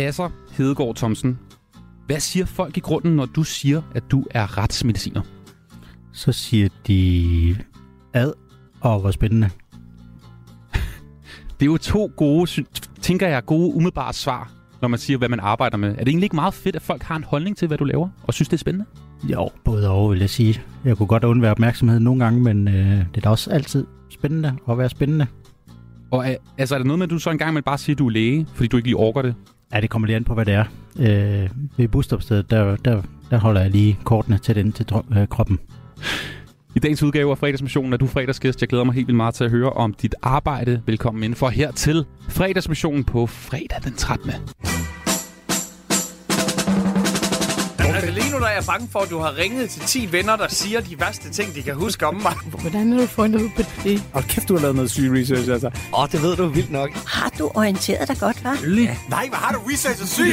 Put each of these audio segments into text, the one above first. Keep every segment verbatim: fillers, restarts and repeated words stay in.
Asser Hedegaard Thomsen, hvad siger folk i grunden, når du siger, at du er retsmediciner? Så siger de ad, og hvor spændende. Det er jo to gode, tænker jeg, gode umiddelbare svar, når man siger, hvad man arbejder med. Er det egentlig ikke meget fedt, at folk har en holdning til, hvad du laver, og synes, det er spændende? Jo, både og, vil jeg sige. Jeg kunne godt undvære opmærksomhed nogle gange, men øh, det er da også altid spændende at være spændende. Og er, altså, er der noget med, at du så engang med bare siger, at du er læge, fordi du ikke lige orker det? Ja, det kommer lige an på, hvad det er. Øh, ved busstopstedet, der, der, der holder jeg lige kortene tæt ind til dro- øh, kroppen. I dagens udgave af Fredagsmissionen er du fredagsgæst. Jeg glæder mig helt vildt meget til at høre om dit arbejde. Velkommen indenfor her til Fredagsmissionen på fredag den trettende. Altså lige nu der er jeg bange for, at du har ringet til ti venner, der siger de værste ting, de kan huske om mig. Hvordan har du fundet ud på det? Og kæft, du har lavet noget syg research, altså. Åh, oh, det ved du vildt nok. Har du orienteret dig godt, hva'? Ja. Nej, hvad har du researchet syg?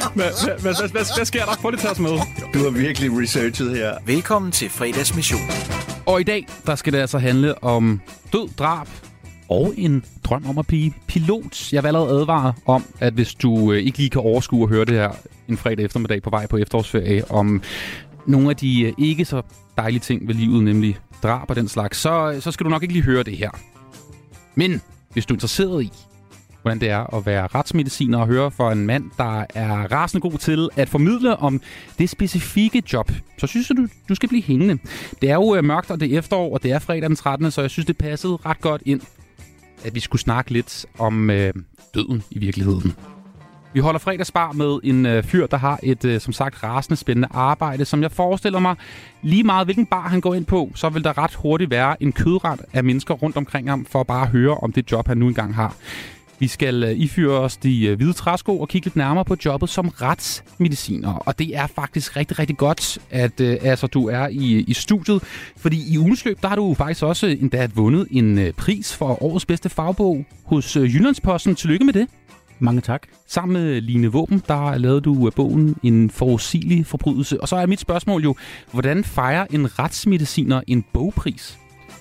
Hvad sker der? Få det til os med. Du har virkelig researchet her. Velkommen til Fredagsmission. Og i dag, der skal det altså handle om død, drab og en drøm om at blive pilot. Jeg vil allerede advare om, at hvis du ikke lige kan overskue at høre det her en fredag eftermiddag på vej på efterårsferie, om nogle af de ikke så dejlige ting ved livet, nemlig drab og den slags, så, så skal du nok ikke lige høre det her. Men hvis du er interesseret i, hvordan det er at være retsmediciner og høre for en mand, der er rasende god til at formidle om det specifikke job, så synes jeg, du, du skal blive hængende. Det er jo mørkt, og det er efterår, og det er fredag den trettende, så jeg synes, det passede ret godt ind, at vi skulle snakke lidt om øh, døden i virkeligheden. Vi holder fredagsbar med en øh, fyr, der har et, øh, som sagt, rasende spændende arbejde, som jeg forestiller mig, lige meget hvilken bar han går ind på, så vil der ret hurtigt være en kødret af mennesker rundt omkring ham, for at bare høre om det job, han nu engang har. Vi skal øh, iføre os de øh, hvide træsko og kigge lidt nærmere på jobbet som retsmediciner. Og det er faktisk rigtig, rigtig godt, at øh, altså, du er i, i studiet. Fordi i ugens løb, der har du faktisk også endda vundet en øh, pris for årets bedste fagbog hos øh, Jyllandsposten. Tillykke med det. Mange tak. Sammen med Line Våben, der lavede du bogen En forudsigelig forbrydelse. Og så er mit spørgsmål jo, hvordan fejrer en retsmediciner en bogpris?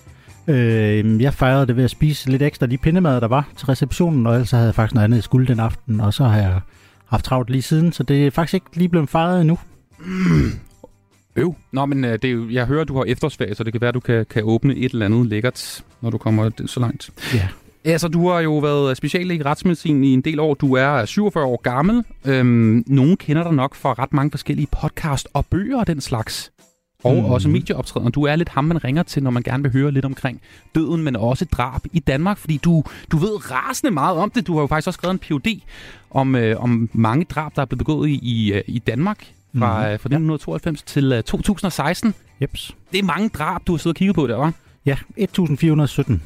Øh, jeg fejrede det ved at spise lidt ekstra de pindemad, der var til receptionen, og ellers havde jeg faktisk noget andet i skuld den aften, og så har jeg haft travlt lige siden, så det er faktisk ikke lige blevet fejret endnu. Mm. Øv. Nå, men det er jo, jeg hører, at du har efterårsferie, så det kan være, at du kan, kan åbne et eller andet lækkert, når du kommer så langt. Ja. Altså, du har jo været speciallæge i retsmedicin i en del år. Du er syvogfyrre år gammel. Øhm, nogen kender dig nok fra ret mange forskellige podcast og bøger og den slags. Og mm. også medieoptrædener. Du er lidt ham, man ringer til, når man gerne vil høre lidt omkring døden, men også drab i Danmark. Fordi du, du ved rasende meget om det. Du har jo faktisk også skrevet en P H D om, øh, om mange drab, der er blevet begået i, i, i Danmark fra, mm. fra nitten tooghalvfems til øh, to tusind og seksten. Jeps. Det er mange drab, du har siddet og kigget på der, hva'? Ja, et tusind fire hundrede og sytten.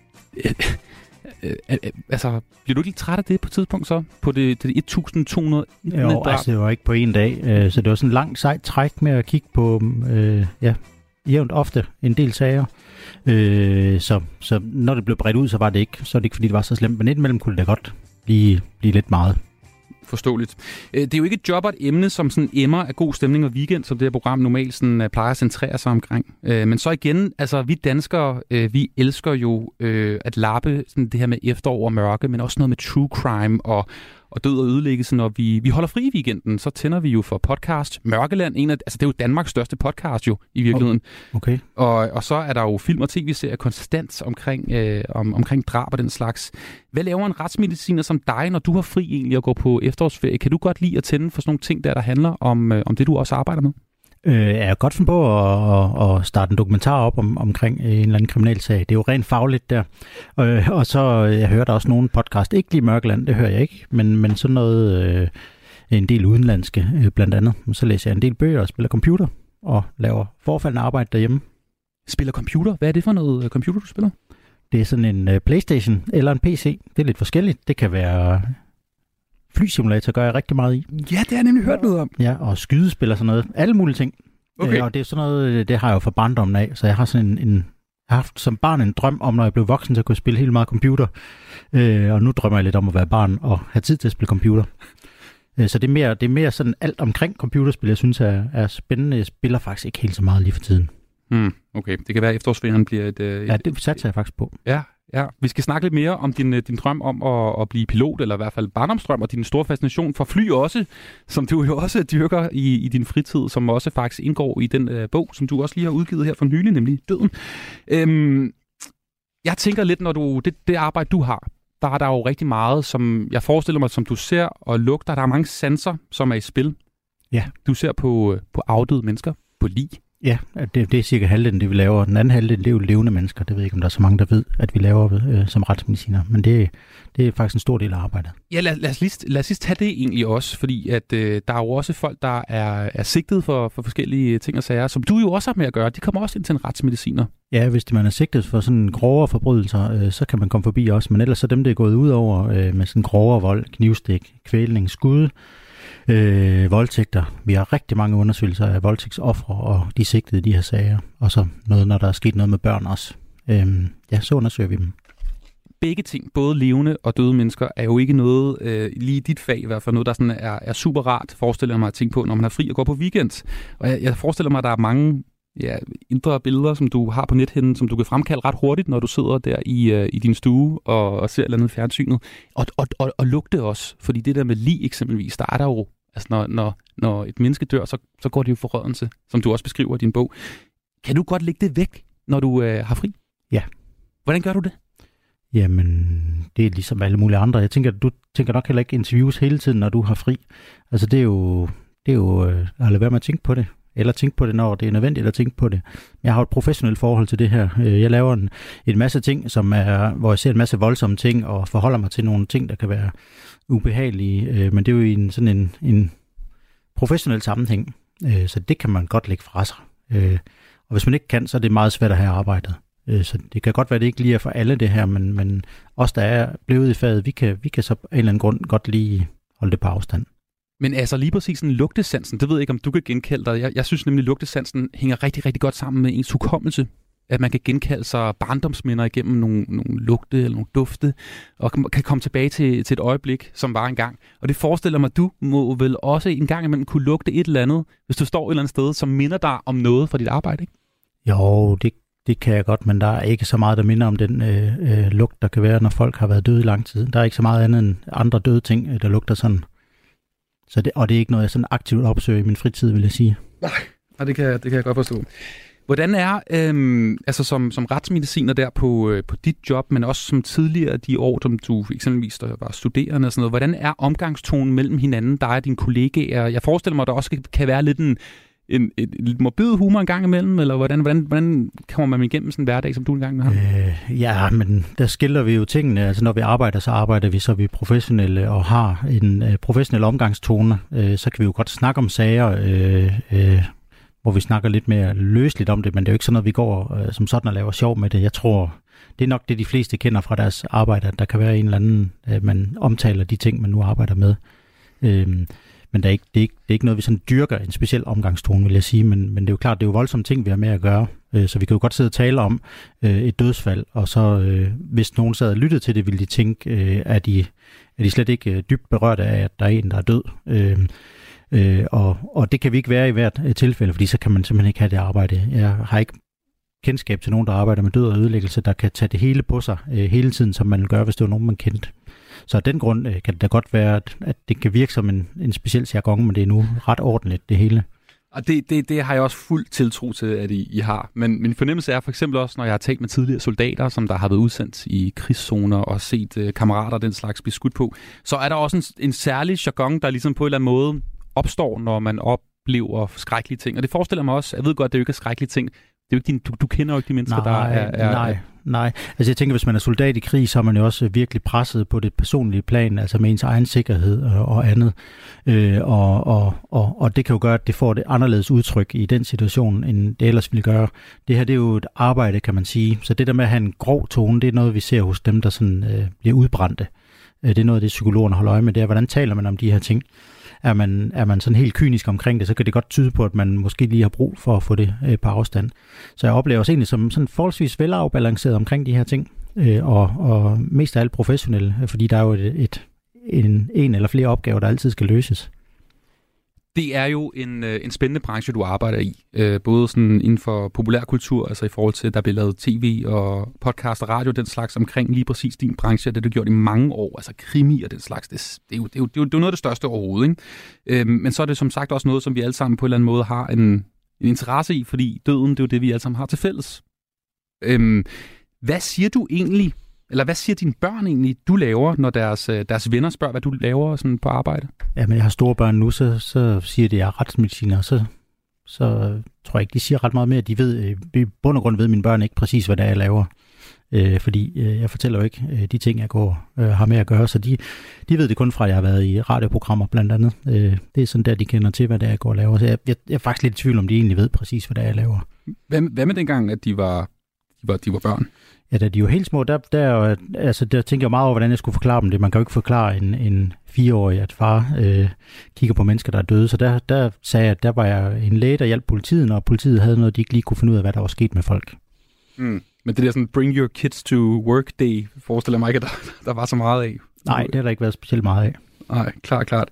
Altså, bliver du ikke lidt træt af det på et tidspunkt så? På det, det et tusind to hundrede Jo, drab? Altså det var ikke på en dag, øh, så det var sådan en lang sejt træk med at kigge på, øh, ja, jævnt ofte en del sager. Øh, så, så når det blev bredt ud, så var det ikke, så er det ikke fordi det var så slemt, men indimellem kunne det da godt blive, blive lidt meget. Forståeligt. Det er jo ikke et job og et emne, som sådan emmer af god stemning og weekend, som det her program normalt sådan, plejer at centrere sig omkring. Men så igen, altså vi danskere, vi elsker jo at lappe sådan det her med efterår og mørke, men også noget med true crime og, og død og ødelæggelse. Når vi, vi holder fri i weekenden, så tænder vi jo for podcast Mørkeland. En af, altså det er jo Danmarks største podcast jo i virkeligheden. Okay. Og, og så er der jo film og tv-serier konstant omkring, øh, om, omkring drab og den slags. Hvad laver en retsmediciner som dig, når du har fri egentlig at gå på efterårsferie? Kan du godt lide at tænde for sådan nogle ting, der, der handler om, øh, om det, du også arbejder med? Øh, jeg har godt fundet på at, at starte en dokumentar op om, omkring en eller anden kriminalsag. Det er jo rent fagligt der. Øh, og så, jeg hører der også nogle podcast, ikke lige Mørkeland, det hører jeg ikke, men, men sådan noget, øh, en del udenlandske øh, blandt andet. Så læser jeg en del bøger og spiller computer og laver forfaldende arbejde derhjemme. Spiller computer? Hvad er det for noget computer, du spiller? Det er sådan en uh, PlayStation eller en P C. Det er lidt forskelligt. Det kan være flysimulator, gør jeg rigtig meget i. Ja, det har jeg nemlig hørt noget om. Ja, og skydespil og sådan noget. Alle mulige ting. Okay. Øh, og det er sådan noget, det har jeg jo fra barndommen af. Så jeg har sådan en, en jeg har haft som barn en drøm om, når jeg blev voksen, så kunne jeg spille helt meget computer. Øh, og nu drømmer jeg lidt om at være barn og have tid til at spille computer. Øh, så det er, mere, det er mere sådan alt omkring computerspil, jeg synes er, er spændende. Jeg spiller faktisk ikke helt så meget lige for tiden. Hmm, okay, det kan være, at efterårsferien bliver et... et ja, det satser jeg faktisk på. Ja, Ja, vi skal snakke lidt mere om din, din drøm om at, at blive pilot, eller i hvert fald barndomsdrøm, og din store fascination for fly også, som du jo også dyrker i, i din fritid, som også faktisk indgår i den øh, bog, som du også lige har udgivet her for nylig, nemlig Døden. Øhm, jeg tænker lidt, når du det, det arbejde, du har, der er der jo rigtig meget, som jeg forestiller mig, som du ser og lugter. Der er mange sanser, som er i spil. Ja. Du ser på, på afdøde mennesker, på lig. Ja, det, det er cirka halvdelen, det vi laver. Den anden halvdel, det er jo levende mennesker. Det ved jeg ikke, om der er så mange, der ved, at vi laver øh, som retsmediciner. Men det, det er faktisk en stor del af arbejdet. Ja, lad, lad, os, lige, lad os lige tage det egentlig også, fordi at, øh, der er jo også folk, der er, er sigtet for, for forskellige ting og sager, som du jo også har med at gøre. De kommer også ind til en retsmediciner. Ja, hvis man er sigtet for sådan grovere forbrydelser, øh, så kan man komme forbi også. Men ellers så dem, der er gået ud over øh, med sådan grovere vold, knivstik, kvælning, skud, Øh, voldtægter. Vi har rigtig mange undersøgelser af voldtægtsoffre og de sigtede i de her sager. Og så noget, når der er sket noget med børn også. Øhm, ja, så undersøger vi dem. Begge ting, både levende og døde mennesker, er jo ikke noget, øh, lige i dit fag i hvert fald, noget, der sådan er, er super rart, forestiller jeg mig at tænke på, når man er fri og går på weekend. Og jeg, jeg forestiller mig, at der er mange ja, indre billeder, som du har på nethinden, som du kan fremkalde ret hurtigt, når du sidder der i, øh, i din stue og, og ser et eller andet fjernsynet. Og, og, og, og lugte også, fordi det der med lig eksempelvis, der er der jo, altså når, når, når et menneske dør, så, så går det jo forrådelse, som du også beskriver i din bog. Kan du godt lægge det væk, når du øh, har fri? Ja. Hvordan gør du det? Jamen, det er ligesom alle mulige andre. Jeg tænker, du tænker nok heller ikke interviews hele tiden, når du har fri. Altså, det er jo, det er jo øh, at lade være med at tænke på det. Eller tænke på det, når det er nødvendigt at tænke på det. Jeg har et professionelt forhold til det her. Jeg laver en, en masse ting, som er, hvor jeg ser en masse voldsomme ting, og forholder mig til nogle ting, der kan være ubehagelige. Men det er jo i en, sådan en, en professionel sammenhæng. Så det kan man godt lægge fra sig. Og hvis man ikke kan, så er det meget svært at have arbejdet. Så det kan godt være, at det ikke lige er for alle det her, men, men os, der er blevet i faget, vi kan, vi kan så på en eller anden grund godt lige holde det på afstand. Men altså lige præcis sådan lugtesansen, det ved jeg ikke, om du kan genkalde dig. Jeg, jeg synes nemlig, at lugtesansen hænger rigtig, rigtig godt sammen med ens hukommelse. At man kan genkalde sig barndomsminder igennem nogle, nogle lugte eller nogle dufte, og kan komme tilbage til, til et øjeblik, som var engang. Og det forestiller mig, at du må vel også en gang imellem kunne lugte et eller andet, hvis du står et eller andet sted, som minder dig om noget fra dit arbejde, ikke? Jo, det, det kan jeg godt, men der er ikke så meget, der minder om den øh, øh, lugt, der kan være, når folk har været døde i lang tid. Der er ikke så meget andet end andre døde ting, der lugter sådan. Så det, og det er ikke noget, jeg sådan aktivt opsøger i min fritid, vil jeg sige. Nej, det kan, det kan jeg godt forstå. Hvordan er, øhm, altså som, som retsmediciner der på, øh, på dit job, men også som tidligere de år, som du eksempelvis der var studerende og sådan noget, hvordan er omgangstonen mellem hinanden, dig og dine kollegaer? Jeg forestiller mig, at der også kan være lidt en, en, en, en lidt morbid humor en gang imellem, eller hvordan, hvordan, hvordan kommer man igennem sådan en hverdag, som du engang har? Øh, ja, men der skiller vi jo tingene. Altså når vi arbejder, så arbejder vi, så er vi professionelle og har en øh, professionel omgangstone. Øh, så kan vi jo godt snakke om sager, øh, øh, hvor vi snakker lidt mere løsligt om det, men det er jo ikke sådan noget, vi går øh, som sådan og laver sjov med det. Jeg tror, det er nok det, de fleste kender fra deres arbejde, at der kan være en eller anden, øh, man omtaler de ting, man nu arbejder med. Øh, Men det er, ikke, det, er ikke, det er ikke noget, vi sådan dyrker en speciel omgangstone, vil jeg sige. Men, men det er jo klart, det er jo voldsomme ting, vi har med at gøre. Øh, så vi kan jo godt sidde og tale om øh, et dødsfald, og så øh, hvis nogen sad og lyttede til det, ville de tænke, øh, at, de, er de slet ikke øh, dybt berørte af, at der er en, der er død. Øh, øh, og, og det kan vi ikke være i hvert tilfælde, fordi så kan man simpelthen ikke have det arbejde. Jeg har ikke kendskab til nogen, der arbejder med død og ødelæggelse, der kan tage det hele på sig øh, hele tiden, som man vil gøre, hvis det var nogen, man kendte. Så af den grund øh, kan det da godt være, at, at det kan virke som en, en speciel jargon, men det er nu ret ordentligt, det hele. Og det, det, det har jeg også fuld tiltro til, at I, I har. Men min fornemmelse er for eksempel også, når jeg har talt med tidligere soldater, som der har været udsendt i krigszoner og set øh, kammerater den slags blive skudt på, så er der også en, en særlig jargon, der ligesom på en eller anden måde opstår, når man oplever skrækkelige ting. Og det forestiller mig også, jeg ved godt, at det jo ikke er skrækkelige ting. Det er jo ikke din, du, du kender jo ikke de mennesker, nej, der er... er nej, nej. Altså jeg tænker, hvis man er soldat i krig, så er man jo også virkelig presset på det personlige plan, altså med ens egen sikkerhed og, og andet. Øh, og, og, og, og det kan jo gøre, at det får det anderledes udtryk i den situation, end det ellers ville gøre. Det her, det er jo et arbejde, kan man sige. Så det der med at have en grov tone, det er noget, vi ser hos dem, der sådan, øh, bliver udbrændte. Det er noget af det, psykologerne holder øje med. Det er, hvordan taler man om de her ting? Er man, er man sådan helt kynisk omkring det, så kan det godt tyde på, at man måske lige har brug for at få det øh, på afstand. Så jeg oplever os egentlig som sådan forholdsvis velafbalanceret omkring de her ting, øh, og, og mest af alt professionelle, fordi der er jo et, et, en, en eller flere opgaver, der altid skal løses. Det er jo en, en spændende branche, du arbejder i. Øh, både sådan inden for populærkultur, altså i forhold til, at der bliver lavet tv og podcast og radio, den slags omkring lige præcis din branche. Det har du gjort i mange år, altså krimi og den slags. Det, det, er, jo, det, er, jo, det er jo noget af det største overhovedet, ikke? Øh, men så er det som sagt også noget, som vi alle sammen på en eller anden måde har en, en interesse i, fordi døden, det er jo det, vi alle sammen har til fælles. Øh, hvad siger du egentlig, eller hvad siger dine børn egentlig, du laver, når deres, deres venner spørger, hvad du laver sådan på arbejde? Jamen, jeg har store børn nu, så, så siger de, at jeg er retsmediciner, så, så tror jeg ikke, de siger ret meget mere. De ved, i bund og grund ved mine børn ikke præcis, hvad det er, jeg laver. Øh, fordi øh, jeg fortæller jo ikke øh, de ting, jeg går øh, har med at gøre, så de, de ved det kun fra, at jeg har været i radioprogrammer blandt andet. Øh, det er sådan der, de kender til, hvad det er, jeg går og laver. Så jeg, jeg, jeg er faktisk lidt i tvivl, om de egentlig ved præcis, hvad det er, jeg laver. Hvad, hvad med dengang, at de var, de var, de var børn? Ja, da de er jo helt små, der, der, altså, der tænker jeg meget over, hvordan jeg skulle forklare dem det. Man kan jo ikke forklare en, en fireårig, at far øh, kigger på mennesker, der er døde. Så der, der sagde jeg, at der var jeg en læge, der hjalp politiet, og politiet havde noget, de ikke lige kunne finde ud af, hvad der var sket med folk. Mm. Men det der sådan, bring your kids to work day, forestiller mig ikke, at der, der var så meget af. Nej, det har der ikke været specielt meget af. Nej, klart, klart.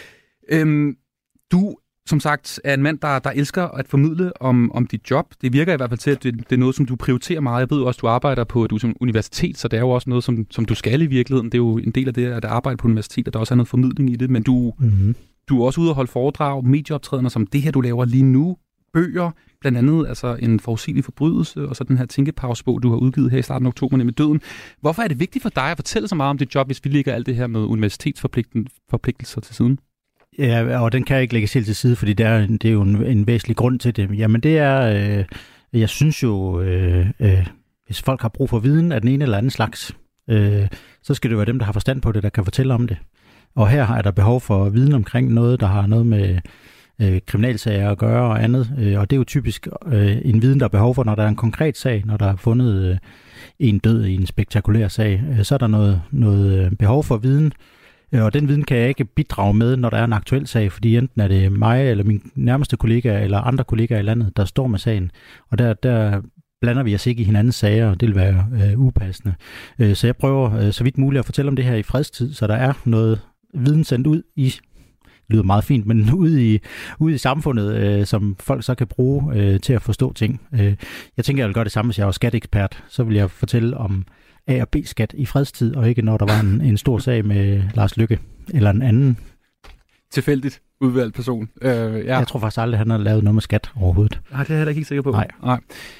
Øhm, du, som sagt, er en mand, der, der elsker at formidle om, om dit job. Det virker i hvert fald til, at det, det er noget, som du prioriterer meget. Jeg ved også, at du arbejder på du, som universitet, så det er jo også noget, som, som du skal i virkeligheden. Det er jo en del af det, at arbejde på universitet, og der også er noget formidling i det. Men du, mm-hmm. du er også ude at holde foredrag, medieoptrædener, som det her, du laver lige nu. Bøger, blandt andet altså en forudsigelig forbrydelse, og så den her tænkepausebog, du har udgivet her i starten af oktober, nemlig Døden. Hvorfor er det vigtigt for dig at fortælle så meget om dit job, hvis vi lægger alt det her med universitetsforpligtelser til siden? Ja, og den kan jeg ikke lægge helt til side, fordi det er, det er jo en, en væsentlig grund til det. Jamen det er, øh, jeg synes jo, øh, øh, hvis folk har brug for viden af den ene eller anden slags, øh, så skal det være dem, der har forstand på det, der kan fortælle om det. Og her er der behov for viden omkring noget, der har noget med øh, kriminalsager at gøre og andet. Øh, og det er jo typisk øh, en viden, der er behov for, når der er en konkret sag, når der er fundet øh, en død i en spektakulær sag. Øh, så er der noget, noget behov for viden. Og den viden kan jeg ikke bidrage med, når der er en aktuel sag, fordi enten er det mig eller min nærmeste kollega eller andre kollegaer i landet, der står med sagen. Og der, der blander vi os ikke i hinandens sager, og det vil være øh, upassende. Øh, så jeg prøver øh, så vidt muligt at fortælle om det her i fredstid, så der er noget viden sendt ud i, det lyder meget fint, men ud i, ud i samfundet, øh, som folk så kan bruge øh, til at forstå ting. Øh, jeg tænker, jeg vil gøre det samme, hvis jeg var skatteekspert. Så vil jeg fortælle om A- og B-skat i fredstid, og ikke når der var en, en stor sag med Lars Løkke eller en anden. Tilfældigt udvalgt person. Øh, ja. Jeg tror faktisk aldrig, han har lavet noget med skat overhovedet. Nej, det er jeg heller ikke sikker på. Nej. Nej.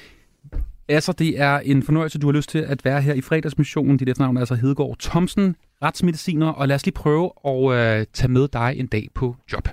Altså, det er en fornøjelse, du har lyst til at være her i fredagsmissionen. Dit efternavn er altså Hedegaard Thomsen, retsmediciner, og lad os lige prøve at øh, tage med dig en dag på job.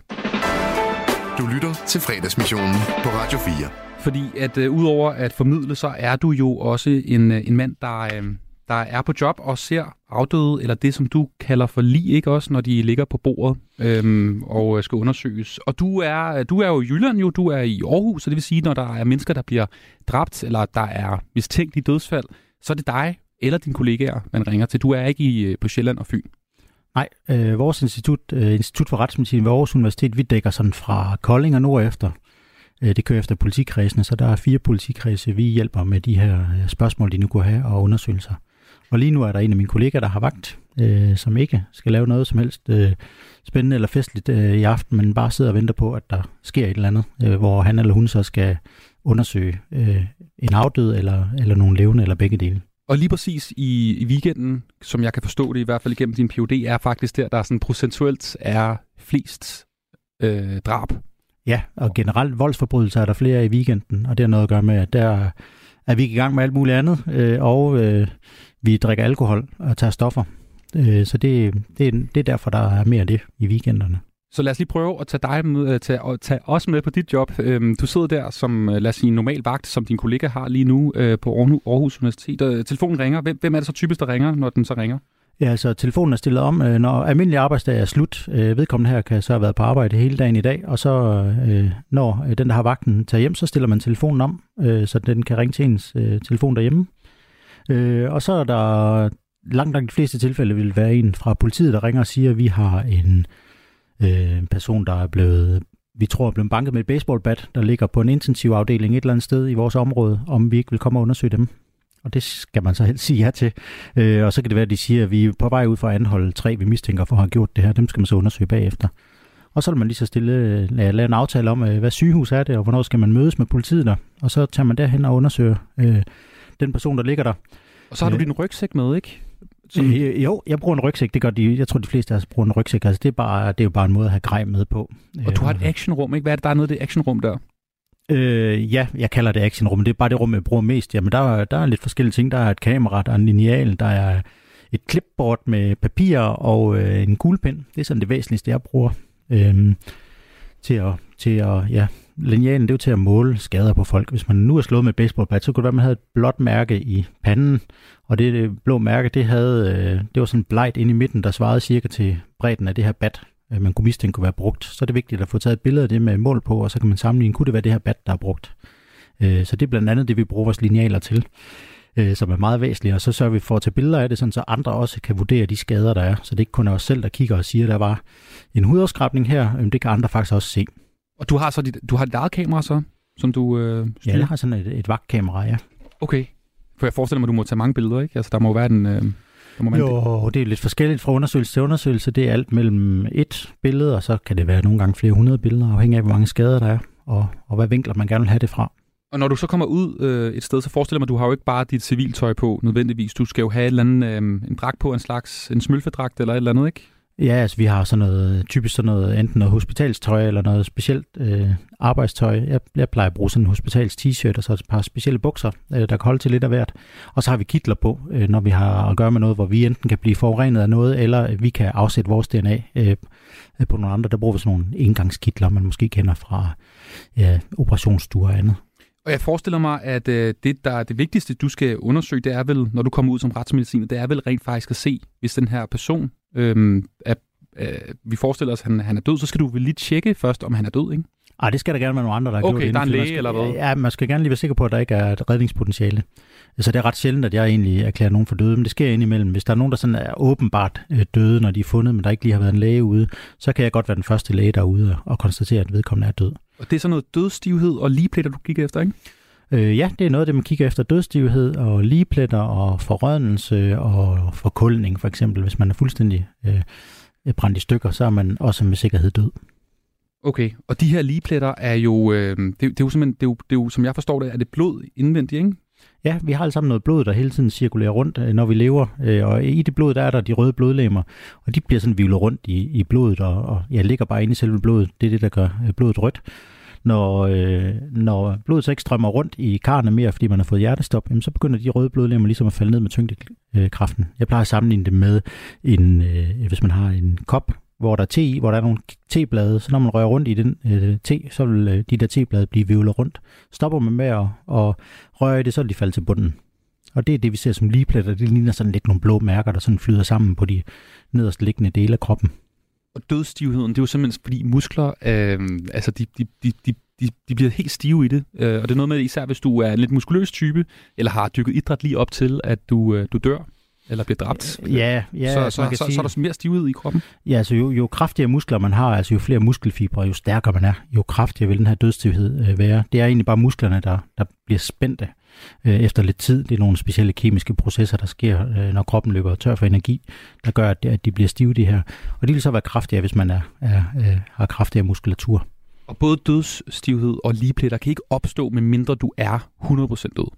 Du lytter til fredagsmissionen på Radio fire. Fordi at øh, udover at formidle, så er du jo også en, en mand, der, øh, der er på job og ser afdøde, eller det, som du kalder for lig, ikke også, når de ligger på bordet øh, og skal undersøges. Og du er, du er jo i Jylland, jo, du er i Aarhus, så det vil sige, når der er mennesker, der bliver dræbt, eller der er mistænkt i dødsfald, så er det dig eller dine kollegaer, man ringer til. Du er ikke i, på Sjælland og Fyn. Nej, øh, vores institut, øh, Institut for Retsmedicin ved Aarhus Universitet, vi dækker sådan fra Kolding og nordefter. Det kører efter politikredsene, så der er fire politikredse, vi hjælper med de her spørgsmål, de nu kunne have, og undersøgelser. Og lige nu er der en af mine kollegaer, der har vagt, øh, som ikke skal lave noget som helst øh, spændende eller festligt øh, i aften, men bare sidder og venter på, at der sker et eller andet, øh, hvor han eller hun så skal undersøge øh, en afdød eller, eller nogle levende eller begge dele. Og lige præcis i, i weekenden, som jeg kan forstå det i hvert fald igennem din P H D, er faktisk der, der sådan procentuelt er flest øh, drab. Ja, og generelt voldsforbrydelser er der flere i weekenden, og det har noget at gøre med, at der er vi i gang med alt muligt andet, øh, og øh, vi drikker alkohol og tager stoffer. Øh, så det, det, er, det er derfor, der er mere af det i weekenderne. Så lad os lige prøve at tage dig med, tage, at tage os med på dit job. Øhm, du sidder der som, lad os sige, normal vagt, som din kollega har lige nu øh, på Aarhus Universitet. Og telefonen ringer. Hvem, hvem er det så typisk, der ringer, når den så ringer? Ja, altså telefonen er stillet om, når almindelig arbejdsdag er slut. Vedkommende her kan så have været på arbejde hele dagen i dag, og så når den, der har vagten, tager hjem, så stiller man telefonen om, så den kan ringe til ens telefon derhjemme. Og så er der langt, langt de fleste tilfælde vil være en fra politiet, der ringer og siger, at vi har en person, der er blevet, vi tror er blevet banket med et baseballbat, der ligger på en intensivafdeling et eller andet sted i vores område, om vi ikke vil komme og undersøge dem. Og det skal man så helst sige ja til. Øh, og så kan det være, at de siger, at vi er på vej ud for at anholde tre, vi mistænker for at have gjort det her. Dem skal man så undersøge bagefter. Og så vil man lige så stille lave en aftale om, hvad sygehus er det, og hvornår skal man mødes med politiet der. Og så tager man derhen og undersøger øh, den person, der ligger der. Og så har du din rygsæk med, ikke? Som... Øh, jo, jeg bruger en rygsæk. Det gør de. Jeg tror, de fleste af os bruger en rygsæk. Altså, det, er bare, det er jo bare en måde at have grej med på. Og du har et actionrum, ikke? Hvad er det, der er nede i det actionrum der? Øh, ja, jeg kalder det actionrum. Det er bare det rum, jeg bruger mest. Jamen, der, der er lidt forskellige ting. Der er et kamera, der er en lineal, der er et clipboard med papir og øh, en kuglepen. Det er sådan det væsentligste, jeg bruger øh, til at, til at ja, linealen, det er jo til at måle skader på folk. Hvis man nu er slået med et baseballbat, så kunne det være, at man havde et blåt mærke i panden, og det, det blå mærke, det havde, øh, det var sådan blegt inde i midten, der svarede cirka til bredden af det her bat, øh, man kunne mistænke kunne være brugt. Så er det vigtigt at få taget et billede af det med mål på, og så kan man sammenligne, kunne det være det her bat, der er brugt. Øh, så det er blandt andet det, vi bruger vores linealer til, øh, som er meget væsentligt, og så sørger vi for at tage billeder af det, sådan, så andre også kan vurdere de skader, der er. Så det er ikke kun os selv, der kigger og siger, at der var en hudafskrabning her, øh, det kan andre faktisk også se. Og du har så dit, du har dit eget kamera så, som du øh, styrer? Ja, jeg har sådan et, et vagtkamera, ja. Okay. For jeg forestiller mig, at du må tage mange billeder, ikke? Altså, der må være en... Øh, der må være jo, en... det er lidt forskelligt fra undersøgelse til undersøgelse. Det er alt mellem et billede, og så kan det være nogle gange flere hundrede billeder, afhængig af, hvor mange skader der er, og, og hvad vinkler man gerne vil have det fra. Og når du så kommer ud øh, et sted, så forestiller mig, at du har jo ikke bare dit civiltøj på, nødvendigvis. Du skal jo have et eller andet, øh, en dragt på, en slags en smølfedragt eller et eller andet, ikke? Ja, altså vi har sådan noget, typisk sådan noget, enten noget hospitalstøj eller noget specielt øh, arbejdstøj. Jeg, jeg plejer at bruge sådan en hospitals t-shirt og så et par specielle bukser, øh, der kan holde til lidt af hvert. Og så har vi kitler på, øh, når vi har at gøre med noget, hvor vi enten kan blive forurenet af noget, eller vi kan afsætte vores D N A øh, på nogle andre. Der bruger vi sådan nogle engangskitler, man måske kender fra ja, operationsstuer og andet. Og jeg forestiller mig, at øh, det, der er det vigtigste, du skal undersøge, det er vel, når du kommer ud som retsmediciner, det er vel rent faktisk at se, hvis den her person, øh, er, øh, vi forestiller os, at han, han er død, så skal du vel lige tjekke først, om han er død, ikke? Ej, det skal der gerne være nogle andre, der har okay, gjort. Okay, der er en læge skal, eller hvad? Ja, man skal gerne lige være sikker på, at der ikke er et redningspotentiale. Så det er ret sjældent, at jeg egentlig erklærer nogen for døde, men det sker indimellem. Hvis der er nogen, der sådan er åbenbart døde, når de er fundet, men der ikke lige har været en læge ude, så kan jeg godt være den første læge derude og konstatere, at vedkommende er død. Og det er sådan noget dødsstivhed og ligepletter, du kigger efter, ikke? Øh, ja, det er noget af det, man kigger efter. Dødsstivhed og ligepletter og forrådnelse og forkulning, for eksempel. Hvis man er fuldstændig øh, brændt i stykker, så er man også med sikkerhed død. Okay, og de her ligepletter er jo, øh, det, det er jo simpelthen, det er jo, det er jo, som jeg forstår det, er det blod indvendigt, ikke? Ja, vi har alle sammen noget blod, der hele tiden cirkulerer rundt, når vi lever, og i det blod, der er der de røde blodlegemer, og de bliver sådan hvirvlet rundt i, i blodet, og, og ja, ligger bare inde i selve blodet. Det er det, der gør blodet rødt. Når, øh, når blodet så ikke strømmer rundt i karrene mere, fordi man har fået hjertestop, jamen, så begynder de røde blodlegemer ligesom at falde ned med tyngdekraften. Jeg plejer at sammenligne det med, en, øh, hvis man har en kop, hvor der er te i, hvor der er nogle teblade, så når man rører rundt i den øh, te, så vil øh, de der teblade blive hvirvlet rundt. Stopper man med at, at røre i det, så vil de falde til bunden. Og det er det, vi ser som ligepletter. Det ligner sådan lidt nogle blå mærker, der sådan flyder sammen på de nederst liggende dele af kroppen. Og dødsstivheden, det er jo simpelthen fordi muskler, øh, altså de, de, de, de, de, de bliver helt stive i det. Øh, og det er noget med, især hvis du er en lidt muskuløs type, eller har dykket idræt lige op til, at du, øh, du dør, eller bliver dræbt. Ja, ja, så, altså, så, så, sige, så er der mere stivhed i kroppen. Ja, altså jo, jo kraftigere muskler man har, altså jo flere muskelfibre, jo stærkere man er, jo kraftigere vil den her dødsstivhed øh, være. Det er egentlig bare musklerne, der, der bliver spændte øh, efter lidt tid. Det er nogle specielle kemiske processer, der sker, øh, når kroppen løber tør for energi, der gør, at, at de bliver stive, de her. Og de vil så være kraftigere, hvis man er, er, øh, har kraftigere muskulatur. Og både dødsstivhed og ligepletter kan ikke opstå, medmindre du er hundrede procent død.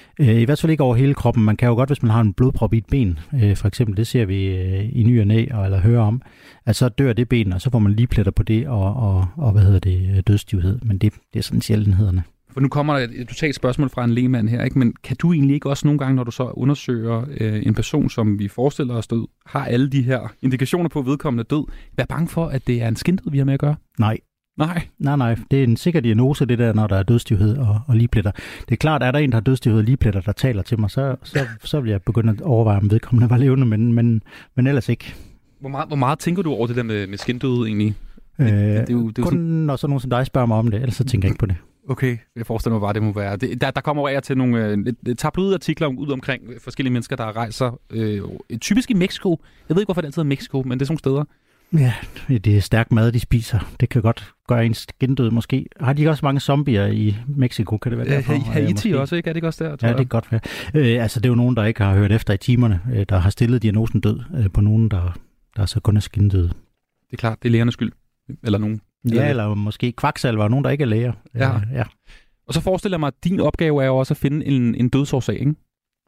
I hvert fald ikke over hele kroppen. Man kan jo godt, hvis man har en blodprop i et ben, for eksempel, det ser vi i ny og næ, eller hører om, at så dør det ben, og så får man ligepletter på det, og, og, og hvad hedder det, dødsstivhed. Men det, det er sådan sjældenhederne. For nu kommer der et totalt spørgsmål fra en lægemand her, ikke? Men kan du egentlig ikke også nogle gange, når du så undersøger øh, en person, som vi forestiller os død, har alle de her indikationer på vedkommende død, være bange for, at det er en skindhed, vi har med at gøre? Nej. Nej. Nej, nej. Det er en sikker diagnose, det der, når der er dødsstivhed og, og ligepletter. Det er klart, at er der en, der har dødsstivhed og ligepletter, der taler til mig, så, så, så vil jeg begynde at overveje, om vedkommende var levende, men, men, men ellers ikke. Hvor meget, hvor meget tænker du over det der med, med skindød egentlig? Øh, det, det er jo, det er kun sådan... når så nogen som dig spørger mig om det, ellers så tænker jeg ikke på det. Okay, jeg forestiller mig bare, det må være. Det, der, der kommer af til nogle øh, tabloidartikler ud omkring forskellige mennesker, der rejser. Øh, typisk i Mexico. Jeg ved ikke, hvorfor det altid er Mexico, men det er sådan nogle steder. Ja, det er stærk mad, de spiser. Det kan godt gøre en skindød måske. Har de ikke også mange zombier i Mexico, kan det være derfor? Ja, Haiti også, ikke? Er det ikke også der? Ja, det kan godt være. Øh, altså, det er jo nogen, der ikke har hørt efter i timerne, øh, der har stillet diagnosen død øh, på nogen, der, der så kun er skindøde. Det er klart, det er lægernes skyld. Eller nogen. Ja, eller, eller måske kvaksalver, nogen, der ikke er læger. Ja. Øh, ja. Og så forestiller jeg mig, at din opgave er jo også at finde en, en dødsårsag, ikke?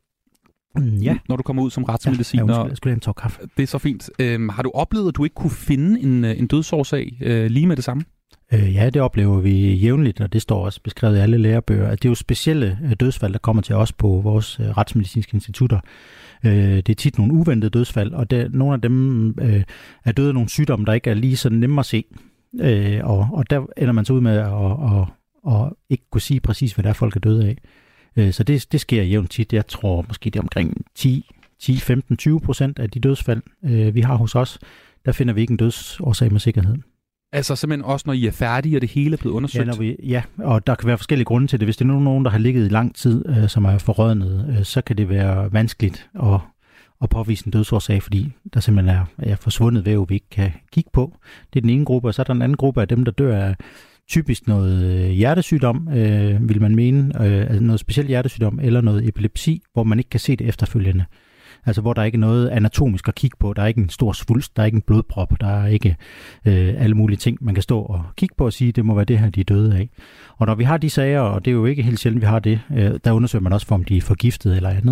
Ja. Når du kommer ud som retsmediciner. Ja, jeg skulle have en tår kaffe. Det er så fint. Øhm, har du oplevet, at du ikke kunne finde en, en dødsårsag øh, lige med det samme? Øh, ja, det oplever vi jævnligt, og det står også beskrevet i alle lærebøger, at det er jo specielle øh, dødsfald, der kommer til os på vores øh, retsmedicinske institutter. Øh, det er tit nogle uventede dødsfald, og det, nogle af dem øh, er døde af nogle sygdomme, der ikke er lige så nemme at se. Øh, og, og der ender man så ud med at og, og ikke kunne sige præcis, hvad der er, folk er døde af. Øh, så det, det sker jævnt tit. Jeg tror måske det er omkring ti, femten, tyve procent af de dødsfald, øh, vi har hos os, der finder vi ikke en dødsårsag med sikkerhed. Altså simpelthen også, når I er færdige, og det hele er blevet undersøgt? Ja, når vi, ja, og der kan være forskellige grunde til det. Hvis det er nogen, der har ligget i lang tid, øh, som er forrådnet, øh, så kan det være vanskeligt at, at påvise en dødsårsag, fordi der simpelthen er, er forsvundet væv, vi ikke kan kigge på. Det er den ene gruppe, og så er der en anden gruppe af dem, der dør af typisk noget hjertesygdom, øh, vil man mene, øh, altså noget specielt hjertesygdom, eller noget epilepsi, hvor man ikke kan se det efterfølgende. Altså hvor der ikke er noget anatomisk at kigge på, der er ikke en stor svulst, der er ikke en blodprop, der er ikke øh, alle mulige ting, man kan stå og kigge på og sige, det må være det her, de er døde af. Og når vi har de sager, og det er jo ikke helt sjældent, vi har det, øh, der undersøger man også for, om de er forgiftet eller andet.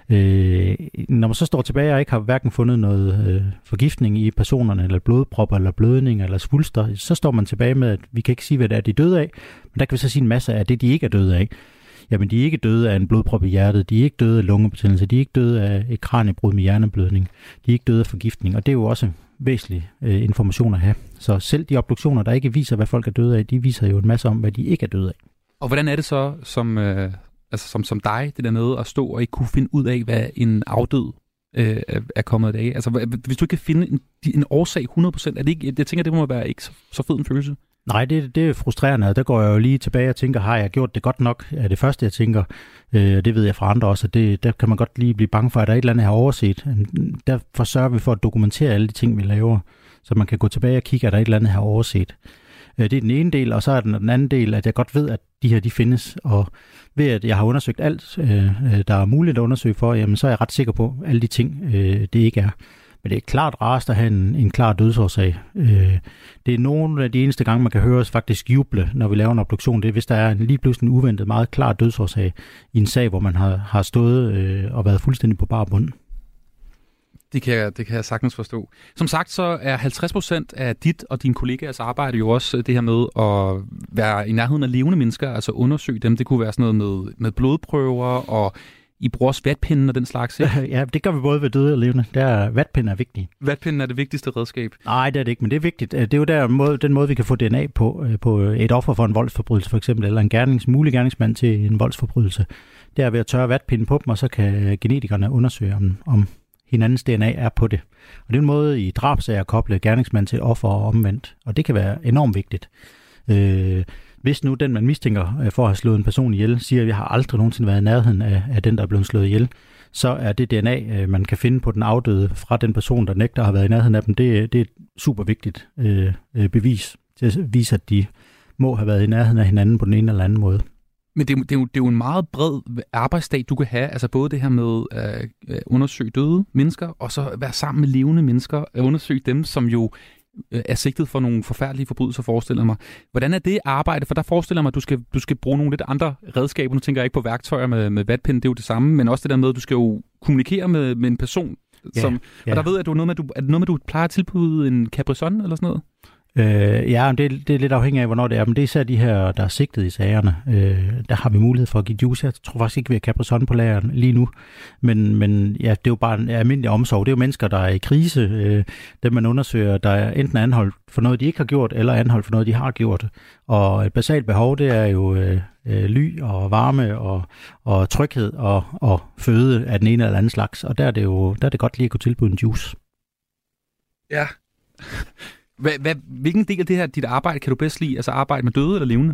Øh, når man så står tilbage og ikke har hverken fundet noget øh, forgiftning i personerne, eller blodpropper, eller blødning, eller svulster, så står man tilbage med, at vi kan ikke sige, hvad det er, de er døde af, men der kan vi så sige en masse af det, de ikke er døde af. Jamen, de er ikke døde af en blodprop i hjertet, de er ikke døde af lungebetændelse, de er ikke døde af et kraniebrud med hjerneblødning, de er ikke døde af forgiftning, og det er jo også væsentlig øh, information at have. Så selv de obduktioner, der ikke viser, hvad folk er døde af, de viser jo en masse om, hvad de ikke er døde af. Og hvordan er det så som, øh, altså som, som dig, det dernede, at stå og ikke kunne finde ud af, hvad en afdød øh, er kommet af? Altså, hvis du ikke kan finde en, en årsag hundrede procent, er det ikke, jeg tænker, det må være ikke så, så fed en følelse. Nej, det, det er frustrerende, og der går jeg jo lige tilbage og tænker, har jeg gjort det godt nok? Er det første, jeg tænker, øh, det ved jeg fra andre også, at det, der kan man godt lige blive bange for, at der er et eller andet, jeg har overset. Derfor sørger vi for at dokumentere alle de ting, vi laver, så man kan gå tilbage og kigge, at der er et eller andet, jeg har overset. Det er den ene del, og så er den, den anden del, at jeg godt ved, at de her, de findes, og ved at jeg har undersøgt alt, øh, der er muligt at undersøge for, jamen, så er jeg ret sikker på, at alle de ting, øh, det ikke er. Men det er klart rarest at have en, en klar dødsårsag. Øh, det er nogle af de eneste gange, man kan høre os faktisk juble, når vi laver en obduktion. Det er, hvis der er en lige pludselig en uventet, meget klar dødsårsag i en sag, hvor man har, har stået øh, og været fuldstændig på bar bund. Det kan, jeg, det kan jeg sagtens forstå. Som sagt, så er halvtreds procent af dit og dine kollegaers arbejde jo også det her med at være i nærheden af levende mennesker, altså undersøge dem. Det kunne være sådan noget med, med blodprøver, og I bruger også vatpinden og den slags, ikke? Ja, det gør vi både ved døde og levende. Der vatpinden er vigtig. Vatpinden er det vigtigste redskab? Nej, det er det ikke, men det er vigtigt. Det er jo der måde, den måde, vi kan få D N A på, på et offer for en voldsforbrydelse for eksempel, eller en gernings, mulig gerningsmand til en voldsforbrydelse. Det er ved at tørre vatpinden på dem, og så kan genetikerne undersøge, om, om hinandens D N A er på det. Og det er en måde i drabsager at koble gerningsmand til offer og omvendt, og det kan være enormt vigtigt. Øh, Hvis nu den, man mistænker for at have slået en person ihjel, siger, at jeg har aldrig nogensinde været i nærheden af, af den, der er blevet slået ihjel, så er det D N A, man kan finde på den afdøde fra den person, der nægter at have været i nærheden af dem, det, det er et super vigtigt øh, bevis til at vise, at de må have været i nærheden af hinanden på den ene eller anden måde. Men det er, det, er jo, det er jo en meget bred arbejdsdag, du kan have. Altså både det her med at øh, undersøge døde mennesker, og så være sammen med levende mennesker, at undersøge dem, som jo er sigtet for nogle forfærdelige forbrydelser, forestiller mig. Hvordan er det arbejde? For der forestiller mig, at du skal, du skal bruge nogle lidt andre redskaber. Nu tænker jeg ikke på værktøjer med, med vatpind, det er jo det samme, men også det der med, at du skal jo kommunikere med, med en person. Ja, som, ja. Og der ved jeg, at du er noget med, at du, er det noget med, at du plejer at tilbyde en Capri-Sun eller sådan noget? Øh, ja, det, det er lidt afhængigt af, hvornår det er, men det er især de her, der er sigtet i sagerne. Øh, der har vi mulighed for at give juice. Jeg tror faktisk ikke, vi har Capri-Sun på lageren lige nu, men, men ja, det er jo bare en almindelig omsorg. Det er jo mennesker, der er i krise, øh, dem man undersøger, der er enten anholdt for noget, de ikke har gjort, eller anholdt for noget, de har gjort. Og et basalt behov, det er jo øh, ly og varme og, og tryghed og, og føde af den ene eller anden slags, og der er det jo der er det godt lige at kunne tilbyde en juice. Ja. Hvad, hvad, hvilken del af det her, dit arbejde, kan du bedst lide? Altså arbejde med døde eller levende?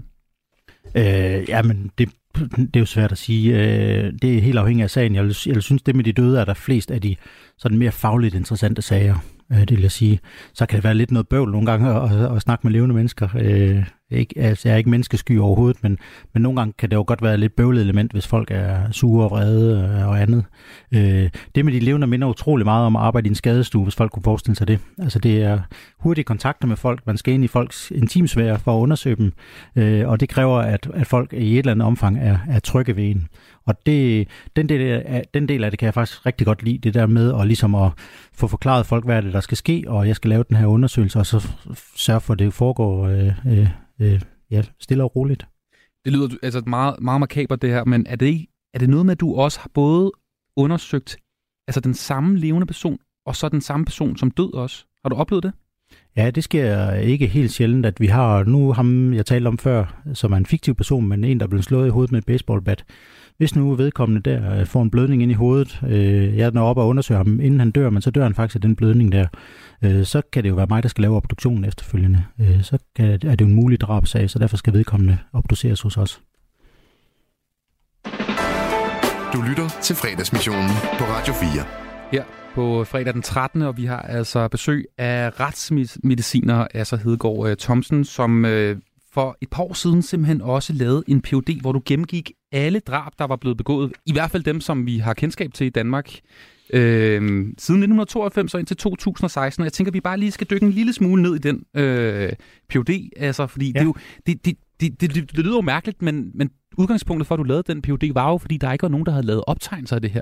Øh, jamen, det, det er jo svært at sige. Øh, det er helt afhængigt af sagen. Jeg, jeg synes, det med de døde er der flest af de sådan mere fagligt interessante sager. Øh, det vil jeg sige. Så kan det være lidt noget bøvl nogle gange at, at, at snakke med levende mennesker. Øh, Ikke, altså, jeg er ikke menneskesky overhovedet, men, men nogle gange kan det jo godt være et lidt bøvlet element, hvis folk er sure og vrede og andet. Øh, det med de levende minder utrolig meget om at arbejde i en skadestue, hvis folk kunne forestille sig det. Altså det er hurtige kontakter med folk, man skal ind i folks intimsfære for at undersøge dem, øh, og det kræver, at, at folk i et eller andet omfang er, er trygge ved en. Og det, den, del af, den del af det kan jeg faktisk rigtig godt lide, det der med at, ligesom at få forklaret folk, hvad er det, der skal ske, og jeg skal lave den her undersøgelse, og så sørge for, at det foregår øh, øh, øh, ja, stille og roligt. Det lyder altså meget, meget makabert det her, men er det, ikke, er det noget med, at du også har både undersøgt altså den samme levende person, og så den samme person som død også? Har du oplevet det? Ja, det sker ikke helt sjældent, at vi har nu ham, jeg talte om før, som er en fiktiv person, men en, der er blevet slået i hovedet med et baseballbat. Hvis nu vedkommende der får en blødning ind i hovedet, øh, jeg når op og undersøger ham, inden han dør, men så dør han faktisk af den blødning der, øh, så kan det jo være mig, der skal lave obduktionen efterfølgende. Øh, så kan, er det jo en mulig drabsag, så derfor skal vedkommende obduceres hos os. Du lytter til Fredagsmissionen på Radio fire. Her på fredag den trettende, og vi har altså besøg af retsmediciner Asser Hedegaard Thomsen, som øh, for et par år siden simpelthen også lavede en P H D, hvor du gennemgik alle drab, der var blevet begået, i hvert fald dem, som vi har kendskab til i Danmark, øh, siden nitten tooghalvfems og indtil to tusind og seksten. Og jeg tænker, at vi bare lige skal dykke en lille smule ned i den øh, P H D, altså, fordi ja. det, er jo, det, det, det, det, det, det lyder jo mærkeligt, men, men udgangspunktet for, at du lavede den P H D, var jo, fordi der ikke var nogen, der havde lavet optegnelser af det her.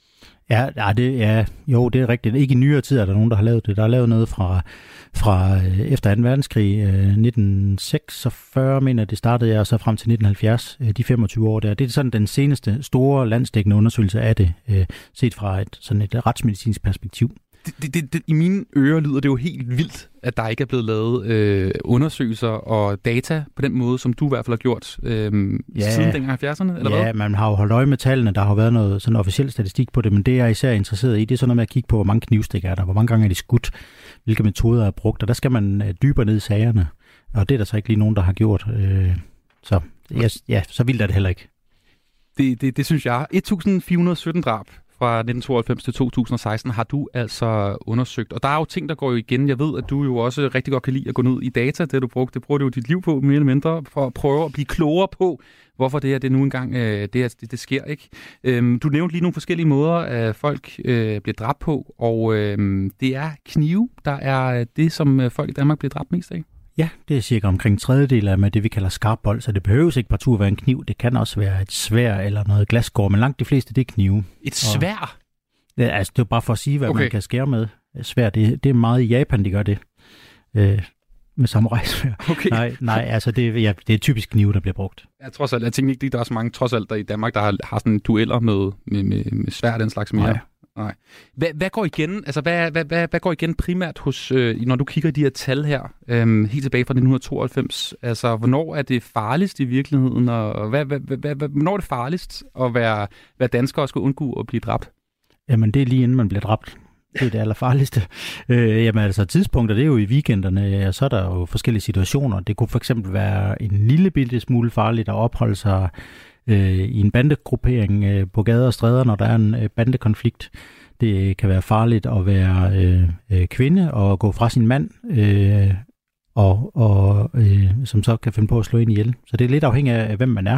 Ja, ja, det, ja, jo, det er rigtigt. Ikke i nyere tid er der nogen, der har lavet det. Der er lavet noget fra, fra efter anden verdenskrig, øh, nitten seksogfyrre, mener det startede jeg, og så frem til nitten halvfjerds, øh, de femogtyve år der. Det er sådan den seneste store landsdækkende undersøgelse af det, øh, set fra et, sådan et retsmedicinsk perspektiv. Det, det, det, I mine ører lyder det jo helt vildt, at der ikke er blevet lavet øh, undersøgelser og data på den måde, som du i hvert fald har gjort øh, ja, siden dengang halvfjerdserne, eller ja, hvad? Man har jo holdt øje med tallene. Der har været noget sådan officiel statistik på det, men det jeg er især interesseret i, det er sådan noget med at kigge på, hvor mange knivstik er der, hvor mange gange er de skudt, hvilke metoder er brugt, og der skal man øh, dybere ned i sagerne, og det er der så ikke lige nogen, der har gjort. Øh, så ja, ja, så vildt er det heller ikke. Det, det, det synes jeg. et tusind fire hundrede og sytten drab fra nitten tooghalvfems til to tusind og seksten har du altså undersøgt. Og der er jo ting, der går igen. Jeg ved, at du jo også rigtig godt kan lide at gå ned i data, det du brugte. Det bruger du jo dit liv på, mere eller mindre, for at prøve at blive klogere på, hvorfor det her det nu engang øh, det, det, det sker. Ikke? Øhm, du nævnte lige nogle forskellige måder, at folk øh, bliver dræbt på, og øh, det er knive, der er det, som folk i Danmark bliver dræbt mest af. Ja, det er cirka omkring en tredjedel af med det, vi kalder skarpbold, så det behøves ikke partout at være en kniv. Det kan også være et sværd eller noget glasskår, men langt de fleste, det er knive. Et sværd? Ja, altså, det er bare for at sige, hvad okay. man kan skære med. Sværd, det, det er meget i Japan, de gør det. Øh, med samurai-sværd. Okay. Nej, nej, altså det, ja, det er typisk knive, der bliver brugt. Ja, trods alt. Jeg tænker ikke, der er så mange, trods alt, der i Danmark, der har, har sådan dueller med, med, med, med sværd den slags mere. Nej. Nej. Hvad, hvad går igen? Altså hvad, hvad, hvad, hvad går igen primært hos, øh, når du kigger i de her tal her, øh, helt tilbage fra nitten tooghalvfems? Altså hvornår er det farligst i virkeligheden, og hvad, hvad, hvad, hvad, hvornår er det farligst at være, være dansker og skal undgå at blive dræbt? Jamen det er lige inden man bliver dræbt. Det er det allerfarligste. Øh, jamen altså tidspunkter, det er jo i weekenderne, og så er der jo forskellige situationer. Det kunne for eksempel være en lille bitte smule farligt at opholde sig øh, i en bandegruppering øh, på gader og stræder, når der er en øh, bandekonflikt. Det kan være farligt at være øh, øh, kvinde og gå fra sin mand, øh, og, og øh, som så kan finde på at slå ind ihjel. Så det er lidt afhængigt af, hvem man er.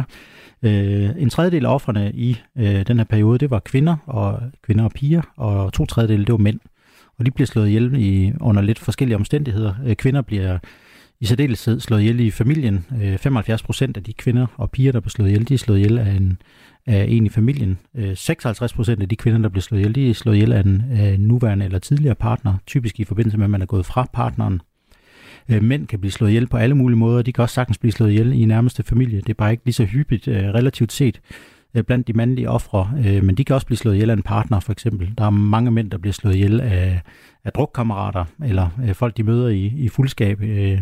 Øh, en tredjedel af ofrene i øh, den her periode, det var kvinder og kvinder og piger, og to tredjedel, det var mænd. Og de bliver slået ihjel i, under lidt forskellige omstændigheder. Øh, kvinder bliver i særdeleshed slået ihjel i familien. Øh, femoghalvfjerds procent af de kvinder og piger, der bliver slået ihjel, de er slået ihjel af en, af en i familien. Øh, seksoghalvtreds procent af de kvinder, der bliver slået ihjel, de er slået ihjel af en, af en nuværende eller tidligere partner, typisk i forbindelse med, at man er gået fra partneren. Øh, mænd kan blive slået ihjel på alle mulige måder. De kan også sagtens blive slået ihjel i nærmeste familie. Det er bare ikke lige så hyppigt øh, relativt set øh, blandt de mandlige ofre. Øh, men de kan også blive slået ihjel af en partner, for eksempel. Der er mange mænd, der bliver slået ihjel af, af drukkammerater, eller øh, folk, de møder i, i fuldskab. Øh,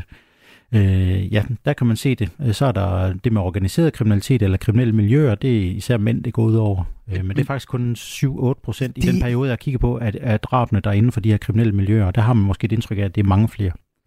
øh, ja, der kan man se det. Så er der det med organiseret kriminalitet eller kriminelle miljøer. Det er især mænd, det går ud over. Øh, men det er faktisk kun syv til otte procent i de... den periode, jeg kigger på, at, at drabene, der er inden for de her kriminelle miljøer. Der har man måske et indtryk af, at det er mange flere.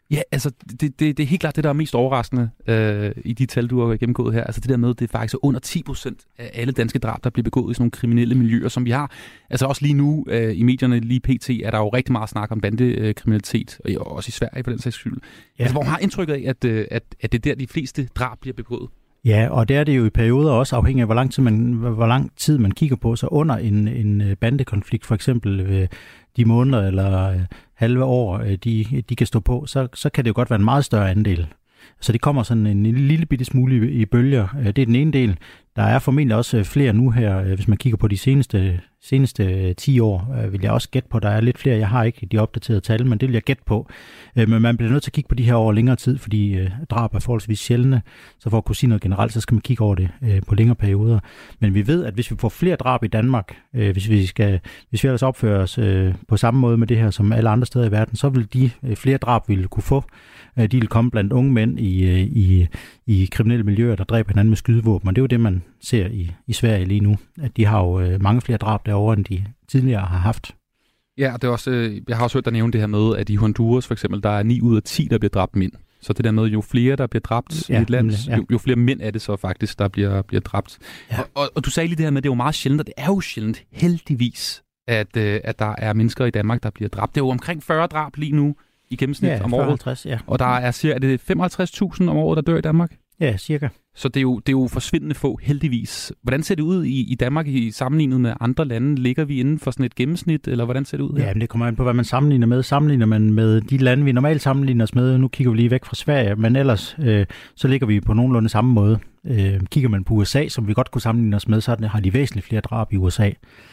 Ja, altså, det, det, det er helt klart det, der er mest overraskende øh, i de tal, du har gennemgået her. Altså det der med, det er faktisk under ti procent af alle danske drab, der bliver begået i sådan nogle kriminelle miljøer, som vi har. Altså også lige nu øh, i medierne, lige pt, er der jo rigtig meget snak om bandekriminalitet, og også i Sverige på den sags skyld. Ja. Altså, hvor man har indtrykket af, at, at, at det er der, de fleste drab bliver begået. Ja, og det er det jo i perioder også afhængig af, hvor lang tid man, hvor lang tid man kigger på. Så under en, en bandekonflikt, for eksempel øh, de måneder eller øh, halve år, øh, de, de kan stå på, så, så kan det jo godt være en meget større andel. Så det kommer sådan en lille bitte smule i, i bølger. Det er den ene del. Der er formentlig også flere nu her, hvis man kigger på de seneste, seneste ti år, vil jeg også gætte på. Der er lidt flere, jeg har ikke de opdaterede tal, men det vil jeg gætte på. Men man bliver nødt til at kigge på de her over længere tid, fordi drab er forholdsvis sjældne. Så for at kunne sige noget generelt, så skal man kigge over det på længere perioder. Men vi ved, at hvis vi får flere drab i Danmark, hvis vi skal, hvis vi ellers opfører os på samme måde med det her som alle andre steder i verden, så vil de flere drab, vi vil kunne få, de vil komme blandt unge mænd i, i, i kriminelle miljøer, der dræber hinanden med skydevåben. Og det er jo det, man ser i, i Sverige lige nu. At de har jo mange flere drab derovre, end de tidligere har haft. Ja, det er også, jeg har også hørt dig nævne det her med, at i Honduras for eksempel, der er ni ud af ti, der bliver dræbt mænd. Så det der med, jo flere, der bliver dræbt ja, i et land, ja. jo, jo flere mænd er det så faktisk, der bliver, bliver dræbt. Ja. Og, og, og du sagde lige det her med, at det er jo meget sjældent, og det er jo sjældent, heldigvis, at, at der er mennesker i Danmark, der bliver dræbt. Det er jo omkring fyrre drab lige nu i gennemsnit ja, om året. halvtreds, ja. Og der er, er det femoghalvtreds tusind om året, der dør i Danmark? Ja, cirka. Så det er, jo, det er jo forsvindende få, heldigvis. Hvordan ser det ud i, i Danmark i sammenlignet med andre lande? Ligger vi inden for sådan et gennemsnit, eller hvordan ser det ud her? Ja, men det kommer an på, hvad man sammenligner med. Sammenligner man med de lande, vi normalt sammenligner os med, nu kigger vi lige væk fra Sverige, men ellers øh, så ligger vi på nogenlunde samme måde. Øh, kigger man på U S A, som vi godt kunne sammenligne os med, så har de væsentligt flere drab i U S A.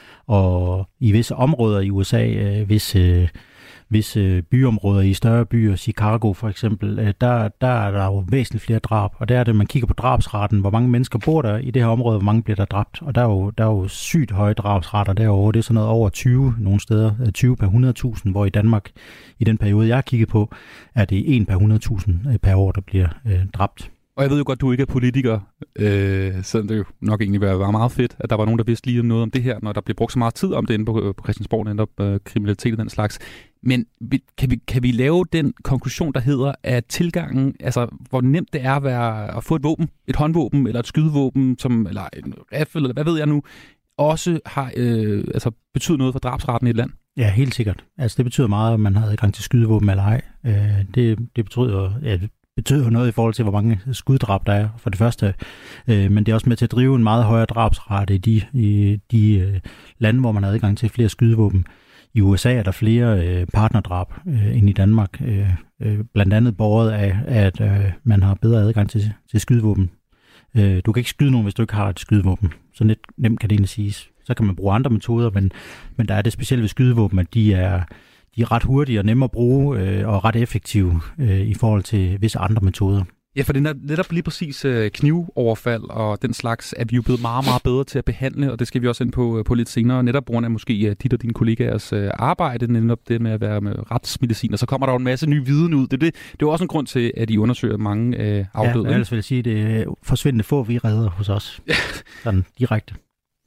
Og i visse områder i U S A, øh, hvis... Øh, visse byområder i større byer, Chicago for eksempel, der, der er der jo væsentligt flere drab, og der er det, man kigger på drabsraten, hvor mange mennesker bor der i det her område, hvor mange bliver der dræbt, og der er jo, der er jo sygt høje drabsrater derovre, det er sådan noget over tyve nogle steder, tyve per hundrede tusind, hvor i Danmark, i den periode, jeg har kigget på, er det en per hundrede tusind per år, der bliver øh, dræbt. Og jeg ved jo godt, at du ikke er politiker, øh, så det jo nok egentlig var meget fedt, at der var nogen, der vidste lige om noget om det her, når der bliver brugt så meget tid om det inde på, på Christiansborg, netop øh, kriminalitet og den slags. Men kan vi, kan vi lave den konklusion, der hedder, at tilgangen, altså hvor nemt det er at, være, at få et våben, et håndvåben eller et skydevåben, som, eller en rifle, eller hvad ved jeg nu, også har øh, altså betydet noget for drabsraten i et land? Ja, helt sikkert. Altså det betyder meget, om man har adgang til skydevåben eller ej. Øh, det, det betyder... Ja, betyder noget i forhold til, hvor mange skuddrab der er, for det første. Øh, men det er også med til at drive en meget højere drabsrate i de, i de øh, lande, hvor man har adgang til flere skydevåben. I U S A er der flere øh, partnerdrab øh, end i Danmark. Øh, øh, blandt andet båret af, at øh, man har bedre adgang til, til skydevåben. Øh, du kan ikke skyde nogen, hvis du ikke har et skydevåben. Så net, nemt kan det egentlig siges. Så kan man bruge andre metoder, men, men der er det specielle ved skydevåben, at de er... De er ret hurtige og nemme at bruge øh, og ret effektive øh, i forhold til visse andre metoder. Ja, for det er netop lige præcis øh, knivoverfald og den slags er vi jo blevet meget, meget bedre til at behandle, og det skal vi også ind på, på lidt senere. Netop bruger af måske øh, dit og dine kollegaers øh, arbejde, netop det med at være med retsmedicin, og så kommer der jo en masse ny viden ud. Det er, det, det er jo også en grund til, at I undersøger mange øh, afdøde. Ja, ellers vil jeg sige, at det er forsvindende få, vi redder hos os. Sådan direkte.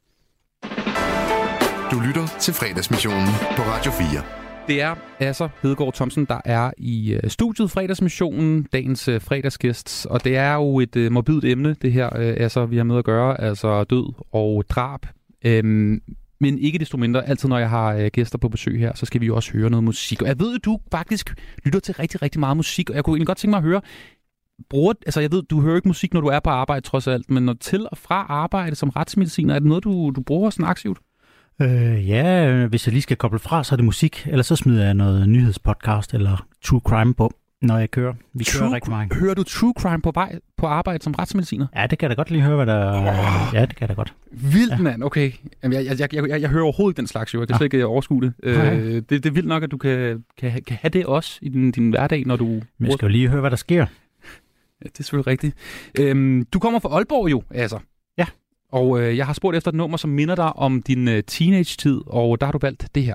Du lytter til Fredagsmissionen på Radio fire. Det er Asser Hedegaard Thomsen, der er i uh, studiet Fredagsmissionen, dagens uh, fredagsgæst. Og det er jo et uh, morbidt emne, det her, uh, Asser, vi har med at gøre, altså død og drab. Um, men ikke desto mindre, altid når jeg har uh, gæster på besøg her, så skal vi jo også høre noget musik. Og jeg ved, at du faktisk lytter til rigtig, rigtig meget musik, og jeg kunne egentlig godt tænke mig at høre, bruger, altså jeg ved, du hører ikke musik, når du er på arbejde trods alt, men når til og fra arbejde som retsmediciner, er det noget, du, du bruger sådan aktivt? Øh, ja, hvis jeg lige skal koble fra, så er det musik, eller så smider jeg noget nyhedspodcast eller true crime på, når jeg kører. Vi true, kører rigtig meget. Hører du true crime på vej på arbejde som retsmediciner? Ja, det kan jeg da godt lige høre, hvad der... Oh. Ja, det kan jeg da godt. Vildt, ja. mand. Okay. Jeg, jeg, jeg, jeg, jeg hører overhovedet ikke den slags, jo. Det er slet ikke overskue det. Okay. Øh, det. Det er vildt nok, at du kan, kan, kan have det også i din, din hverdag, når du... Men jeg skal jo lige høre, hvad der sker. Ja, det er selvfølgelig rigtigt. Øhm, du kommer fra Aalborg jo, altså. Ja. Og øh, jeg har spurgt efter et nummer, som minder dig om din øh, teenage-tid, og der har du valgt det her.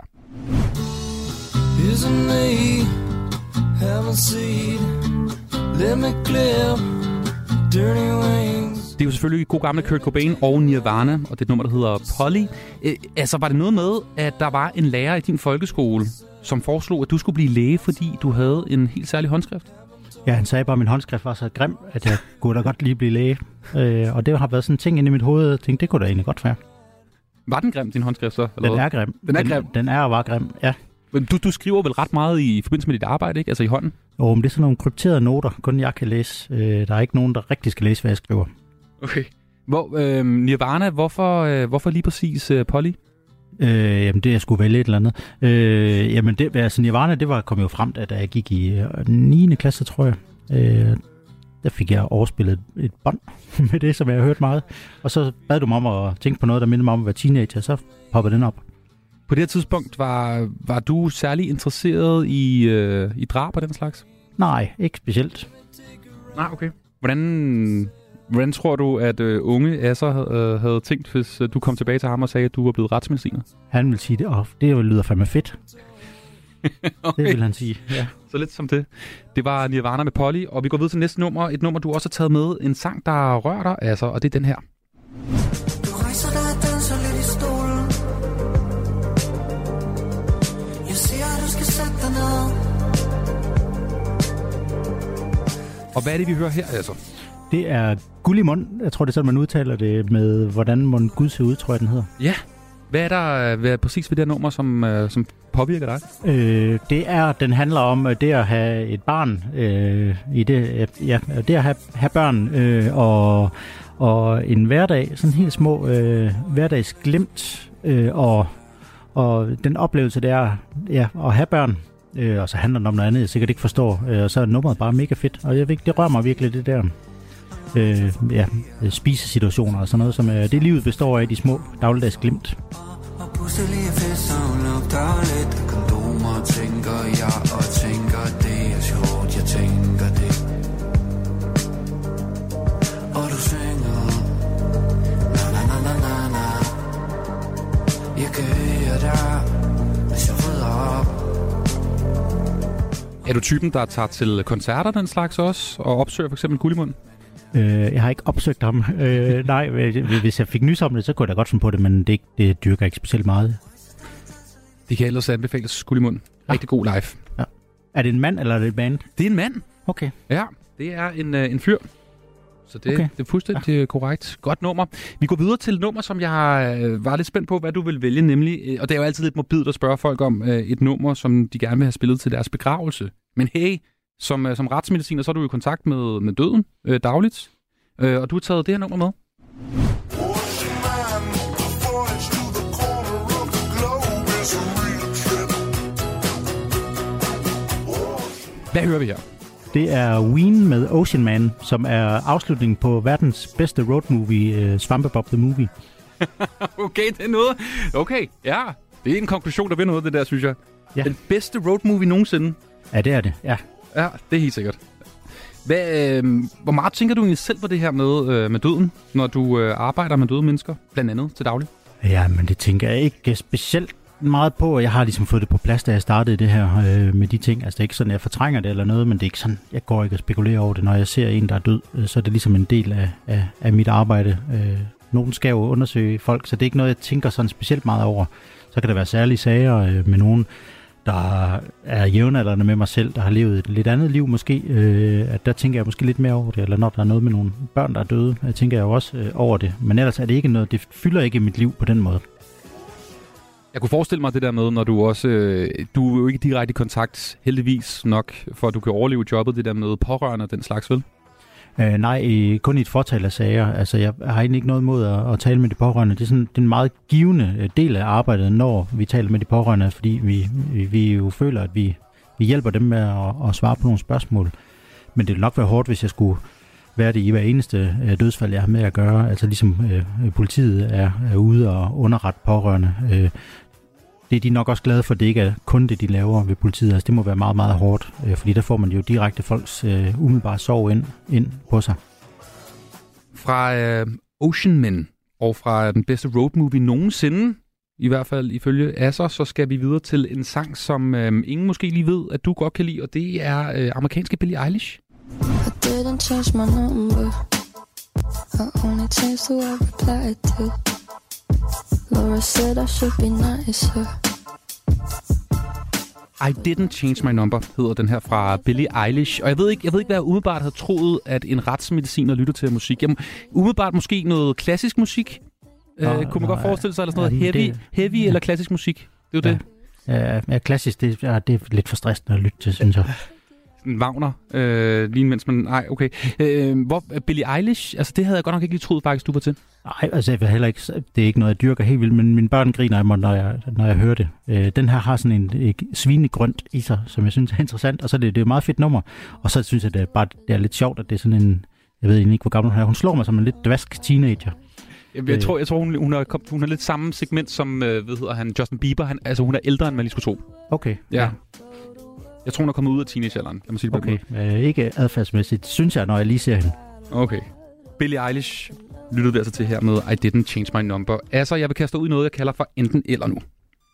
Isn't me, have a seat, let me clip dirty wings. Det er jo selvfølgelig god gamle Kurt Cobain og Nirvana, og det er et nummer, der hedder Polly. Øh, altså, var det noget med, at der var en lærer i din folkeskole, som foreslog, at du skulle blive læge, fordi du havde en helt særlig håndskrift? Ja, han sagde bare, at min håndskrift var så grim, at jeg kunne da godt lige blive læge. Øh, og det har været sådan en ting inde i mit hoved, jeg tænkte, det kunne da egentlig godt være. Var den grim, din håndskrift så? Eller den er grim. Den er grim? Den, den er og var grim, ja. Men du, du skriver vel ret meget i forbindelse med dit arbejde, ikke? Altså i hånden? Jo, men det er sådan nogle krypterede noter, kun jeg kan læse. Øh, der er ikke nogen, der rigtig skal læse, hvad jeg skriver. Okay. Hvor, øh, Nirvana, hvorfor, øh, hvorfor lige præcis øh, Polly? Øh, jamen, det jeg skulle vælge et eller andet. Øh, jamen, det, altså Nirvana, det var kom jo frem, da jeg gik i øh, niende klasse, tror jeg. Øh, der fik jeg overspillet et bånd med det, som jeg har hørt meget. Og så bad du mig om at tænke på noget, der mindede mig om at være teenager, så poppede den op. På det her tidspunkt, var, var du særlig interesseret i, øh, i drab og den slags? Nej, ikke specielt. Nej, okay. Hvordan, hvordan tror du, at øh, unge Asser øh, havde tænkt, hvis øh, du kom tilbage til ham og sagde, at du var blevet retsmediciner? Han ville sige det, og det lyder fandme fedt. Okay. Det vil han sige, ja. Så lidt som det. Det var Nirvana med Polly, og vi går videre til næste nummer. Et nummer, du også har taget med. En sang, der rører dig, Asser, og det er den her. Du rejser dig og danser lidt i stolen. Jeg siger, at du skal sætte dig ned. Og hvad er det, vi hører her, Asser? Det er Guld i mund. Jeg tror, det er sådan, man udtaler det med, hvordan mund Gud ser ud, tror jeg, den hedder. Ja. Hvad er der hvad er præcis ved det her nummer, som, øh, som påvirker dig? Øh, det er, den handler om det at have et barn. Øh, i det, ja, det at have, have børn øh, og, og en hverdag, sådan helt små øh, hverdagsglimt, øh, og, og den oplevelse, det er ja, at have børn. Øh, og så handler det om noget andet, jeg sikkert ikke forstår. Øh, og så er nummeret bare mega fedt. Og jeg ved, det rører mig virkelig, det der øh, ja, spisesituationer og sådan noget, som øh, det livet består af, de små dagligdags glimt. Og pludselig er fedt, så lugter lidt af kondomer, tænker jeg, og tænker, det er sjovt, jeg tænker det. Og du synger, na na na na na na. Jeg kan høre dig, hvis jeg rydder op. Er du typen, der tager til koncerter den slags også, og opsøger for eksempel Guld i mund? Øh, jeg har ikke opsøgt ham. Øh, nej, hvis jeg fik nys om det, så kunne jeg da godt finde på det, men det, det dyrker ikke specielt meget. Det kan ellers anbefales Guld i mund. Rigtig god live. Ja. Er det en mand, eller er det et band? Det er en mand. Okay. Ja, det er en, øh, en fyr. Så det, okay. det er fuldstændig ja. korrekt. Godt nummer. Vi går videre til et nummer, som jeg øh, var lidt spændt på, hvad du vil vælge, nemlig, øh, og det er jo altid lidt morbidt at spørge folk om øh, et nummer, som de gerne vil have spillet til deres begravelse. Men hey, som, øh, som retsmediciner, så er du i kontakt med, med døden øh, dagligt, øh, og du har taget det her nummer med. Hvad hører vi her? Det er Ween med Ocean Man, som er afslutningen på verdens bedste roadmovie, uh, Svampebob the Movie. Okay, det er noget. Okay, ja. Det er en konklusion, der vil noget, det der, synes jeg. Ja. Den bedste roadmovie nogensinde. Ja, det er det, ja. Ja, det er helt sikkert. Hvad, øh, hvor meget tænker du egentlig selv på det her med, øh, med døden, når du øh, arbejder med døde mennesker, blandt andet til daglig? Ja, men det tænker jeg ikke specielt meget på. Jeg har ligesom fået det på plads, da jeg startede det her øh, med de ting. Altså det er ikke sådan, at jeg fortrænger det eller noget, men det er ikke sådan, jeg går ikke og spekulerer over det. Når jeg ser en, der er død, øh, så er det ligesom en del af, af, af mit arbejde. Øh, nogen skal jo undersøge folk, så det er ikke noget, jeg tænker sådan specielt meget over. Så kan der være særlige sager øh, med nogen, der er jævnaldrende med mig selv, der har levet et lidt andet liv måske. Øh, at der tænker jeg måske lidt mere over det. Eller når der er noget med nogle børn, der er døde, jeg tænker jeg jo også øh, over det. Men ellers er det ikke noget, det fylder ikke mit liv på den måde. Jeg kunne forestille mig det der med, når du også... Øh, du er jo ikke direkte i kontakt, heldigvis nok, for at du kan overleve jobbet, det der med pårørende og den slags, vel? Øh, nej, kun i et fortal af sager. Altså, jeg har egentlig ikke noget imod at, at tale med de pårørende. Det er, sådan, det er en meget givende del af arbejdet, når vi taler med de pårørende, fordi vi, vi, vi jo føler, at vi, vi hjælper dem med at, at svare på nogle spørgsmål. Men det ville nok være hårdt, hvis jeg skulle være det i hver eneste øh, dødsfald, jeg har med at gøre. Altså ligesom øh, politiet er, er ude og underrette pårørende. Øh, det er de nok også glade for, at det ikke er kun det, de laver ved politiet. Altså det må være meget, meget hårdt, øh, fordi der får man jo direkte folks øh, umiddelbare sorg ind, ind på sig. Fra øh, Ocean Man og fra den bedste roadmovie nogensinde, i hvert fald ifølge Asser, så skal vi videre til en sang, som øh, ingen måske lige ved, at du godt kan lide, og det er øh, amerikanske Billie Eilish. I didn't change my number. I only changed who I replied to. Laura said I should be nicer. I Didn't Change My Number hedder den her fra Billie Eilish. Og jeg ved ikke, jeg ved ikke hvad jeg umiddelbart havde troet, at en retsmediciner lytter til musik. Jamen, umiddelbart måske noget klassisk musik. Nå, øh, kunne man nå, godt forestille sig, eller sådan noget ja, heavy, det, heavy ja. Eller klassisk musik. Det er jo ja. det. Ja, ja, klassisk, det, ja, det er lidt for stressende at lytte til, synes jeg. En Wagner, øh, lige mens man... Nej, okay. Øh, hvor, Billie Eilish, altså det havde jeg godt nok ikke lige troet faktisk, du var til. Nej, altså jeg vil heller ikke... Det er ikke noget, jeg dyrker helt vildt, men mine børn griner af mig, når jeg, når jeg hører det. Øh, den her har sådan en øh, svinegrønt i sig, som jeg synes er interessant, og så er det, det er et meget fedt nummer. Og så synes jeg, det er, bare, det er lidt sjovt, at det er sådan en... Jeg ved egentlig ikke, hvor gammel hun er. Hun slår mig som en lidt dvask teenager. Jeg, jeg tror, jeg tror hun, hun, er, hun er lidt samme segment som, øh, hvad hedder han, Justin Bieber. Han, altså hun er ældre, end man lige skulle tro. Okay. Ja. Jeg tror, hun er kommet ud af teenagealderen. Lad mig sige det på okay. Øh, ikke adfærdsmæssigt, synes jeg, når jeg lige ser hende. Okay. Billie Eilish lyttede vi altså til her med I Didn't Change My Number. Altså, jeg vil kaste ud i noget, jeg kalder for enten eller nu.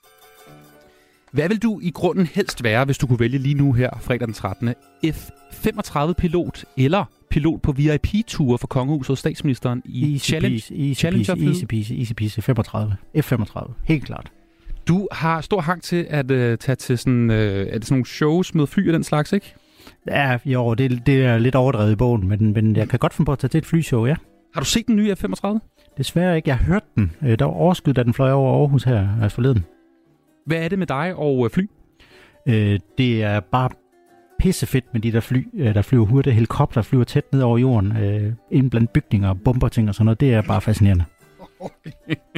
Hvad vil du i grunden helst være, hvis du kunne vælge lige nu her, fredag den trettende? F femogtredive-pilot eller pilot på V I P-ture for kongehuset og statsministeren i easy Challenge? Peasy, easy Challenger peasy, easy peasy, easy peasy, femogtredive. F femogtredive, helt klart. Du har stor hang til at uh, tage til sådan, uh, er det sådan nogle shows med fly og den slags, ikke? Ja, jo, det, det er lidt overdrevet i bogen, men, men jeg kan godt finde på at tage til et flyshow, ja. Har du set den nye F femogtredive? Desværre ikke. Jeg har hørt den. Der var overskud, da den fløj over Aarhus her forleden. Hvad er det med dig og uh, fly? Øh, det er bare pissefedt med de der fly, der flyver hurtigt. Helikopter flyver tæt ned over jorden, øh, ind blandt bygninger, bomberting og sådan noget. Det er bare fascinerende. Okay.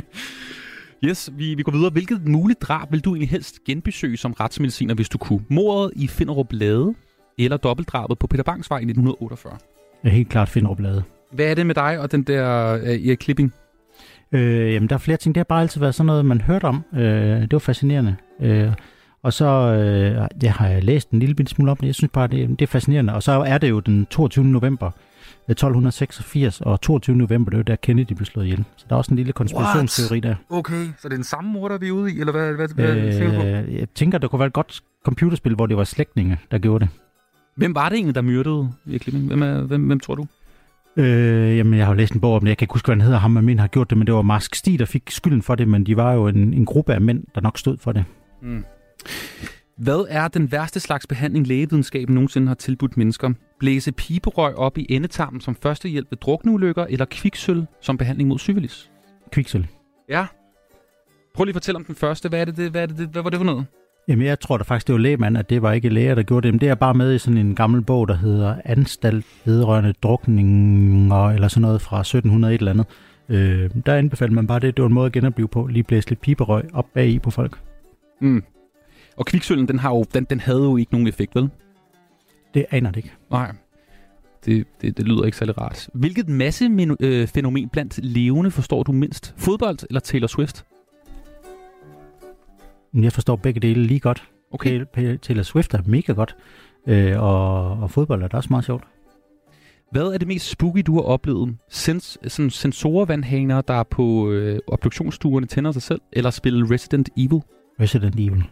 Yes, vi, vi går videre. Hvilket muligt drab vil du egentlig helst genbesøge som retsmediciner, hvis du kunne? Mordet i Finderup Lade eller dobbeltdrabet på Peter Bangs Vej i nitten otteogfyrre? Det er helt klart Finderup Lade. Hvad er det med dig og den der uh, Erik Klipping? Øh, jamen, der er flere ting. Det har bare altid været sådan noget, man hørte om. Øh, det var fascinerende. Øh, og så øh, jeg har jeg læst en lille bitte smule om det. Jeg synes bare, det, det er fascinerende. Og så er det jo den toogtyvende november tolv seksogfirs, og toogtyvende november, det var der Kennedy blev slået ihjel. Så der er også en lille konspirationsteori der. Okay, så det er den samme morder, vi er ude i, eller hvad, hvad, hvad øh, tænker du på? Jeg tænker, der kunne være et godt computerspil, hvor det var slægtninge, der gjorde det. Hvem var det egentlig, der myrdede Erik Klipping? Hvem, er, hvem, hvem tror du? Øh, jamen, jeg har jo læst en bog om det. Jeg kan ikke huske, hvad han hedder. Ham og min har gjort det, men det var Marsk Stig, der fik skylden for det, men de var jo en, en gruppe af mænd, der nok stod for det. Mm. Hvad er den værste slags behandling, lægevidenskaben nogensinde har tilbudt mennesker? Blæse piberøg op i endetarmen som førstehjælp ved drukneulykker, eller kviksølv som behandling mod syfilis? Kviksølv. Ja. Prøv lige at fortælle om den første. Hvad, er det, det, hvad, er det, hvad var det for noget? Jamen, jeg tror da faktisk, det var lægmand, at det var ikke læger, der gjorde det. Men det er bare med i sådan en gammel bog, der hedder Anstalt vedrørende drukninger, eller sådan noget fra sytten hundrede et eller andet. Øh, der anbefalede man bare det. Det var en måde at genopleve på. Lige blæse lidt piberøg op bag i på folk. Mm. Og kviksølven, den, har jo, den, den havde jo ikke nogen effekt, vel? Det aner det ikke. Nej, det, det, det lyder ikke særlig rart. Hvilket massefænomen blandt levende forstår du mindst? Fodbold eller Taylor Swift? Jeg forstår begge dele lige godt. Okay. Taylor Swift er mega godt, øh, og, og fodbold er da også meget sjovt. Hvad er det mest spooky, du har oplevet? Sens, sådan sensorvandhaner, der på øh, obduktionsstuerne tænder sig selv, eller spille Resident Evil? Resident Evil.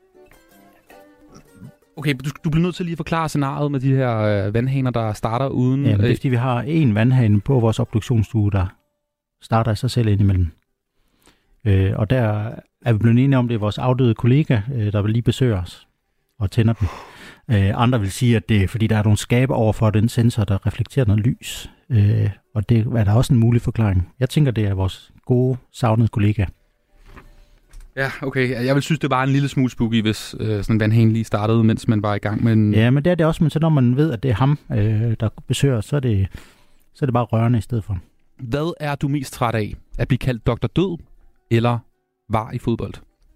Okay, du, du bliver nødt til lige at forklare scenariet med de her øh, vandhaner, der starter uden... Ja, men det er fordi, vi har en vandhane på vores obduktionsstue, der starter af sig selv indimellem. Øh, og der er vi blevet enige om, det er vores afdøde kollega, øh, der vil lige besøge os og tænder den. Øh, andre vil sige, at det er fordi, der er nogle skaber over for den sensor, der reflekterer noget lys. Øh, og det er der også en mulig forklaring. Jeg tænker, det er vores gode, savnede kollega. Ja, okay. Jeg vil synes, det var en lille smule spooky, hvis øh, sådan en vandhane lige startede, mens man var i gang med en... Ja, men det er det også, men så når man ved, at det er ham, øh, der besøger, så er, det, så er det bare rørende i stedet for. Hvad er du mest træt af? At blive kaldt doktor Død eller var i fodbold?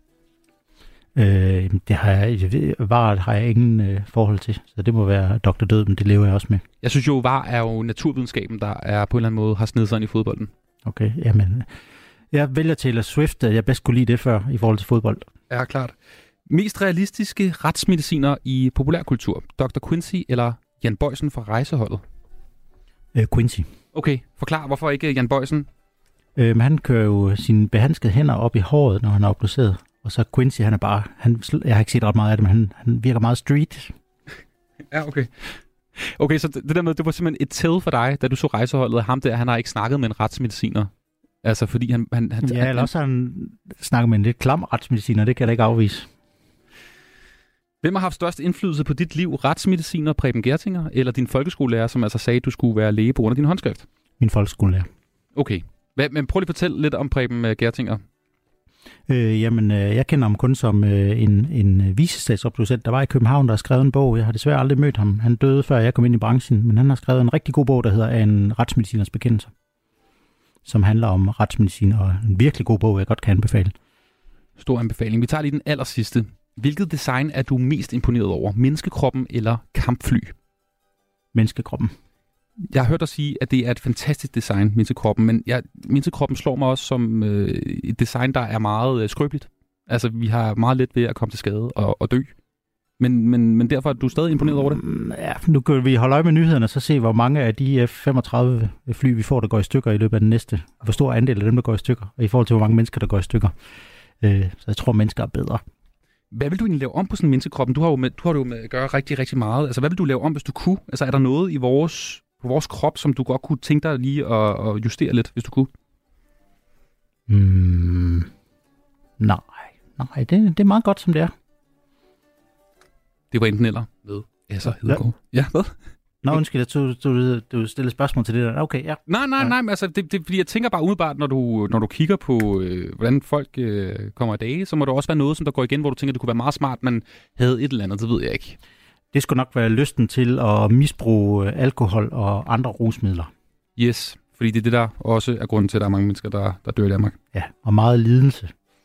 Øh, det har jeg, jeg ved, var har jeg ingen øh, forhold til, så det må være doktor Død, men det lever jeg også med. Jeg synes jo, var er jo naturvidenskaben, der er på en eller anden måde har snedet sig ind i fodbolden. Okay, jamen... Jeg vælger Taylor Swift, jeg bedst kunne lide det før i forhold til fodbold. Ja, klart. Mest realistiske retsmediciner i populærkultur? doktor Quincy eller Jan Bojsen fra Rejseholdet? Øh, Quincy. Okay, forklar, hvorfor ikke Jan Bojsen? Øh, men han kører jo sine behandskede hænder op i håret, når han er obduceret. Og så Quincy, han er bare... Han, jeg har ikke set ret meget af det, men han, han virker meget street. Ja, okay. Okay, så det, det der med, det var simpelthen et tæl for dig, da du så Rejseholdet. Ham der, han har ikke snakket med en retsmediciner. Altså, fordi han... han, han Ja, eller også har han snakket med en lidt klam retsmediciner, det kan jeg da ikke afvise. Hvem har haft størst indflydelse på dit liv? Retsmediciner Preben Gertinger, eller din folkeskolelærer, som altså sagde, at du skulle være læge på grund af din håndskrift? Min folkeskolelærer. Okay. Hvad, men prøv lige at fortælle lidt om Preben Gertinger. Øh, jamen, øh, jeg kender ham kun som øh, en, en visestatsopducent, der var i København, der har skrevet en bog. Jeg har desværre aldrig mødt ham. Han døde, før jeg kom ind i branchen, men han har skrevet en rigtig god bog, der hedder En retsmediciners bekendelse, som handler om retsmedicin, og en virkelig god bog, jeg godt kan anbefale. Stor anbefaling. Vi tager lige den aller sidste. Hvilket design er du mest imponeret over? Menneskekroppen eller kampfly? Menneskekroppen. Jeg har hørt dig sige, at det er et fantastisk design, menneskekroppen, men jeg, menneskekroppen slår mig også som øh, et design, der er meget øh, skrøbeligt. Altså, vi har meget let ved at komme til skade og, og dø. Men, men, men derfor er du stadig imponeret over det? Ja, nu kan vi holde øje med nyhederne, og så se, hvor mange af de F femogtredive fly, vi får, der går i stykker i løbet af den næste. Og hvor stor andel af dem, der går i stykker, og i forhold til, hvor mange mennesker, der går i stykker. Øh, så jeg tror, mennesker er bedre. Hvad vil du egentlig lave om på sådan en menneskekroppen? Du har jo med, du har jo med at gøre rigtig, rigtig meget. Altså, hvad vil du lave om, hvis du kunne? Altså, er der noget i vores, på vores krop, som du godt kunne tænke dig lige at, at justere lidt, hvis du kunne? Mm, nej, nej, det, det er meget godt, som det er. Det var enten eller med Asser Hedegaard. Ja, ja hvad? Nå, undskyld, du, du, du stillede spørgsmål til det der. Okay, ja. Nej, nej, nej, men altså, det, det, fordi jeg tænker bare umiddelbart, når du, når du kigger på, øh, hvordan folk øh, kommer i dage, så må det også være noget, som der går igen, hvor du tænker, det kunne være meget smart, man havde et eller andet, det ved jeg ikke. Det skulle nok være lysten til at misbruge alkohol og andre rusmidler. Yes, fordi det er det, der også er grunden til, at der er mange mennesker, der, der dør i Danmark. Ja, og meget lidelse.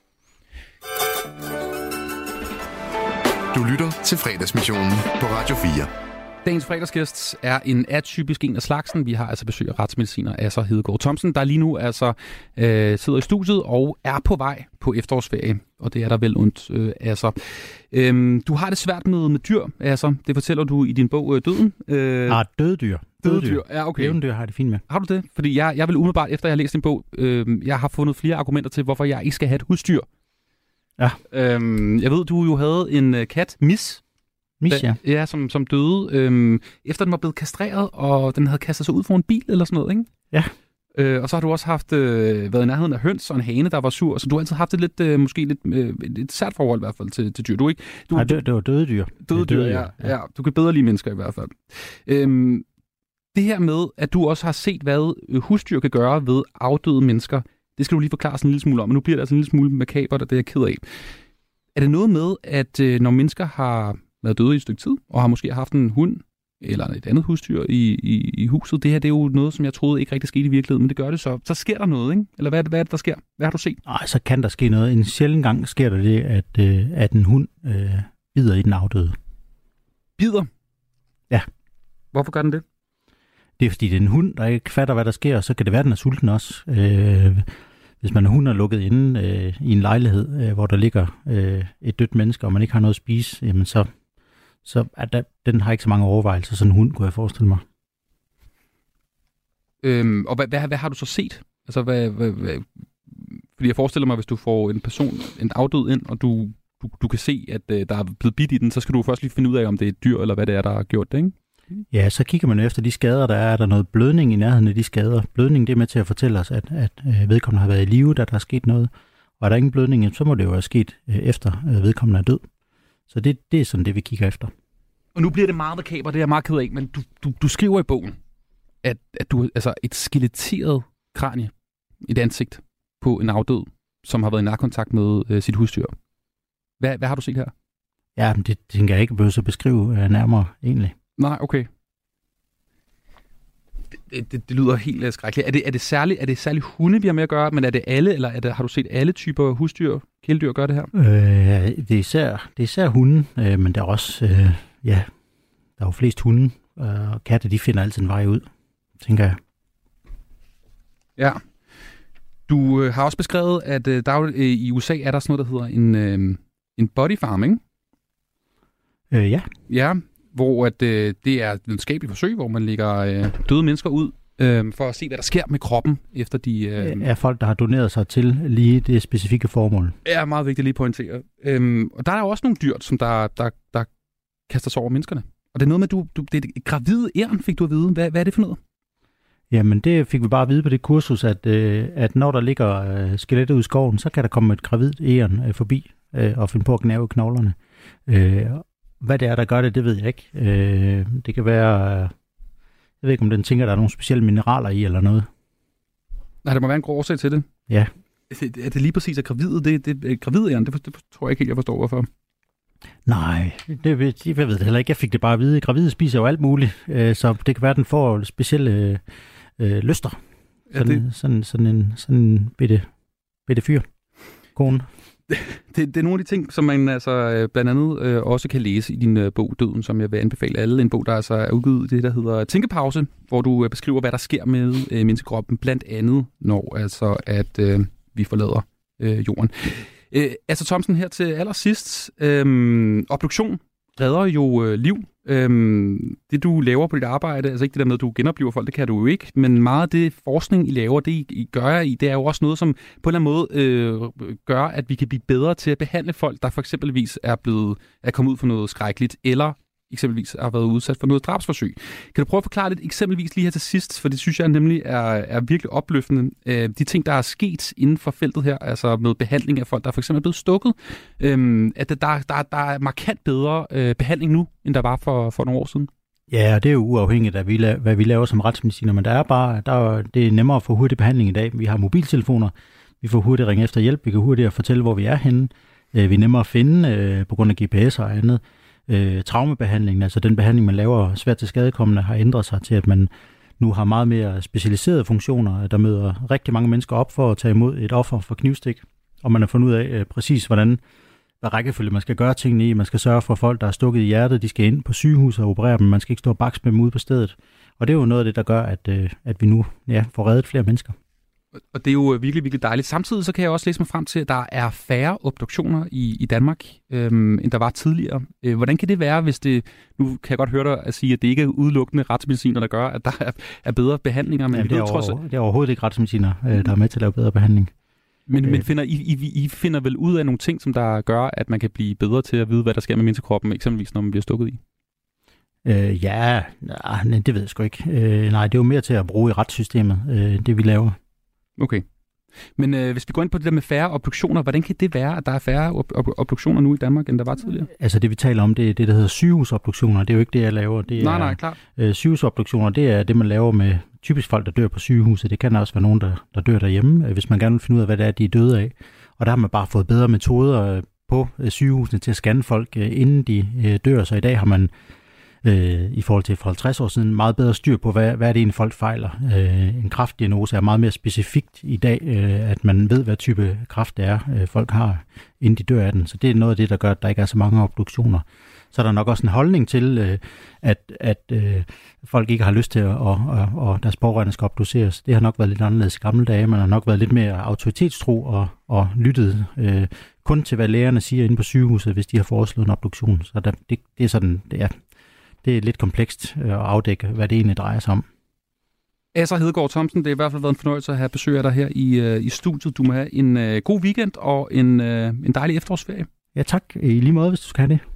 Du lytter til Fredagsmissionen på Radio fire. Dagens fredagsgæst er en atypisk en af slagsen. Vi har altså besøg af retsmediciner Asser Hedegaard Thomsen, der lige nu altså øh, sidder i studiet og er på vej på efterårsferie. Og det er der vel ondt, øh, Asser. Øhm, du har det svært med, med dyr, Asser. Det fortæller du i din bog øh, Døden. Øh, ah, døde dyr. Døde dyr, ja, okay. Levende dyr har det fint med. Har du det? Fordi jeg, jeg vil umiddelbart, efter jeg har læst din bog, øh, jeg har fundet flere argumenter til, hvorfor jeg ikke skal have et husdyr. Ja. Øhm, jeg ved, du jo havde en øh, kat, Miss. Miss, ja. Ja, som, som døde, øhm, efter den var blevet kastreret, og den havde kastet sig ud for en bil eller sådan noget, ikke? Ja. Øh, og så har du også haft øh, været i nærheden af høns og en hane, der var sur, så du har altid haft et lidt, øh, måske lidt øh, et sært forhold i hvert fald til, til dyr. Du ikke? Du, Nej, det, det var døde dyr. Døde dyr, ja, ja. ja. Du kan bedre lide mennesker i hvert fald. Øhm, det her med, at du også har set, hvad husdyr kan gøre ved afdøde mennesker, det skal du lige forklare sådan en lille smule om, men nu bliver det altså en lille smule makabert, og det er jeg ked af. Er det noget med, at øh, når mennesker har været døde i et stykke tid, og har måske haft en hund, eller et andet husdyr i, i, i huset, det her det er jo noget, som jeg troede ikke rigtig skete i virkeligheden, men det gør det så. Så sker der noget, ikke? Eller hvad er det, hvad er det der sker? Hvad har du set? Nej, så kan der ske noget. En sjælden gang sker der det, at, øh, at en hund øh, bider i den afdøde. Bider? Ja. Hvorfor gør den det? Det er fordi, det er en hund, der ikke fatter, hvad der sker, og så kan det være, den er sulten også. Øh, hvis man er hund og lukket inde øh, i en lejlighed, øh, hvor der ligger øh, et dødt menneske, og man ikke har noget at spise, jamen så, så er der, den har ikke så mange overvejelser, sådan en hund, kunne jeg forestille mig. Øhm, og hvad, hvad, hvad har du så set? Altså, hvad, hvad, hvad, fordi jeg forestiller mig, hvis du får en person, en afdød ind, og du, du, du kan se, at øh, der er blevet bidt i den, så skal du først lige finde ud af, om det er et dyr, eller hvad det er, der har gjort det, ikke? Ja, så kigger man efter de skader, der er. Er der noget blødning i nærheden af de skader? Blødning, det er med til at fortælle os, at, at vedkommende har været i live, da der er sket noget. Og er der ingen blødning, så må det jo have sket efter vedkommende er død. Så det, det er sådan det, vi kigger efter. Og nu bliver det meget makaber, det er jeg meget ked af, men du, du, du skriver i bogen, at, at du altså et skeletteret kranie, et ansigt på en afdød, som har været i nærkontakt med øh, sit husdyr. Hvad, hvad har du set her? Ja, men det tænker jeg ikke behøver at beskrive øh, nærmere egentlig. Nej, okay. Det, det, det lyder helt skrækkeligt. Er det, er det særligt, er det særligt hunde, vi har med at gøre, men er det alle, eller er det, har du set alle typer husdyr, kæledyr gøre det her? Øh, det, er især, det er især hunde, øh, men der er også, øh, ja, der er jo flest hunde, øh, og katte, de finder altid en vej ud, tænker jeg. Ja. Du øh, har også beskrevet, at øh, der er, øh, i U S A er der sådan noget, der hedder en, øh, en body farm, ikke? Øh, ja. Ja, hvor at, øh, det er et videnskabeligt forsøg, hvor man lægger øh, døde mennesker ud, øh, for at se, hvad der sker med kroppen, efter de... Øh, er folk, der har doneret sig til lige det specifikke formål. Er meget vigtigt lige at pointere. Øhm, og der er jo også nogle dyr, som der, der, der kaster sig over menneskerne. Og det er noget med, du, du det er gravide æren, fik du at vide. Hvad, hvad er det for noget? Jamen, det fik vi bare at vide på det kursus, at, øh, at når der ligger øh, skelettet ud i skoven, så kan der komme et gravid æren øh, forbi øh, og finde på at gnave knoglerne. Øh, hvad det er, der gør det, det ved jeg ikke. Øh, det kan være, øh, jeg ved ikke, om den tænker, der er nogle specielle mineraler i eller noget. Nej, der må være en grov årsag til det. Ja. Er det, er det lige præcis at gravide? Det, det, det, gravide æren, det, det, det tror jeg ikke helt, jeg forstår, hvorfor. Nej, det ved, jeg ved det heller ikke. Jeg fik det bare at vide. Gravide spiser jo alt muligt, øh, så det kan være, at den får specielle øh, lyster. Sådan, ja, det... sådan, sådan en sådan en bitte, bitte fyr. Kone. Det, det er nogle af de ting, som man altså blandt andet øh, også kan læse i din øh, bog Døden, som jeg vil anbefale alle. En bog, der altså er udgivet det, der hedder Tænkepause, hvor du øh, beskriver, hvad der sker med øh, menneskekroppen, blandt andet når altså, at øh, vi forlader øh, jorden. Øh, altså Thomsen, her til allersidst. Øh, obduktion redder jo øh, liv. Øhm, det du laver på dit arbejde, altså ikke det der med, at du genoplever folk, det kan du jo ikke, men meget af det forskning, I laver, det I gør I, det er jo også noget, som på en eller anden måde øh, gør, at vi kan blive bedre til at behandle folk, der for eksempelvis er blevet er kommet ud for noget skrækkeligt, eller eksempelvis har været udsat for noget drabsforsøg. Kan du prøve at forklare lidt eksempelvis lige her til sidst, for det synes jeg nemlig er, er virkelig opløftende. Øh, de ting, der er sket inden for feltet her, altså med behandling af folk, der for eksempel er blevet stukket, øh, at der, der, der er markant bedre øh, behandling nu, end der var for, for nogle år siden. Ja, det er jo uafhængigt af, hvad vi laver som retsmediciner, men der er bare, der er, det er nemmere at få hurtig behandling i dag. Vi har mobiltelefoner, vi får hurtigt ringe efter hjælp, vi kan hurtigt fortælle, hvor vi er henne. Øh, vi er nemmere at finde øh, på grund af G P S og andet. Øh, traumebehandlingen, altså den behandling, man laver svært til skadekommende, har ændret sig til, at man nu har meget mere specialiserede funktioner, der møder rigtig mange mennesker op for at tage imod et offer for knivstik, og man har fundet ud af øh, præcis, hvordan hvad rækkefølge man skal gøre tingene i. Man skal sørge for folk, der er stukket i hjertet, de skal ind på sygehus og operere dem. Man skal ikke stå og bakse med dem ude på stedet. Og det er jo noget af det, der gør, at, øh, at vi nu ja, får reddet flere mennesker. Og det er jo virkelig, virkelig dejligt. Samtidig så kan jeg også læse mig frem til, at der er færre obduktioner i, i Danmark, øhm, end der var tidligere. Øh, hvordan kan det være, hvis det... Nu kan jeg godt høre dig at sige, at det ikke er udelukkende retsmediciner, der gør, at der er, er bedre behandlinger. Men ja, det, er ved, over, trods... det er overhovedet ikke retsmediciner, der er med til at lave bedre behandling. Men, men finder, I, I, I finder vel ud af nogle ting, som der gør, at man kan blive bedre til at vide, hvad der sker med menneskekroppen, eksempelvis når man bliver stukket i? Øh, ja, nej, det ved jeg sgu ikke. Øh, nej, det er jo mere til at bruge i retssystemet, øh, det vi laver. Okay. Men øh, hvis vi går ind på det der med færre obduktioner, hvordan kan det være, at der er færre ob- ob- obduktioner nu i Danmark, end der var tidligere? Altså det, vi taler om, det er det, der hedder sygehusobduktioner. Det er jo ikke det, jeg laver. Det nej, er, nej, klart. Øh, sygehusobduktioner, det er det, man laver med typisk folk, der dør på sygehuset. Det kan også være nogen, der, der dør derhjemme, hvis man gerne vil finde ud af, hvad det er, de er døde af. Og der har man bare fået bedre metoder på sygehusene til at scanne folk, inden de øh, dør. Så i dag har man øh, i forhold til for halvtreds år siden meget bedre styr på, hvad, hvad er det egentlig folk fejler. Øh, en kræftdiagnose er meget mere specifikt i dag, øh, at man ved, hvad type kræft det er, øh, folk har, inden de dør af den. Så det er noget af det, der gør, at der ikke er så mange obduktioner. Så er der nok også en holdning til, øh, at, at øh, folk ikke har lyst til, at og, og, og deres pårørende skal obduceres. Det har nok været lidt anderledes i gamle dage. Man har nok været lidt mere autoritetstro og, og lyttet øh, kun til, hvad lægerne siger inde på sygehuset, hvis de har foreslået en obduktion. Så der, det, det er sådan, det er, det er lidt komplekst at afdække, hvad det egentlig drejer sig om. Asser Hedegaard Thomsen, det har i hvert fald været en fornøjelse at have besøg af dig her i, uh, i studiet. Du må have en uh, god weekend og en, uh, en dejlig efterårsferie. Ja tak, i lige måde, hvis du skal have det.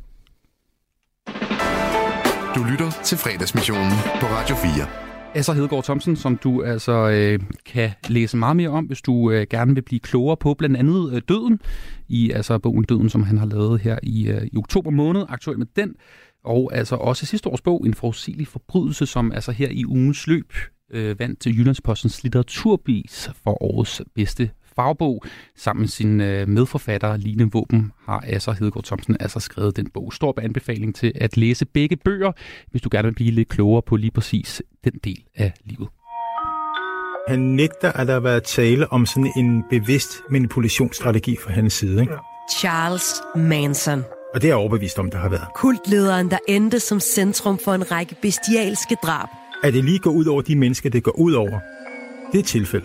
Du lytter til Fredagsmissionen på Radio fire. Asser Hedegaard Thomsen, som du altså øh, kan læse meget mere om, hvis du øh, gerne vil blive klogere på blandt andet øh, Døden, i altså bogen Døden, som han har lavet her i, øh, i oktober måned, aktuelt med den, og altså også sidste års bog, En forudsigelig forbrydelse, som altså her i ugens løb øh, vandt til Jyllandspostens litteraturpris for årets bedste fagbog. Sammen med sin øh, medforfatter Line Våben har Asser Hedegaard Thomsen altså skrevet den bog. Stor anbefaling til at læse begge bøger, hvis du gerne vil blive lidt klogere på lige præcis den del af livet. Han nægter, at der har været tale om sådan en bevidst manipulationsstrategi fra hans side, ikke? Charles Manson. Og det er jeg overbevist om, der har været. Kultlederen, der endte som centrum for en række bestialske drab. At det lige går ud over de mennesker, det går ud over, det er et tilfælde.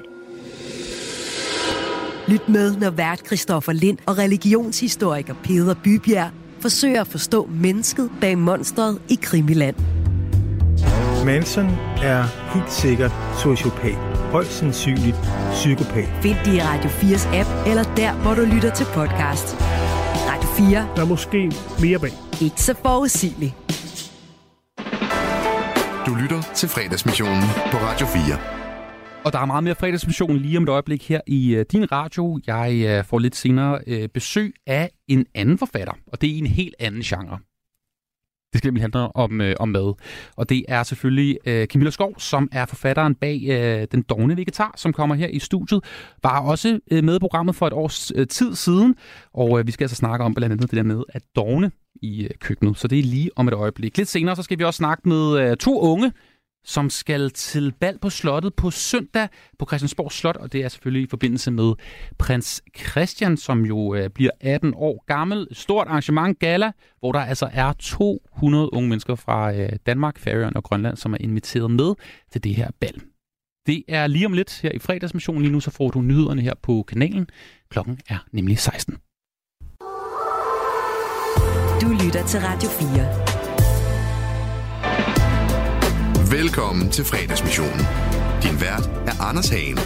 Lyt med, når vært Christoffer Lind og religionshistoriker Peder Bybjerg forsøger at forstå mennesket bag monstret i Krimiland. Manson er helt sikkert sociopat. Højst sandsynligt psykopat. Find det i Radio fires app, eller der, hvor du lytter til podcast. Radio fire. Der er måske mere bag. Ikke så forudsigeligt. Du lytter til Fredagsmissionen på Radio fire. Og der er meget mere fredagsmission lige om et øjeblik her i uh, din radio. Jeg uh, får lidt senere uh, besøg af en anden forfatter, og det er en helt anden genre. Det skal nemlig handle om, uh, om mad. Og det er selvfølgelig uh, Camilla Skov, som er forfatteren bag uh, Den Dovne Vegetar, som kommer her i studiet. Var også uh, med i programmet for et års uh, tid siden, og uh, vi skal altså snakke om blandt andet det der med at dovne i uh, køkkenet. Så det er lige om et øjeblik. Lidt senere så skal vi også snakke med uh, to unge, som skal til bal på slottet på søndag på Christiansborg Slot, og det er selvfølgelig i forbindelse med prins Christian, som jo øh, bliver atten år gammel. Stort arrangement gala, hvor der altså er to hundrede unge mennesker fra øh, Danmark, Færøerne og Grønland, som er inviteret med til det her bal. Det er lige om lidt her i fredagsmissionen. Lige nu så får du nyhederne her på kanalen. Klokken er nemlig seksten. Du lytter til Radio fire. Velkommen til Fredagsmissionen. Din vært er Anders Hagen.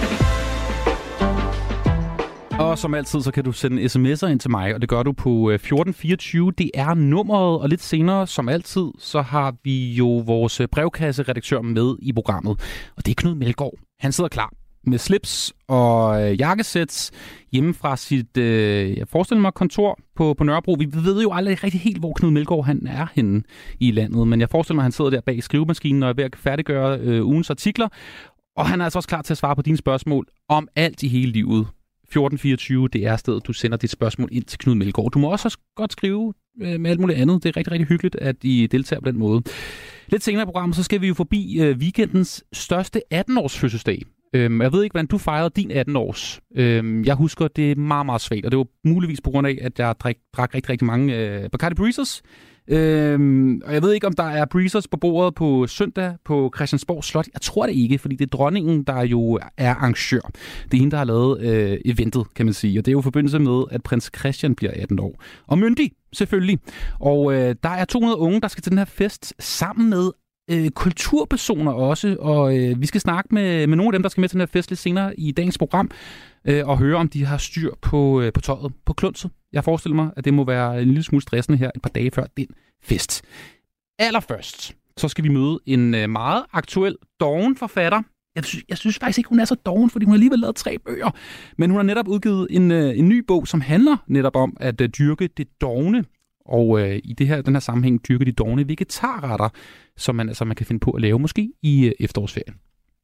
Og som altid, så kan du sende sms'er ind til mig, og det gør du på fjorten fireogtyve. Det er nummeret, og lidt senere, som altid, så har vi jo vores brevkasseredaktør med i programmet. Og det er Knud Melgaard. Han sidder klar med slips og øh, jakkesæt hjemme fra sit, øh, jeg forestiller mig, kontor på, på Nørrebro. Vi ved jo aldrig rigtig helt, hvor Knud Melgaard han er henne i landet, men jeg forestiller mig, at han sidder der bag skrivemaskinen og er ved at færdiggøre øh, ugens artikler. Og han er altså også klar til at svare på dine spørgsmål om alt i hele livet. fjorten fireogtyve, det er stedet, du sender dit spørgsmål ind til Knud Melgaard. Du må også godt skrive øh, med alt muligt andet. Det er rigtig, rigtig hyggeligt, at I deltager på den måde. Lidt senere i programmet, så skal vi jo forbi øh, weekendens største atten-års fødselsdag. Øhm, jeg ved ikke, hvordan du fejrede din atten-års. Øhm, jeg husker, det er meget, meget svagt, og det var muligvis på grund af, at jeg drak, drak rigtig, rigtig mange øh, Bacardi Breezers. Øhm, og jeg ved ikke, om der er Breezers på bordet på søndag på Christiansborg Slot. Jeg tror det ikke, fordi det er dronningen, der jo er arrangør. Det er hende, der har lavet øh, eventet, kan man sige. Og det er jo i forbindelse med, at prins Christian bliver atten år. Og myndig, selvfølgelig. Og øh, der er to hundrede unge, der skal til den her fest sammen med Øh, kulturpersoner også, og øh, vi skal snakke med, med nogle af dem, der skal med til den her fest lidt senere i dagens program, øh, og høre, om de har styr på, øh, på tøjet, på klunset. Jeg forestiller mig, at det må være en lille smule stressende her et par dage før den fest. Allerførst, så skal vi møde en øh, meget aktuel doven forfatter. Jeg synes, jeg synes faktisk ikke, hun er så doven, fordi hun har alligevel lavet tre bøger, men hun har netop udgivet en, øh, en ny bog, som handler netop om at øh, dyrke det dovne. Og øh, i det her, den her sammenhæng dyrker de dovne vegetarretter, som man, altså, man kan finde på at lave måske i øh, efterårsferien.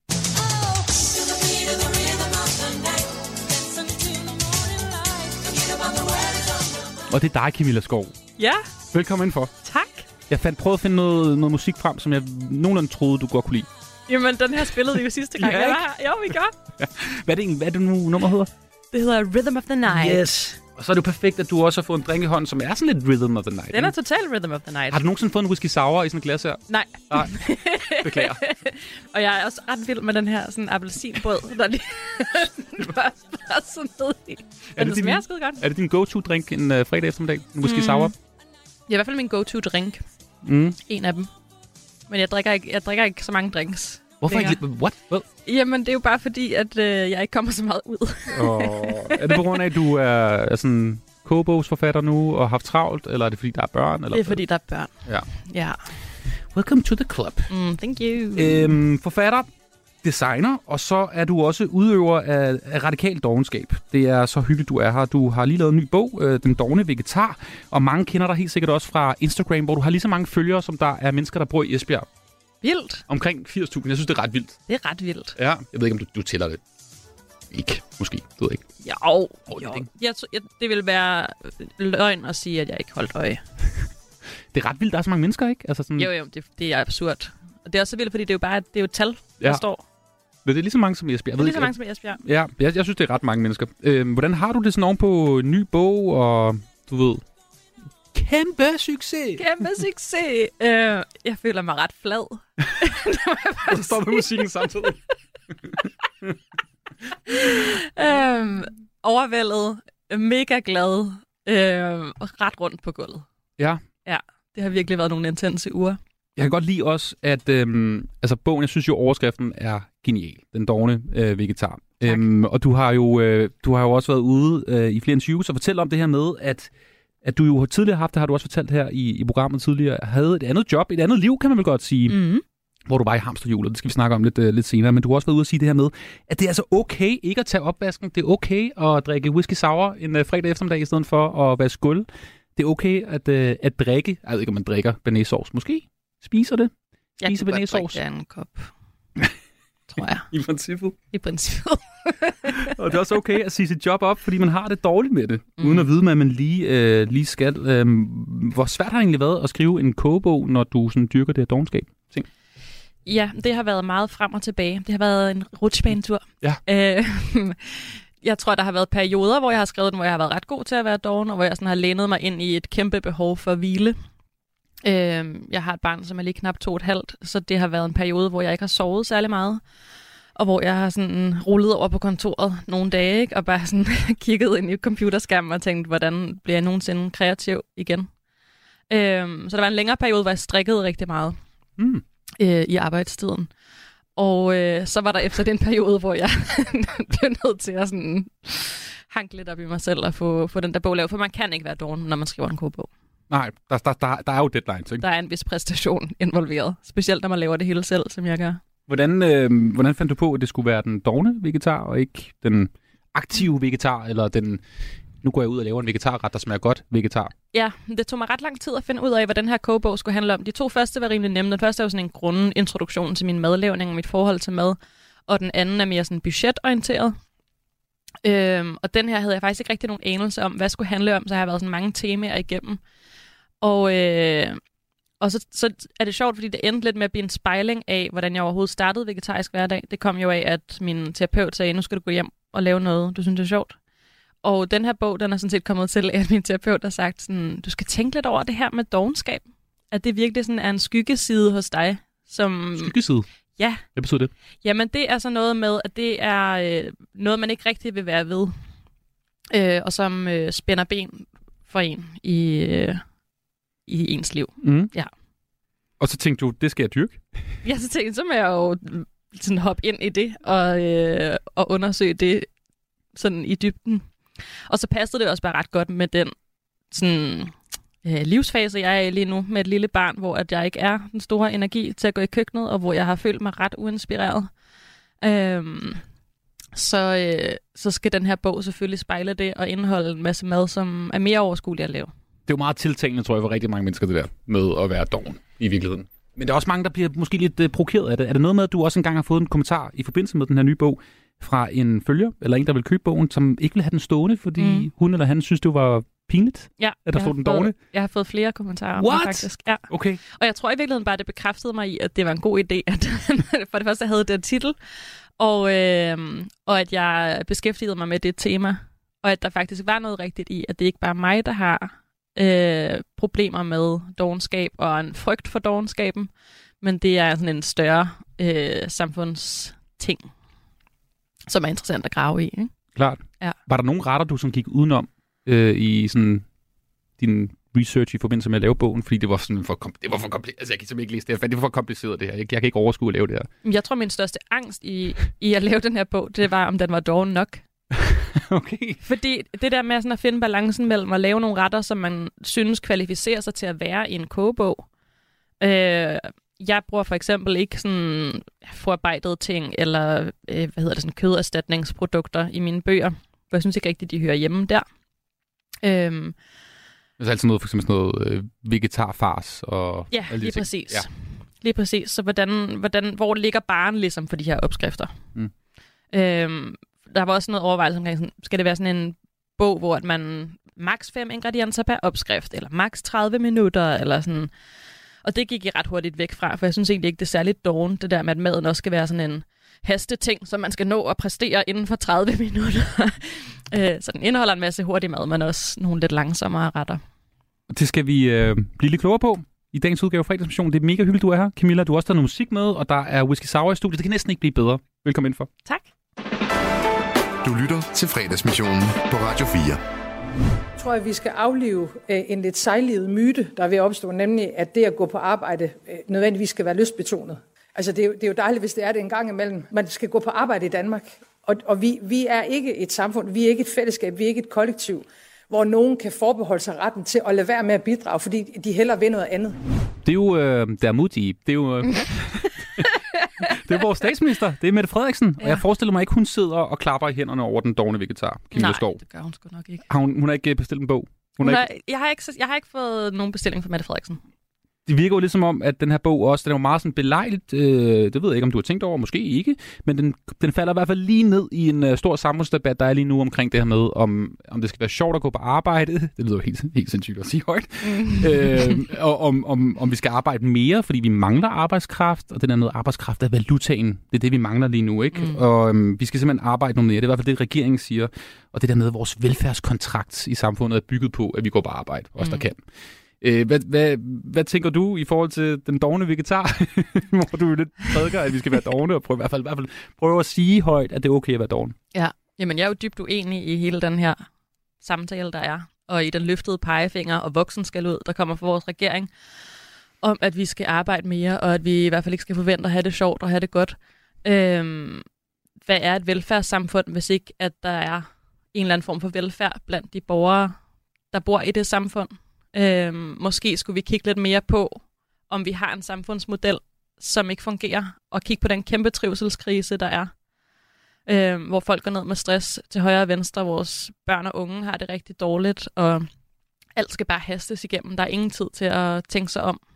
Og det er dig, Camilla Skov. Ja. Velkommen indenfor. Tak. Jeg fandt, prøvede at finde noget, noget musik frem, som jeg nogenlunde troede, du godt kunne lide. Jamen, den her spillede vi jo sidste gang. Ja, jeg var her. Jo, vi gør. Ja. Hvad er det egentlig, hvad er det nu, nummer hedder? Det hedder Rhythm of the Night. Yes. Og så er det jo perfekt, at du også har fået en drink i hånden, som er sådan lidt Rhythm of the Night. Den er total Rhythm of the Night. Har du nogensinde fået en whisky sour i sådan et glas her? Nej. Nej. Beklager. Og jeg er også ret vild med den her sådan appelsinbrød, der lige bare sådan ned i. Men det smager skide godt. Er det din go-to-drink en uh, fredag eftermiddag? En whisky mm. sour? Det er i hvert fald min go-to-drink. Mm. En af dem. Men jeg drikker ikke, jeg drikker ikke så mange drinks. Hvorfor ikke? What? What? Jamen, det er jo bare fordi, at øh, jeg ikke kommer så meget ud. oh, er det på grund af, at du er, er sådan kogebogsforfatter nu og har haft travlt, eller er det fordi, der er børn? Eller det er fordi, der er børn. Ja. Ja. Welcome to the club. Mm, thank you. Øhm, forfatter, designer, og så er du også udøver af, af radikal dovenskab. Det er så hyggeligt, du er her. Du har lige lavet en ny bog, øh, Den Dovne Vegetar, og mange kender dig helt sikkert også fra Instagram, hvor du har lige så mange følgere, som der er mennesker, der bor i Esbjerg. Vildt. Omkring firs tusind. Jeg synes, det er ret vildt. Det er ret vildt. Ja, jeg ved ikke, om du, du tæller det. Ikke, måske. Det ved jeg ikke. Jo, oh, jo. Jeg, jeg, det vil være løgn at sige, at jeg ikke holdt øje. Det er ret vildt, der er så mange mennesker, ikke? Altså sådan... Jo, jo, det, det er absurd. Og det er også så vildt, fordi det er jo bare det er jo et tal, ja. Der står. Det er lige så mange som i Esbjerg. Det er lige så mange som i Esbjerg. Ja, jeg, jeg synes, det er ret mange mennesker. Øhm, hvordan har du det sådan oven på en ny bog, og du ved... Kæmpe succes! Kæmpe succes! Uh, jeg føler mig ret flad. Og så står der musikken samtidig. um, overvældet, mega glad, uh, og ret rundt på gulvet. Ja. Ja, det har virkelig været nogle intense uger. Jeg kan godt lide også, at øhm, altså bogen, jeg synes jo, overskriften er genial. Den dovne øh, vegetar. Øhm, og du har jo øh, du har jo også været ude øh, i flere interviews og fortælle om det her med, at at du jo tidligere haft, det har du også fortalt her i, i programmet tidligere, havde et andet job, et andet liv, kan man vel godt sige. Mm. hvor du var i hamsterhjulet. Det skal vi snakke om lidt, uh, lidt senere. Men du har også været ude at sige det her med, at det er altså okay ikke at tage opvasken. Det er okay at drikke whisky sour en uh, fredag eftermiddag i stedet for at vaske gulv. Det er okay at, uh, at drikke. Jeg ved ikke, om man drikker bearnaisesauce. Måske spiser det. Spiser jeg kan godt drikke en kop. Tror jeg. I princippet. I princippet. Og det er også okay at sige sit job op, fordi man har det dårligt med det, mm. uden at vide, hvad man lige, øh, lige skal. Øh, hvor svært har det egentlig været at skrive en kogebog, når du sådan dyrker det her dovenskab? Ting? Ja, det har været meget frem og tilbage. Det har været en rutsjebanetur. Ja. Øh, jeg tror, der har været perioder, hvor jeg har skrevet den, hvor jeg har været ret god til at være doven, og hvor jeg sådan har lænet mig ind i et kæmpe behov for at hvile. Øh, jeg har et barn, som er lige knap to og et halvt, så det har været en periode, hvor jeg ikke har sovet særlig meget. Og hvor jeg har sådan rullet over på kontoret nogle dage, ikke? Og bare sådan kigget ind i computerskærmen og tænkt, hvordan bliver jeg nogensinde kreativ igen? Øhm, så der var en længere periode, hvor jeg strikkede rigtig meget mm. øh, i arbejdstiden. Og øh, så var der efter den periode, hvor jeg blev nødt til at sådan hanke lidt op i mig selv og få, få den der bog lavet. For man kan ikke være doven, når man skriver en kogebog. Nej, der, der, der, der er jo deadlines, ikke? Der er en vis præstation involveret. Specielt når man laver det hele selv, som jeg gør. Hvordan, øh, hvordan fandt du på, at det skulle være den dovne vegetar, og ikke den aktive vegetar, eller den, nu går jeg ud og laver en vegetarret, der smager godt, vegetar? Ja, det tog mig ret lang tid at finde ud af, hvad den her kogebog skulle handle om. De to første var rimelig nemme. Den første er jo sådan en grundintroduktion til min madlavning og mit forhold til mad, og den anden er mere sådan budgetorienteret. Øhm, og den her havde jeg faktisk ikke rigtig nogen anelse om, hvad skulle handle om, så har jeg været sådan mange temaer igennem. Og... Øh, Og så, så er det sjovt, fordi det endte lidt med at blive en spejling af, hvordan jeg overhovedet startede vegetarisk hverdag. Det kom jo af, at min terapeut sagde, nu skal du gå hjem og lave noget, du synes det er sjovt. Og den her bog, den er sådan set kommet til, at min terapeut har sagt, sådan, du skal tænke lidt over det her med dovenskab. At det virkelig sådan er en skyggeside hos dig. Som... Skyggeside? Ja. Hvad betyder det? Jamen det er så noget med, at det er øh, noget, man ikke rigtig vil være ved. Øh, og som øh, spænder ben for en i... Øh, i ens liv. Mm. Ja. Og så tænkte du, det skal jeg dyrke? Ja, så tænkte jeg, så må jeg jo sådan hoppe ind i det og, øh, og undersøge det sådan i dybden. Og så passede det også bare ret godt med den sådan, øh, livsfase, jeg er i lige nu med et lille barn, hvor at jeg ikke er den store energi til at gå i køkkenet, og hvor jeg har følt mig ret uinspireret. Øhm, så, øh, så skal den her bog selvfølgelig spejle det og indeholde en masse mad, som er mere overskuelig at lave. Det er jo meget tiltalende, tror jeg, for rigtig mange mennesker, det der med at være doven i virkeligheden. Men der er også mange, der bliver måske lidt uh, provokeret af det. Er det noget med, at du også engang har fået en kommentar i forbindelse med den her nye bog fra en følger, eller en, der vil købe bogen, som ikke vil have den stående, fordi mm. hun eller han synes, det var pinligt, ja, at der stod den dårlig? Jeg har fået flere kommentarer om What? det, faktisk. Ja. Okay. Og jeg tror i virkeligheden bare, det bekræftede mig i, at det var en god idé, at for det første jeg havde den titel, og, øh, og at jeg beskæftigede mig med det tema, og at der faktisk var noget rigtigt i, at det ikke bare er mig, der har Øh, problemer med dovenskab og en frygt for dovenskaben, men det er sådan en større øh, samfundsting, som er interessant at grave i. Ikke? Klart. Ja. Var der nogle retter, du som gik udenom øh, i sådan din research i forbindelse med at lave bogen, fordi det var sådan for kompliceret. Det var for kompliceret. Altså jeg kan simpelthen ikke læse det her, det var for kompliceret det her. Jeg, jeg kan ikke overskue at lave det her. Jeg tror min største angst i, i at lave den her bog, det var om den var doven nok. Okay. Fordi det der med sådan at finde balancen mellem at lave nogle retter, som man synes kvalificerer sig til at være i en kogebog. Øh, jeg bruger for eksempel ikke sådan forarbejdede ting, eller øh, hvad hedder det, sådan køderstatningsprodukter i mine bøger, for jeg synes ikke rigtigt, de hører hjemme der. Øh, det er altid noget, for eksempel sådan noget øh, vegetarfars og... Ja, lige ting. præcis. Ja. Lige præcis. Så hvordan, hvordan, hvor ligger barren ligesom for de her opskrifter? Mm. Øh, Der var også noget overvejelse omkring, sådan, skal det være sådan en bog, hvor at man maks fem ingredienser per opskrift, eller maks tredive minutter, eller sådan. Og det gik jeg ret hurtigt væk fra, for jeg synes egentlig ikke, det er særligt doven, det der med, at maden også skal være sådan en hasteting, som man skal nå at præstere inden for tredive minutter. Så den indeholder en masse hurtig mad, men også nogle lidt langsommere retter. Det skal vi øh, blive lidt klogere på i dagens udgave af Fredagsmission. Det er mega hyggeligt, du er her. Camilla, du har også taget noget musik med, og der er Whisky Sour i studiet. Det kan næsten ikke blive bedre. Velkommen indenfor. Tak. Du lytter til Fredagsmissionen på Radio fire. Jeg tror, at vi skal aflive øh, en lidt sejlivet myte, der er ved at opstå, nemlig at det at gå på arbejde øh, nødvendigvis skal være lystbetonet. Altså det er, jo, det er jo dejligt, hvis det er det en gang imellem. Man skal gå på arbejde i Danmark, og, og vi, vi er ikke et samfund, vi er ikke et fællesskab, vi er ikke et kollektiv, hvor nogen kan forbeholde sig retten til at lade være med at bidrage, fordi de hellere vil noget andet. Det er jo øh, der er modige. Det er jo... Øh... Det er vores statsminister. Det er Mette Frederiksen. Ja. Ja. Og jeg forestiller mig ikke, hun sidder og klapper i hænderne over den dovne vegetar. Camilla Nej, Skov. det gør hun sgu nok ikke. Har hun, hun har ikke bestilt en bog? Hun Hun har har, ikke... jeg, har ikke, jeg har ikke fået nogen bestilling fra Mette Frederiksen. Det virker jo lidt som om, at den her bog også, den er jo meget sådan belejligt, øh, det ved jeg ikke, om du har tænkt over, måske ikke, men den, den falder i hvert fald lige ned i en uh, stor samfundsdebat, der er lige nu omkring det her med, om, om det skal være sjovt at gå på arbejde. Det lyder jo helt, helt sindssygt at sige højt. Mm. øh, og om, om, om vi skal arbejde mere, fordi vi mangler arbejdskraft, og den andet arbejdskraft er valutaen. Det er det, vi mangler lige nu, ikke? Mm. Og øhm, vi skal simpelthen arbejde noget mere. Det er i hvert fald det, regeringen siger. Og det der med, at vores velfærdskontrakt i samfundet er bygget på, at vi går på arbejde, os der Mm. kan. Øh, hvad, hvad, hvad tænker du i forhold til den dovne vegetar? Hvor du lidt prædiker, at vi skal være dovne, og prøve, i hvert fald, i hvert fald prøve at sige højt, at det er okay at være doven. Ja, jamen jeg er jo dybt uenig i hele den her samtale, der er, og i den løftede pegefinger og voksen skal ud, der kommer fra vores regering, om at vi skal arbejde mere, og at vi i hvert fald ikke skal forvente at have det sjovt og have det godt. Øhm, hvad er et velfærdssamfund, hvis ikke at der er en eller anden form for velfærd blandt de borgere, der bor i det samfund? Øhm, måske skulle vi kigge lidt mere på, om vi har en samfundsmodel, som ikke fungerer, og kigge på den kæmpe trivselskrise, der er. Øhm, hvor folk går ned med stress til højre og venstre, vores børn og unge har det rigtig dårligt, og alt skal bare hastes igennem. Der er ingen tid til at tænke sig om.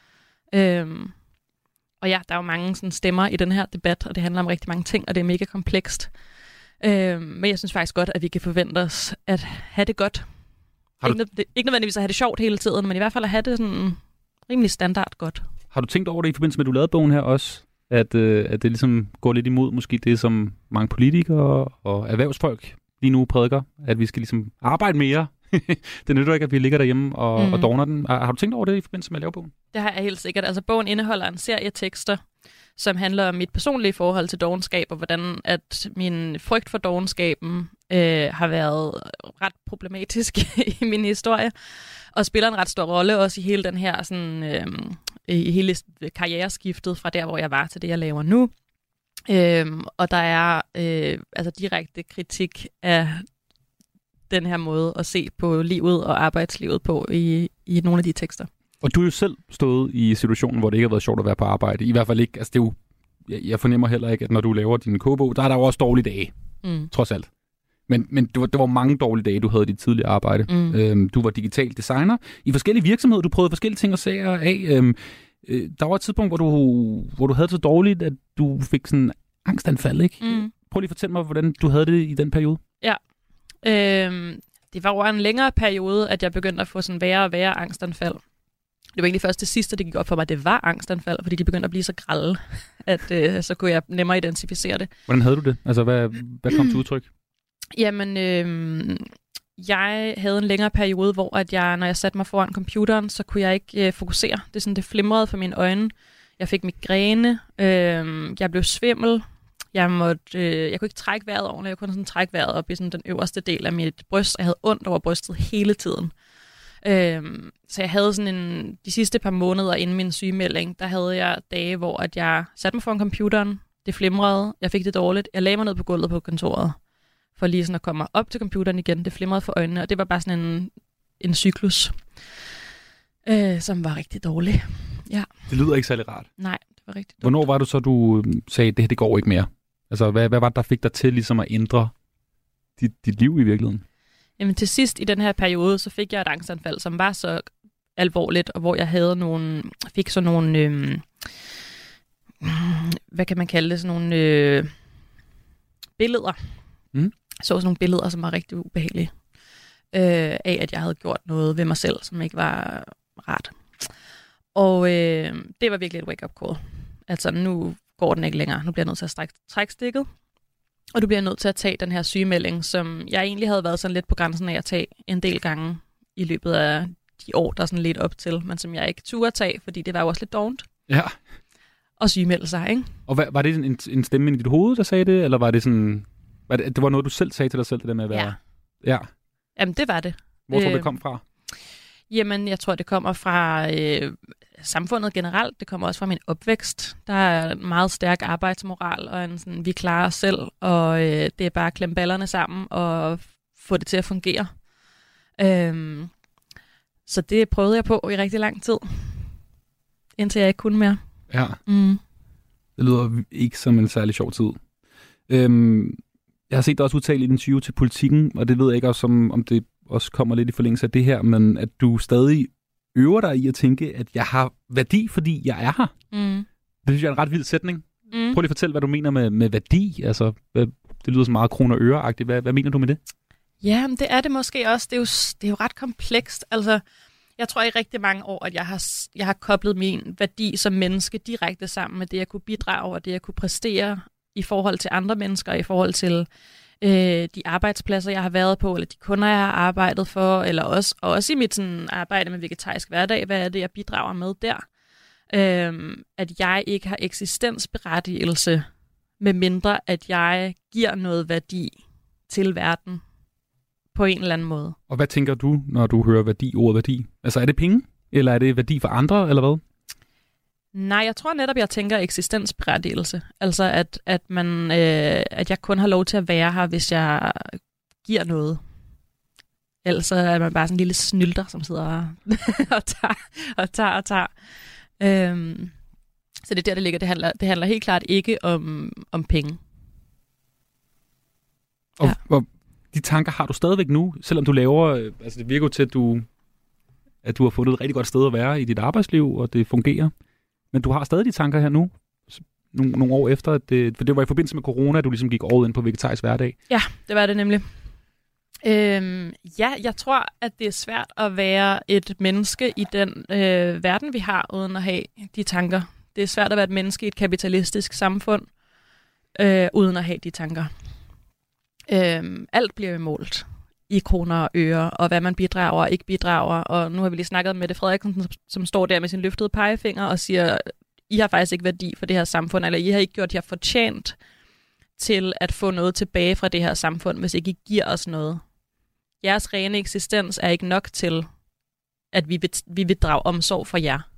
Øhm, og ja, der er jo mange sådan, stemmer i den her debat, og det handler om rigtig mange ting, og det er mega komplekst. Øhm, men jeg synes faktisk godt, at vi kan forvente os at have det godt. Har du... Ikke, ikke nødvendigvis at have det sjovt hele tiden, men i hvert fald at have det sådan rimelig standard godt. Har du tænkt over det i forbindelse med, at du lavede bogen her også? At, øh, at det ligesom går lidt imod måske det, som mange politikere og erhvervsfolk lige nu prædiker, at vi skal ligesom arbejde mere. Det nytter ikke, at vi ligger derhjemme og, mm. og dogner den. Har, har du tænkt over det i forbindelse med at lave bogen? Det har jeg helt sikkert. Altså bogen indeholder en serie tekster, som handler om mit personlige forhold til dovenskab, og hvordan at min frygt for dovenskaben øh, har været ret problematisk i min historie, og spiller en ret stor rolle også i hele den her sådan, øh, i hele karriereskiftet fra der, hvor jeg var, til det, jeg laver nu. Øh, og der er øh, altså direkte kritik af den her måde at se på livet og arbejdslivet på i, i nogle af de tekster. Og du er jo selv stået i situationen, hvor det ikke har været sjovt at være på arbejde. I hvert fald ikke, altså det er jo, jeg, jeg fornemmer heller ikke, at når du laver din kogebog, der er der jo også dårlige dage, mm. trods alt. Men, men det, var, det var mange dårlige dage, du havde i dit tidligere arbejde. Mm. Øhm, du var digital designer i forskellige virksomheder, du prøvede forskellige ting og sager af. Øhm, øh, der var et tidspunkt, hvor du, hvor du havde det så dårligt, at du fik sådan angstanfald, ikke? Mm. Prøv lige at fortælle mig, hvordan du havde det i den periode. Ja, øhm, det var over en længere periode, at jeg begyndte at få sådan værre og værre angstanfald. Det var egentlig først det sidste, det gik op for mig, at det var angstanfald, fordi de begyndte at blive så grælde, at øh, så kunne jeg nemmere identificere det. Hvordan havde du det? Altså, hvad, hvad kom til udtryk? Jamen, øh, jeg havde en længere periode, hvor at jeg, når jeg satte mig foran computeren, så kunne jeg ikke øh, fokusere. Det er sådan, det flimrede for mine øjne. Jeg fik migræne, øh, jeg blev svimmel, jeg, måtte, øh, jeg kunne ikke trække vejret ordentligt, jeg kunne sådan trække vejret op i sådan den øverste del af mit bryst, og jeg havde ondt over brystet hele tiden. Øhm, så jeg havde sådan en, de sidste par måneder inden min sygemelding, der havde jeg dage, hvor at jeg satte mig foran computeren, det flimrede, jeg fik det dårligt, jeg lagde mig ned på gulvet på kontoret, for lige sådan at komme op til computeren igen, det flimrede for øjnene, og det var bare sådan en, en cyklus, øh, som var rigtig dårlig. Ja. Det lyder ikke særlig rart. Nej, det var rigtig dårligt. Hvornår var du så, du sagde, det her det går ikke mere? Altså, hvad, hvad var det, der fik dig til ligesom at ændre dit, dit liv i virkeligheden? Jamen til sidst i den her periode, så fik jeg et angstanfald, som var så alvorligt, og hvor jeg havde nogle, fik sådan nogle, øh, hvad kan man kalde det, sådan nogle øh, billeder. Mm. Så sådan nogle billeder, som var rigtig ubehagelige, øh, af at jeg havde gjort noget ved mig selv, som ikke var rart. Og øh, det var virkelig et wake-up call. Altså nu går den ikke længere, nu bliver jeg nødt til at strække, trække stikket. Og du bliver nødt til at tage den her sygemelding, som jeg egentlig havde været sådan lidt på grænsen af at tage en del gange i løbet af de år, der sådan lidt op til, men som jeg ikke turde tage, fordi det var jo også lidt dovent. Ja. Og sygemelde sig, ikke? Og hvad, var det en, en stemme i dit hoved, der sagde det, eller var det sådan, var det, det var noget, du selv sagde til dig selv, det der med at være... Ja. Ja. Jamen, det var det. Hvor tror du, øh, det kom fra? Jamen, jeg tror, det kommer fra øh, samfundet generelt. Det kommer også fra min opvækst. Der er en meget stærk arbejdsmoral, og en sådan, vi klarer os selv, og øh, det er bare at klemme ballerne sammen og få det til at fungere. Øhm, så det prøvede jeg på i rigtig lang tid, indtil jeg ikke kunne mere. Ja. Mm. Det lyder ikke som en særlig sjov tid. Øhm, jeg har set dig også udtale i et interview til Politikken, og det ved jeg ikke også, om, om det også kommer lidt i forlængelse af det her, men at du stadig øver dig i at tænke, at jeg har værdi, fordi jeg er her. Mm. Det synes jeg er en ret vild sætning. Mm. Prøv lige at fortælle, hvad du mener med, med værdi. Altså, hvad, det lyder så meget kroner og øre-agtigt. Hvad, hvad mener du med det? Ja, det er det måske også. Det er jo, det er jo ret komplekst. Altså, jeg tror i rigtig mange år, at jeg har, jeg har koblet min værdi som menneske direkte sammen med det, jeg kunne bidrage og det, jeg kunne præstere i forhold til andre mennesker, i forhold til øh, de arbejdspladser, jeg har været på, eller de kunder, jeg har arbejdet for, eller også, og også i mit sådan, arbejde med vegetarisk hverdag, hvad er det, jeg bidrager med der? Øh, at jeg ikke har eksistensberettigelse, med mindre at jeg giver noget værdi til verden på en eller anden måde. Og hvad tænker du, når du hører værdi, ordet værdi? Altså er det penge, eller er det værdi for andre, eller hvad? Nej, jeg tror netop, jeg tænker eksistensberettigelse. Altså, at, at, man, øh, at jeg kun har lov til at være her, hvis jeg giver noget. Ellers er man bare sådan en lille snylter, som sidder og tager og tager og tager. Øhm, så det er der, det ligger. Det handler, det handler helt klart ikke om, om penge. Og, ja. og de tanker har du stadigvæk nu, selvom du laver... Altså, det virker jo til, at du, at du har fundet et rigtig godt sted at være i dit arbejdsliv, og det fungerer. Men du har stadig de tanker her nu, nogle, nogle år efter, at det, for det var i forbindelse med corona, at du ligesom gik all in på vegetarisk hverdag. Ja, det var det nemlig. Øhm, ja, jeg tror, at det er svært at være et menneske i den øh, verden, vi har, uden at have de tanker. Det er svært at være et menneske i et kapitalistisk samfund, øh, uden at have de tanker. Øhm, alt bliver jo målt i kroner og øre, og hvad man bidrager og ikke bidrager. Og nu har vi lige snakket med Mette Frederiksen, som står der med sin løftede pegefinger og siger, I har faktisk ikke værdi for det her samfund, eller I har ikke gjort jer fortjent til at få noget tilbage fra det her samfund, hvis ikke I giver os noget. Jeres rene eksistens er ikke nok til, at vi vil, vi vil drage omsorg for jer.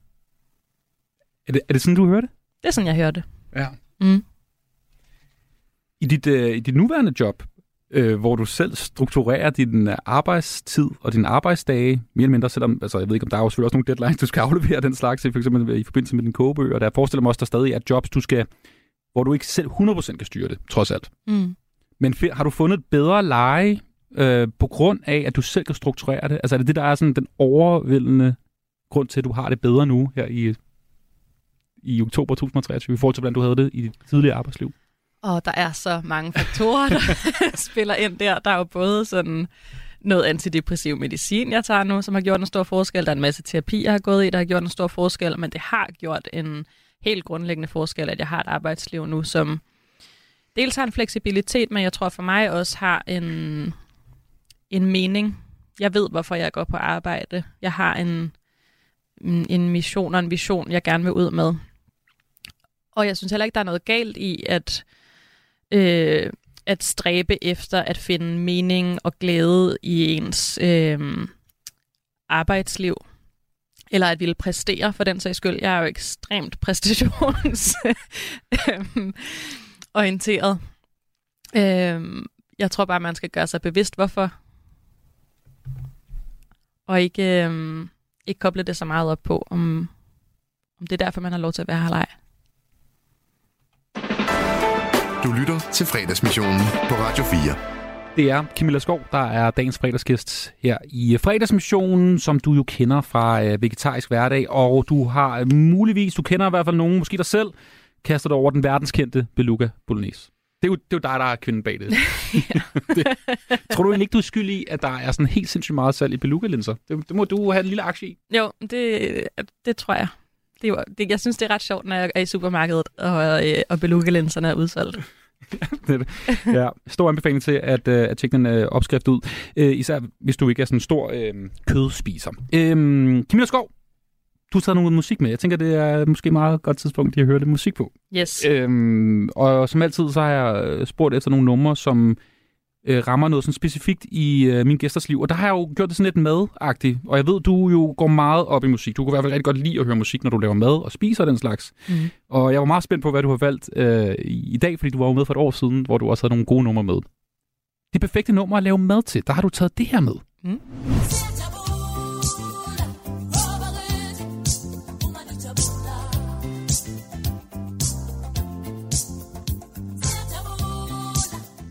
Er det, er det sådan, du hører det? Det er sådan, jeg hører det. Ja. Mm. I dit, øh, i dit nuværende job, øh, hvor du selv strukturerer din arbejdstid og dine arbejdsdage, mere eller mindre, selvom, altså jeg ved ikke, om der er jo selvfølgelig også nogle deadlines, du skal aflevere den slags, for eksempel i forbindelse med din kogebøger, og der forestiller mig også, der stadig er jobs, du skal, hvor du ikke selv hundrede procent kan styre det, trods alt. Mm. Men har du fundet et bedre leje øh, på grund af, at du selv kan strukturere det? Altså er det det, der er sådan den overvældende grund til, at du har det bedre nu her i, i oktober to tusind og treogtyve, i forhold til, hvordan du havde det i dit tidligere arbejdsliv? Og der er så mange faktorer, der spiller ind der. Der er jo både sådan noget antidepressiv medicin, jeg tager nu, som har gjort en stor forskel. Der er en masse terapi, jeg har gået i, der har gjort en stor forskel. Men det har gjort en helt grundlæggende forskel, at jeg har et arbejdsliv nu, som dels har en fleksibilitet, men jeg tror for mig også har en, en mening. Jeg ved, hvorfor jeg går på arbejde. Jeg har en, en mission og en vision, jeg gerne vil ud med. Og jeg synes heller ikke, der er noget galt i at, øh, at stræbe efter at finde mening og glæde i ens øh, arbejdsliv. Eller at ville præstere, for den sags skyld. Jeg er jo ekstremt præstationsorienteret. øh, jeg tror bare, man skal gøre sig bevidst, hvorfor. Og ikke, øh, ikke koble det så meget op på, om, om det er derfor, man har lov til at være her eller ej. Du lytter til Fredagsmissionen på Radio fire. Det er Camilla Skov, der er dagens fredagsgæst her i Fredagsmissionen, som du jo kender fra øh, vegetarisk hverdag, og du har øh, muligvis, du kender i hvert fald nogen, måske dig selv, kastet over den verdenskendte Beluga Bolognese. Det er jo, det er jo dig, der er kvinden bag det. det. Tror du egentlig ikke, du er skyld i, at der er sådan helt sindssygt meget salg i Beluga-linser? Det, det må du have en lille aktie i. Jo, det, det tror jeg. Det var, det, jeg synes, det er ret sjovt, når jeg er i supermarkedet, og, og Beluga-linserne er udsolgt. det er det. Ja, stor anbefaling til at, uh, at tjekke den uh, opskrift ud. Uh, især hvis du ikke er sådan en stor uh, kødspiser. Uh, Camilla Skov, du har taget noget musik med. Jeg tænker, det er måske et meget godt tidspunkt, at høre lidt musik på. Yes. Uh, og som altid, så har jeg spurgt efter nogle numre, som uh, rammer noget sådan specifikt i uh, min gæsters liv. Og der har jeg jo gjort det sådan lidt madagtigt. Og jeg ved, du jo går meget op i musik. Du kan i hvert fald rigtig godt lide at høre musik, når du laver mad og spiser den slags. Mm. Og jeg var meget spændt på, hvad du har valgt uh, i dag, fordi du var jo med for et år siden, hvor du også havde nogle gode numre med. Det perfekte nummer at lave mad til, der har du taget det her med. Mm.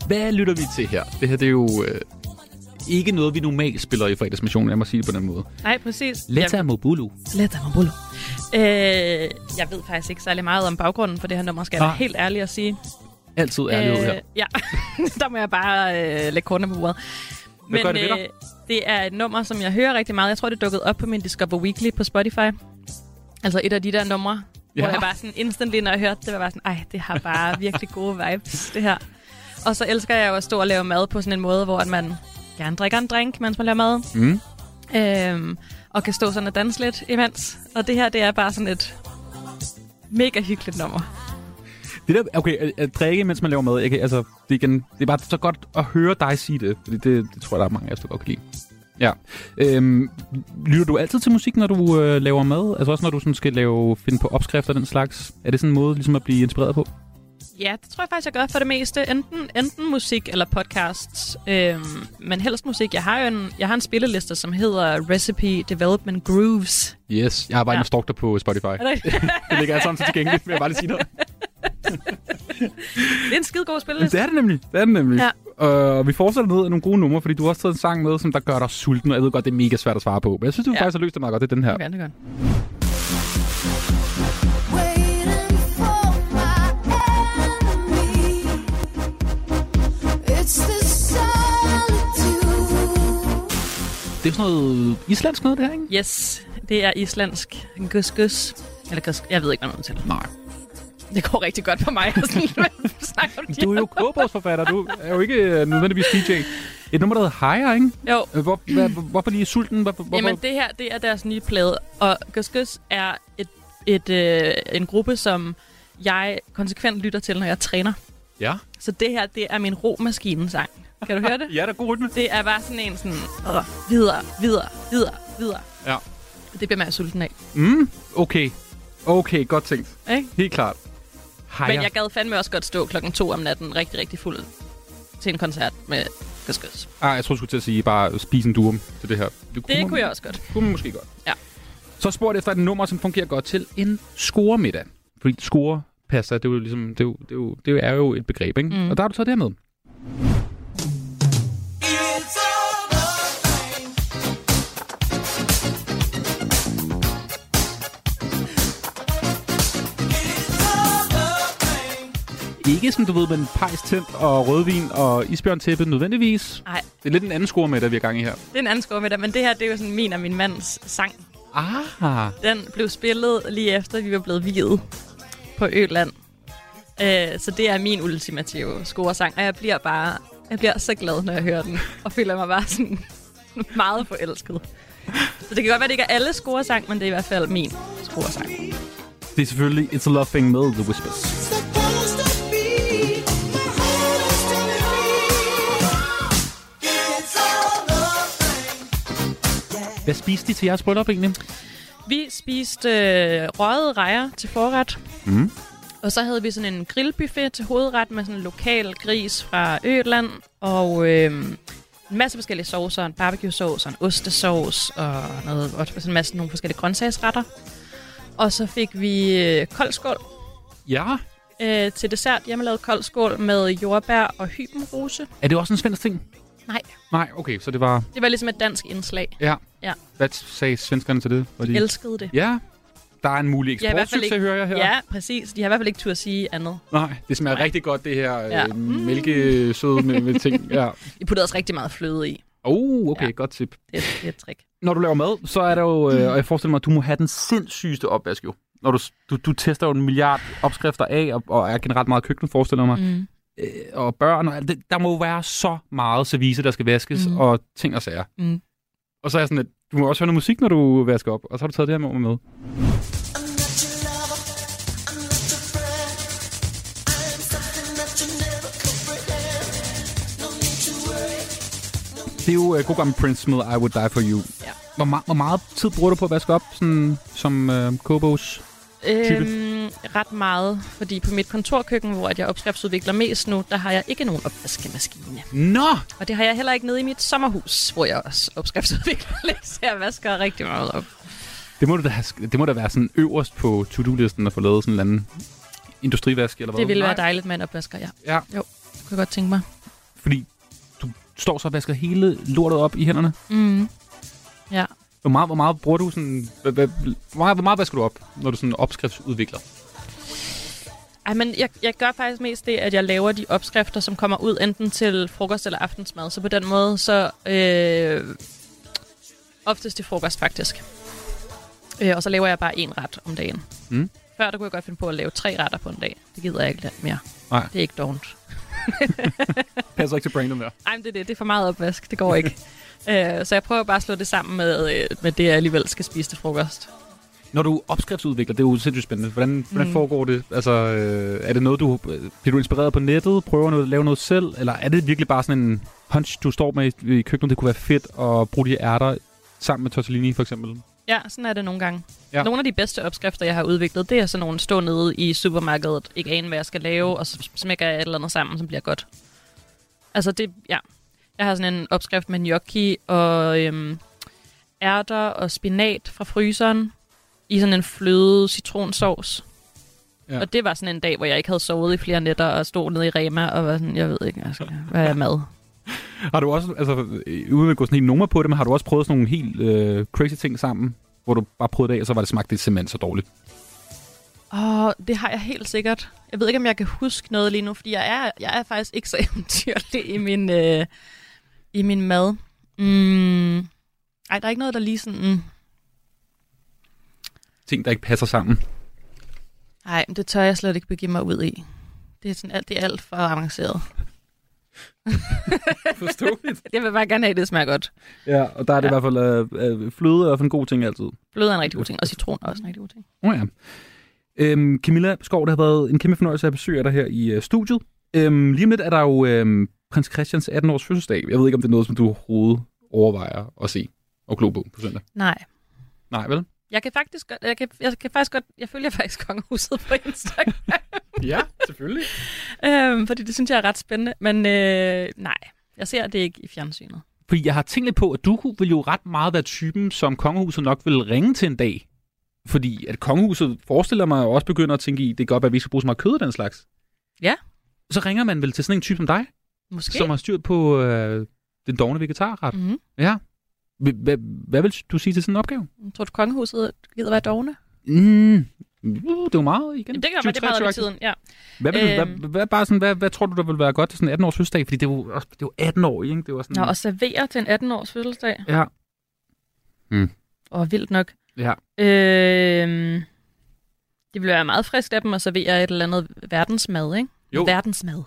Hvad lytter vi til her? Det her det er jo øh, ikke noget, vi normalt spiller i fredagsmissionen. Jeg må sige det på den måde. Nej, præcis. Letta Mobulu. Letta Mobulu. Øh, jeg ved faktisk ikke særlig meget om baggrunden for det her nummer, skal jeg være helt ærlig at sige. Altid ærlighed her. Øh, ja, der må jeg bare øh, lægge kortene på bordet. Hvad gør det ved dig? Øh, det er et nummer, som jeg hører rigtig meget. Jeg tror, det dukkede op på min Discover Weekly på Spotify. Altså et af de der numre, ja. Hvor jeg bare sådan instantly, når jeg hørte det, var bare sådan, ej, det har bare virkelig gode vibes, det her. Og så elsker jeg jo at stå og lave mad på sådan en måde, hvor man gerne drikker en drink, mens man laver mad. Mm. Øhm, og kan stå sådan og danse lidt imens. Og det her, det er bare sådan et mega hyggeligt nummer. Det der, okay, at, at drikke, mens man laver mad, ikke? Altså, det, igen, det er bare så godt at høre dig sige det, fordi det, det tror jeg, der er mange af os, der godt kan lide. Ja. Øhm, lytter du altid til musik, når du øh, laver mad? Altså også når du sådan skal lave, finde på opskrifter og den slags? Er det sådan en måde ligesom at blive inspireret på? Ja, det tror jeg faktisk, jeg gør for det meste. Enten, enten musik eller podcasts. Øhm, men helst musik. Jeg har jo en, jeg har en spilleliste, som hedder Recipe Development Grooves. Yes, jeg har bare ja. en stalk på Spotify. Det, det ligger alt sammen tilgængeligt, vil jeg bare lige sige noget. Det er en skide god spilleliste. Det er det nemlig. Det er det nemlig. Ja. Og vi fortsætter ned af nogle gode numre, fordi du har også taget en sang med, som der gør dig sulten, og jeg ved godt, det er mega svært at svare på. Men jeg synes, du ja. faktisk har løst det meget godt. Det er den her. Okay, det gør. Det er sådan noget islandsk noget, det her, ikke? Yes, det er islandsk. Gus gus. Eller gus, jeg ved ikke, hvad man til. Nej. Det går rigtig godt for mig. Du er jo kobogsforfatter. Du er jo ikke nødvendigvis D J. Et nummer, der hedder Higher, ikke? Jo. Hvor, hvor, hvorfor lige sulten? Hvor, hvor, Jamen, det her, det er deres nye plade. Og Gus Gus er et, et, øh, en gruppe, som jeg konsekvent lytter til, når jeg træner. Ja. Så det her, det er min romaskinen-sang. Kan du høre det? Ja, der er god rytme. Det er bare sådan en sådan, åh, videre, videre, videre, videre. Ja. Det bliver man sulten af. Mm, okay. Okay, godt tænkt. Ikke? Helt klart. Higher. Men jeg gad fandme også godt stå klokken to om natten rigtig, rigtig fuld til en koncert med Gus Gus. Ah, jeg tror, du skulle til at sige bare spise en durum til det her. Det kunne, det kunne jeg også godt. Kunne man måske godt. Ja. Så spurgte efter et nummer, som fungerer godt til en scoremiddag. Fordi score pasta, det er jo ligesom, det er jo, det er jo, det er jo et begreb, ikke? Mm. Og der har du taget det her med. Ikke som du ved, med en pejs tændt og rødvin og isbjørntæppe nødvendigvis. Nej. Det er lidt en anden score med, der vi er gang i her. Det er en anden score med det, men det her, det er jo sådan min og min mands sang. Ah. Den blev spillet lige efter, vi var blevet viet på Øland. Uh, så det er min ultimative scoresang, og jeg bliver bare, jeg bliver så glad, når jeg hører den, og føler mig bare sådan meget forelsket. Så det kan godt være, det ikke er alle scoresang, men det er i hvert fald min scoresang. Det er selvfølgelig It's a Love Thing med The Whispers. Hvad spiste de til jeres bryllup egentlig? Vi spiste øh, røgede rejer til forret. Mm. Og så havde vi sådan en grillbuffet til hovedret med sådan en lokal gris fra Øland. Og øh, en masse forskellige saucer. En barbecue-sauce og en ostesauce og noget, og sådan en masse nogle forskellige grøntsagsretter. Og så fik vi øh, koldskål. Ja. Øh, til dessert hjemmelavet koldskål med jordbær og hybenrose. Er det også en svensk ting? Nej. Nej, okay, så det var... Det var ligesom et dansk indslag. Ja. Ja. Hvad sagde svenskerne til det? De elskede det. Ja. Der er en mulig eksportsucces, hører jeg her. Ja, præcis. De har i hvert fald ikke tur at sige andet. Nej, det smager Nej. rigtig godt, det her ja. øh, mælkesøde med, med ting. Ja. Vi puttede også rigtig meget fløde i. Oh, okay, ja. Godt tip. Det er, det er et trick. Når du laver mad, så er der jo, øh, og jeg forestiller mig, at du må have den sindssygeste opvask jo. Når du, du, du tester jo en milliard opskrifter af, og, og er generelt meget køkken, forestiller mig. Mm. Øh, og børn, og det, der må jo være så meget service, der skal vaskes, mm. og ting og sager. Mm. Og så er jeg sådan, at du må også høre noget musik, når du vasker op, og så har du taget det her med med. Det er jo uh, god gammel Prince med I Would Die For You. Ja. Hvor, ma- hvor meget tid bruger du på at vaske op, sådan, som uh, Kobos type? Øhm, ret meget, fordi på mit kontorkøkken, hvor jeg opskriftsudvikler mest nu, der har jeg ikke nogen opvaskemaskine. Nå! Og det har jeg heller ikke nede i mit sommerhus, hvor jeg også opskriftsudvikler lidt, så jeg vasker rigtig meget op. Det må, da have, det må da være sådan øverst på to-do-listen at få lavet sådan en eller anden industrivask, eller hvad? Det ville være dejligt med en opvasker, ja. Ja. Jo, det kunne jeg godt tænke mig. Fordi du står så og vasker hele lortet op i hænderne. Mm. Ja. Hvor meget, hvor meget bruger du sådan... Hvor meget, hvor meget vasker du op, når du sådan opskriftsudvikler? Ej, men jeg, jeg gør faktisk mest det, at jeg laver de opskrifter, som kommer ud enten til frokost eller aftensmad. Så på den måde, så øh, oftest til frokost faktisk. Øh, og så laver jeg bare én ret om dagen. Mm. Før der kunne jeg godt finde på at lave tre retter på en dag. Det gider jeg ikke mere. Nej. Det er ikke dovent. Passer ikke til Brandon der. Nej, men det er det. Det er for meget opvask. Det går ikke. øh, så jeg prøver bare at slå det sammen med, øh, med det, jeg alligevel skal spise til frokost. Når du opskriftsudvikler, det er jo sindssygt spændende. Hvordan, hvordan Mm. foregår det? Altså, øh, er det noget, du bliver du inspireret på nettet? Prøver noget at lave noget selv? Eller er det virkelig bare sådan en hunch, du står med i, i køkkenet? Det kunne være fedt at bruge de ærter sammen med tortellini, for eksempel. Ja, sådan er det nogle gange. Ja. Ja. Nogle af de bedste opskrifter, jeg har udviklet, det er sådan nogle stå nede i supermarkedet, ikke aner, hvad jeg skal lave, og så smækker jeg et eller andet sammen, som bliver godt. Altså det, ja. Jeg har sådan en opskrift med gnocchi og øhm, ærter og spinat fra fryseren i sådan en fløde citronsauce. Ja. Og det var sådan en dag, hvor jeg ikke havde sovet i flere nætter og stod nede i Rema og var sådan, jeg ved ikke, altså, hvad er mad? Har du også, altså uden at gå sådan helt nummer på det, men har du også prøvet sådan nogle helt øh, crazy ting sammen, hvor du bare prøvede det af, og så var det smagt det simpelthen så dårligt? Åh, det har jeg helt sikkert. Jeg ved ikke, om jeg kan huske noget lige nu, fordi jeg er, jeg er faktisk ikke så eventyrlig i min, øh, i min mad. Mm. Ej, der er ikke noget, der lige sådan... Mm. Ting, der ikke passer sammen? Nej, det tør jeg slet ikke begive mig ud i. Det er, sådan, alt, det er alt for avanceret. Forståeligt. Jeg vil bare gerne have, at det smager godt. Ja, og der er det ja. i hvert fald øh, øh, fløde er i hvert fald en god ting altid. Fløde er en rigtig god ting, og citron er også en rigtig god ting. Åh oh, ja. Øhm, Camilla Skov, det har været en kæmpe fornøjelse at besøge dig her i uh, studiet. Øhm, lige om lidt er der jo øhm, prins Christians atten-års fødselsdag. Jeg ved ikke, om det er noget, som du overhovedet overvejer at se og glo på på søndag. Nej. Nej, vel? Jeg kan faktisk godt, jeg kan, jeg kan faktisk godt, jeg følger faktisk kongehuset på Instagram. Ja, selvfølgelig. øhm, fordi det synes jeg er ret spændende. Men øh, nej, jeg ser det ikke i fjernsynet. Fordi jeg har tænkt lidt på, at du vil jo ret meget være typen, som kongehuset nok vil ringe til en dag. Fordi at kongehuset forestiller mig også begynder at tænke i, det kan godt være, at vi ikke skal bruge så meget kød og den slags. Ja. Så ringer man vel til sådan en type som dig? Måske. Som har styrt på øh, den dovne vegetarret. Mm-hmm. Ja. Hvad, hvad vil du sige til sådan en opgave? Tror du, kongehuset gider være dovne? Mm. Uh, det er jo meget igen. Jamen, det gør man, det er meget af tiden, ja. Hvad, vil du, øhm. hvad, hvad, bare sådan, hvad, hvad tror du, der vil være godt til sådan en atten-års fødselsdag? Fordi det er jo, det er jo atten år, ikke? Det var sådan... Nå, at servere til en atten-års fødselsdag? Ja. Mm. Åh, vildt nok. Ja. Øhm, det ville være meget frisk af dem at servere et eller andet verdensmad, ikke? Jo. Verdensmad.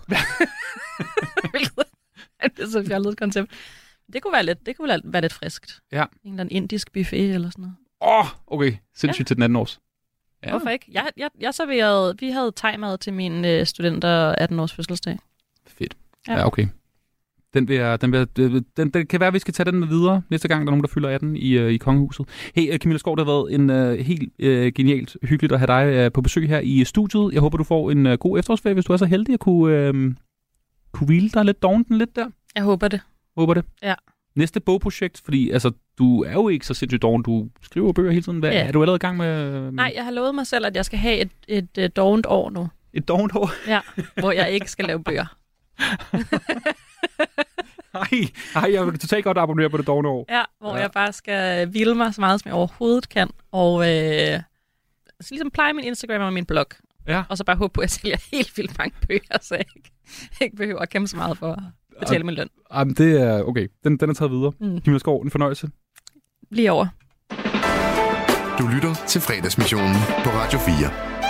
Det er så et fjollet koncept. Det kunne være lidt, det kunne være lidt friskt. Ja. En eller anden indisk buffet eller sådan noget. Åh, oh, okay. Sindssygt ja. Til den atten-års. Ja. Hvorfor ikke? Jeg, jeg, jeg serverede, vi havde thai-mad til min øh, studenter atten-års fødselsdag. Fedt. Ja, ja okay. Den, vil jeg, den, vil, den, den, den kan være, at vi skal tage den med videre næste gang, der er nogen, der fylder atten i, uh, i kongehuset. Hey, Camilla Skov, det har været en uh, helt uh, genialt hyggeligt at have dig uh, på besøg her i studiet. Jeg håber, du får en uh, god efterårsferie, hvis du er så heldig at kunne, uh, kunne hvile dig lidt, dogne den lidt der. Jeg håber det. Håber det? Ja. Næste bogprojekt, fordi altså, du er jo ikke så sindssygt doven. Du skriver bøger hele tiden. Hvad, ja. Er du allerede i gang med, med... Nej, jeg har lovet mig selv, at jeg skal have et, et, et dovent år nu. Et dovent år? Ja, hvor jeg ikke skal lave bøger. Ej, ej, jeg vil totalt godt abonnere på det dovne år. Ja, hvor ja. jeg bare skal hvile mig så meget, som jeg overhovedet kan. Og øh, så ligesom pleje min Instagram og min blog. Ja. Og så bare håbe på, at jeg sælger helt vildt mange bøger, så jeg ikke, ikke behøver at kæmpe så meget for at betale min løn. Jamen, det er okay. Den, den er taget videre. Mm. Camilla Skov, en fornøjelse. Lige over. Du lytter til Fredagsmissionen på Radio fire.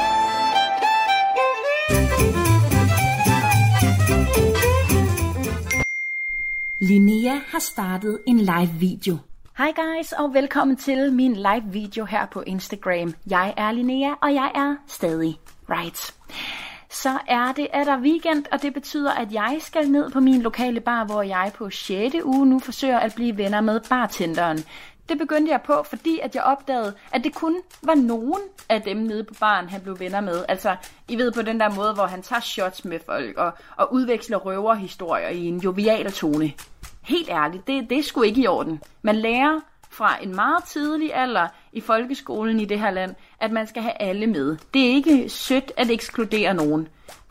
Linnea har startet en live video. Hej guys, og velkommen til min live video her på Instagram. Jeg er Linnea, og jeg er stadig right. Så er det, at der er weekend, og det betyder, at jeg skal ned på min lokale bar, hvor jeg på sjette uge nu forsøger at blive venner med bartenderen. Det begyndte jeg på, fordi at jeg opdagede, at det kun var nogen af dem nede på baren, han blev venner med. Altså, I ved på den der måde, hvor han tager shots med folk og, og udveksler røverhistorier i en jovial tone. Helt ærligt, det, det er sgu ikke i orden. Man lærer fra en meget tidlig alder i folkeskolen i det her land, at man skal have alle med. Det er ikke sødt at ekskludere nogen.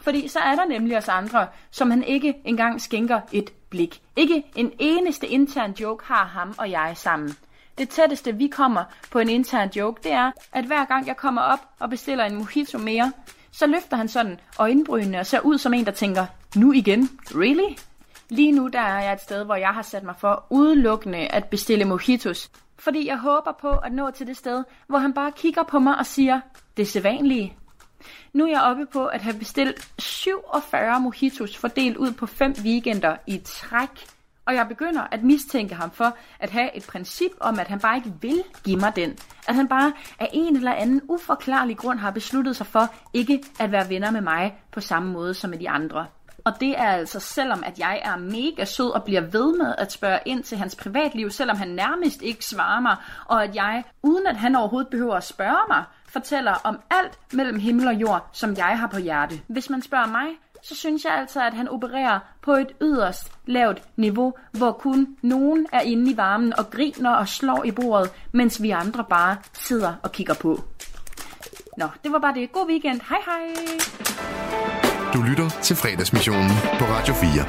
Fordi så er der nemlig os andre, som han ikke engang skænker et blik. Ikke en eneste intern joke har ham og jeg sammen. Det tætteste, vi kommer på en intern joke, det er, at hver gang jeg kommer op og bestiller en mojito mere, så løfter han sådan øjenbrynene og ser ud som en, der tænker, nu igen? Really? Lige nu der er jeg et sted, hvor jeg har sat mig for udelukkende at bestille mojitos. Fordi jeg håber på at nå til det sted, hvor han bare kigger på mig og siger, det sædvanlige. Nu er jeg oppe på at have bestilt syvogfyrre mojitos fordelt ud på fem weekender i træk. Og jeg begynder at mistænke ham for at have et princip om, at han bare ikke vil give mig den. At han bare af en eller anden uforklarlig grund har besluttet sig for ikke at være venner med mig på samme måde som med de andre. Og det er altså selvom, at jeg er mega sød og bliver ved med at spørge ind til hans privatliv, selvom han nærmest ikke svarer mig, og at jeg, uden at han overhovedet behøver at spørge mig, fortæller om alt mellem himmel og jord, som jeg har på hjerte. Hvis man spørger mig, så synes jeg altså, at han opererer på et yderst lavt niveau, hvor kun nogen er inde i varmen og griner og slår i bordet, mens vi andre bare sidder og kigger på. Nå, det var bare det. God weekend. Hej hej! Du lytter til Fredagsmissionen på Radio fire.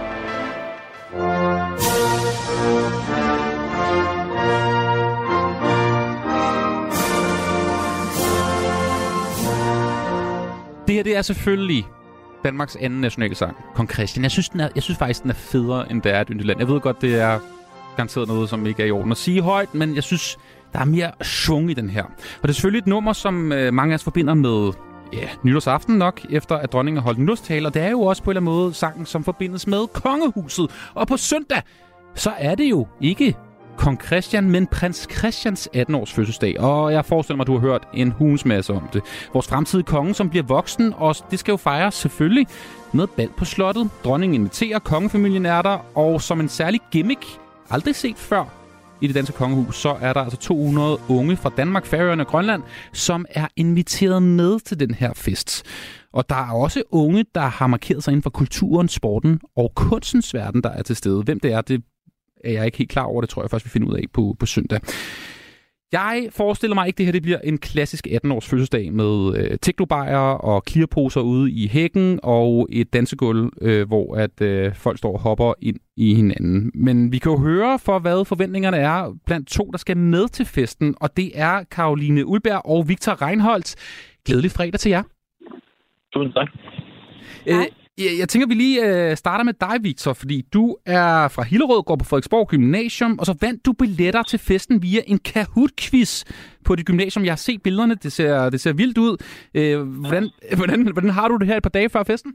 Det her, det er selvfølgelig Danmarks anden nationalsang, Kong Christian. Jeg synes, den er, jeg synes faktisk, den er federe, end det er et yndigt. Jeg ved godt, det er garanteret noget, som ikke er i orden at sige højt, men jeg synes, der er mere schwung i den her. Og det er selvfølgelig et nummer, som øh, mange af os forbinder med ja, nytårsaften nok, efter at dronningen har holdt nytårstale. Og det er jo også på en eller anden måde sangen, som forbindes med kongehuset. Og på søndag, så er det jo ikke Kong Christian, men prins Christians atten-års fødselsdag. Og jeg forestiller mig, at du har hørt en hulens masse om det. Vores fremtidige konge, som bliver voksen, og det skal jo fejres selvfølgelig med bal på slottet. Dronningen inviterer, kongefamilien er der, og som en særlig gimmick, aldrig set før i det danske kongehus, så er der altså to hundrede unge fra Danmark, Færøerne og Grønland, som er inviteret med til den her fest. Og der er også unge, der har markeret sig inden for kulturen, sporten og kunstens verden, der er til stede. Hvem det er, det er jeg ikke helt klar over. Det tror jeg først, vi finder ud af på, på søndag. Jeg forestiller mig ikke, at det her det bliver en klassisk atten-års fødselsdag med øh, teknobajer og klirposer ude i hækken og et dansegulv, øh, hvor at øh, folk står og hopper ind i hinanden. Men vi kan jo høre for, hvad forventningerne er blandt to, der skal med til festen, og det er Caroline Uldberg og Victor Reinholdt. Glædelig fredag til jer. Tusind tak. Øh, Jeg, jeg tænker, vi lige øh, starter med dig, Victor, fordi du er fra Hillerød, går på Frederiksborg Gymnasium, og så vandt du billetter til festen via en Kahoot-quiz på det gymnasium. Jeg har set billederne, det ser, det ser vildt ud. Øh, hvordan, hvordan, hvordan har du det her et par dage før festen?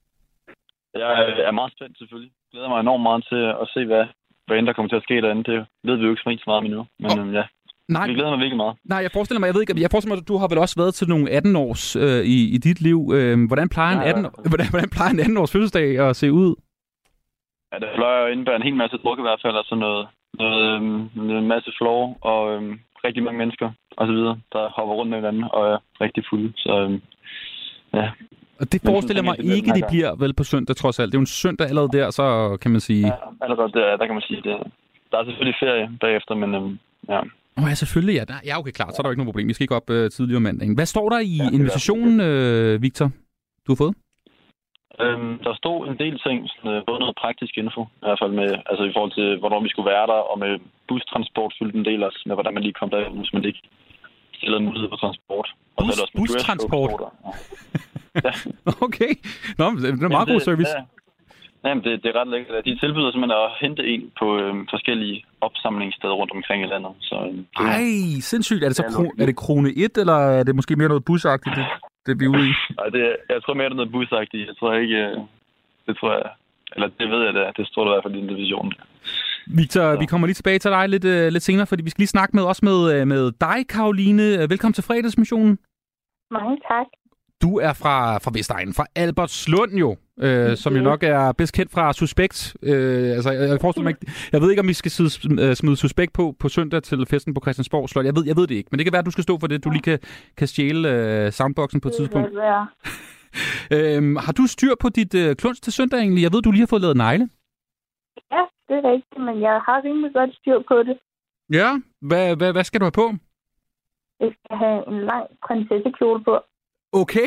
Jeg er meget spændt selvfølgelig. Jeg glæder mig enormt meget til at se, hvad, hvad end der kommer til at ske derinde. Det ved vi jo ikke så meget endnu, men oh. ja. Nej, vi glæder mig virkelig meget. Nej, jeg forestiller mig, jeg ved ikke, jeg forestiller mig, at du har vel også været til nogle atten-års øh, i, i dit liv. Øh, hvordan plejer en atten, hvordan, hvordan plejer en atten-års fødselsdag at se ud? Ja, det plejer at indebære en hel masse druk i hvert fald, altså noget, noget, øh, en masse floor og øh, rigtig mange mennesker og så videre, der hopper rundt med hinanden og er rigtig fulde. Så øh, ja. Og det forestiller mig ikke, det bliver vel på søndag trods alt. Det er jo en søndag allerede der, så kan man sige. Ja, allerede der, der kan man sige det. Der er selvfølgelig ferie bagefter, men øh, ja. Åh oh, ja, selvfølgelig. Ja, ja, okay, klart. Så er der jo ikke nogen problem. Vi skal ikke op øh, tidligere om mandagen. Hvad står der i ja, invitationen, øh, Victor, du har fået? Øhm, der stod en del ting, sådan, øh, både noget praktisk info, i hvert fald med, altså i forhold til, hvornår vi skulle være der, og med bustransport fyldte en del også, med hvordan man lige kom der, hvis man ikke stillede mulighed for transport. Bus, og så er der også med bustransport? Ja. Okay. Nå, det er en meget god service. Ja. Jamen, det, det er ret lækkert. De tilbyder simpelthen at hente en på øh, forskellige opsamlingssteder rundt omkring i landet. Så, øh, det, Ej, sindssygt. Er det så kro- er det krone et, eller er det måske mere noget busagtigt, det, det vi er ude i? Nej, det, jeg tror mere, det er noget busagtigt. Jeg tror ikke... Øh, det tror jeg... Eller det ved jeg, det er. Det står der i hvert fald i den division. Victor, så. Vi kommer lige tilbage til dig lidt, uh, lidt senere, fordi vi skal lige snakke med også med, med dig, Caroline. Velkommen til Fredagsmissionen. Mange tak. Du er fra, fra Vestegnen, fra Albertslund jo, øh, mm-hmm. som jo nok er bedst kendt fra Suspekt. Øh, altså, jeg, jeg, forestiller mig ikke, jeg ved ikke, om vi skal smide, smide Suspekt på på søndag til festen på Christiansborg Slot. Jeg ved, jeg ved det ikke, men det kan være, at du skal stå for det. Du lige kan, kan stjæle øh, soundboxen på et tidspunkt. Det være. øhm, har du styr på dit øh, kluns til søndag egentlig? Jeg ved, du lige har fået lavet negle. Ja, det er rigtigt, men jeg har rimelig godt styr på det. Ja? Hvad, hvad, hvad skal du have på? Jeg skal have en lang prinsessekjole på. Okay.